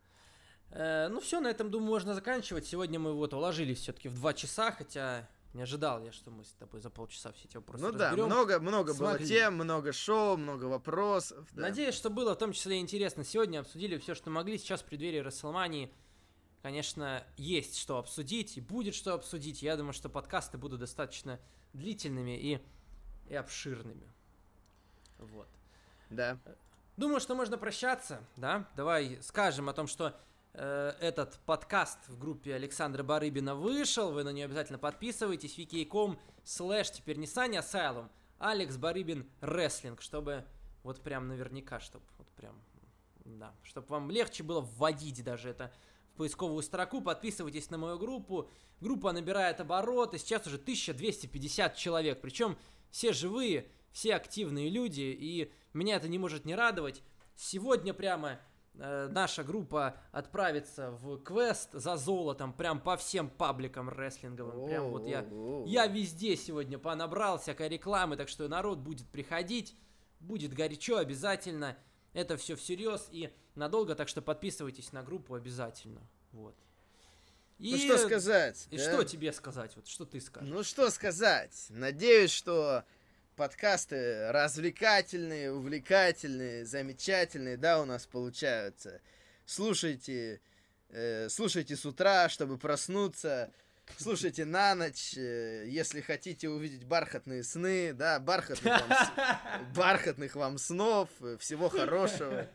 Э, ну все, на этом, думаю, можно заканчивать. Сегодня мы вот уложились все-таки в два часа, хотя не ожидал я, что мы с тобой за полчаса все эти вопросы Ну разберем. да, много, много было Смогли. тем, много шоу, много вопросов. Да. Надеюсь, что было в том числе интересно. Сегодня обсудили все, что могли. Сейчас в преддверии Расселмании, конечно, есть что обсудить и будет что обсудить. Я думаю, что подкасты будут достаточно длительными и, и обширными. Вот. Да. Думаю, что можно прощаться, да? Давай скажем о том, что э, этот подкаст в группе Александра Барыбина вышел. Вы на нее обязательно подписывайтесь. ви кей точка ком слэш теперь не Саня Asylum, Алекс Барыбин Рестлинг, чтобы вот прям наверняка, чтобы вот прям, да, чтобы вам легче было вводить даже это в поисковую строку. Подписывайтесь на мою группу. Группа набирает обороты. Сейчас уже тысяча двести пятьдесят человек. Причем все живые, все активные люди. И меня это не может не радовать. Сегодня прямо э, наша группа отправится в квест за золотом. Прям по всем пабликам рестлинговым. Прям вот я, я везде сегодня понабрал всякой рекламы. Так что народ будет приходить. Будет горячо обязательно. Это все всерьез и надолго, так что подписывайтесь на группу обязательно. Вот. И... Ну что сказать? И да? что тебе сказать? Вот что ты скажешь? Ну что сказать? Надеюсь, что подкасты развлекательные, увлекательные, замечательные, да, у нас получаются. Слушайте, э, слушайте с утра, чтобы проснуться. Слушайте на ночь, э, если хотите увидеть бархатные сны, да, бархатных вам, с... бархатных вам снов, всего хорошего.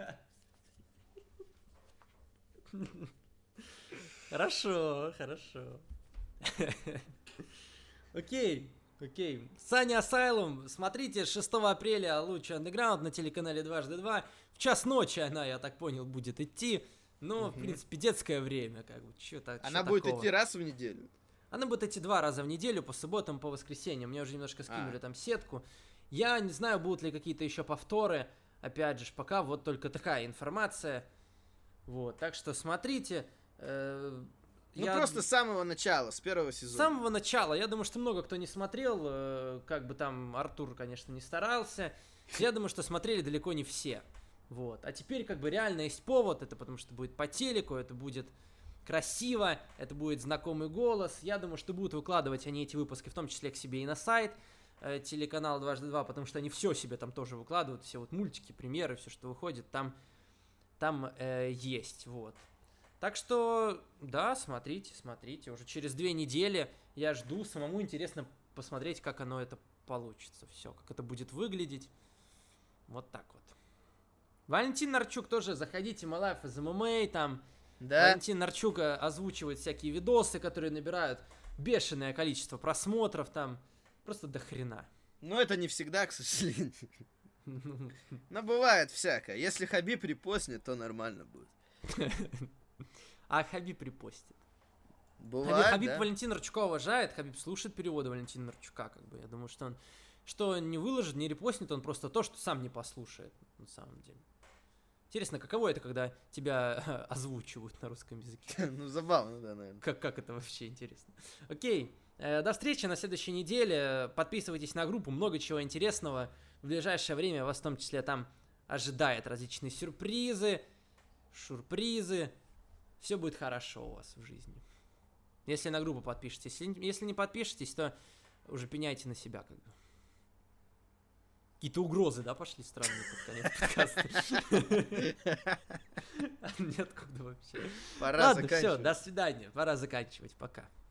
Хорошо, хорошо. Окей, окей. Саня Asylum, смотрите, шестого апреля Луч Underground на телеканале дважды два. В час ночи она, я так понял, будет идти. Но, в принципе, детское время, как бы, чё так, Она чё будет такого? идти раз в неделю. Она будет идти два раза в неделю, по субботам, по воскресеньям. Мне уже немножко скинули А. там сетку. Я не знаю, будут ли какие-то еще повторы. Опять же, пока вот только такая информация. Вот, так что смотрите. Э, Ну я... просто с самого начала, с первого С сезона. самого начала. Я думаю, что много кто не смотрел. э, Как бы там Артур, конечно, не старался. Я думаю, что смотрели далеко не все. Вот. А теперь как бы реально есть повод. Это потому что будет по телеку, это будет красиво, это будет знакомый голос. Я думаю, что будут выкладывать они эти выпуски, в том числе к себе и на сайт э, телеканала дважды два, потому что они все себе там тоже выкладывают, все вот мультики, премьеры, все, что выходит, там, там э, есть, вот. Так что, да, смотрите, смотрите, уже через две недели я жду, самому интересно посмотреть, как оно это получится, все, как это будет выглядеть, вот так вот. Валентин Нарчук тоже, заходите, My Life is эм эм а, там, Да? Валентин Нарчук озвучивает всякие видосы, которые набирают бешеное количество просмотров там. Просто до хрена. Но это не всегда, к сожалению. Но бывает всякое. Если Хабиб репостнет, то нормально будет. А Хабиб репостит. Бывает, Хабиб да? Валентина Нарчука уважает, Хабиб слушает переводы Валентина Нарчука, как бы. Я думаю, что он что он не выложит, не репостнет, он просто то, что сам не послушает, на самом деле. Интересно, каково это, когда тебя озвучивают на русском языке? Ну, забавно, да, наверное. Как, как это вообще интересно? Окей, э, до встречи на следующей неделе. Подписывайтесь на группу, много чего интересного. В ближайшее время вас в том числе там ожидает различные сюрпризы, шурпризы. Все будет хорошо у вас в жизни. Если на группу подпишетесь. Если, если не подпишетесь, то уже пеняйте на себя, как бы. Какие-то угрозы, да, пошли странные под конец подкаста? Нет, куда вообще. Пора Ладно, все, заканчивать. до свидания. Пора заканчивать. Пока.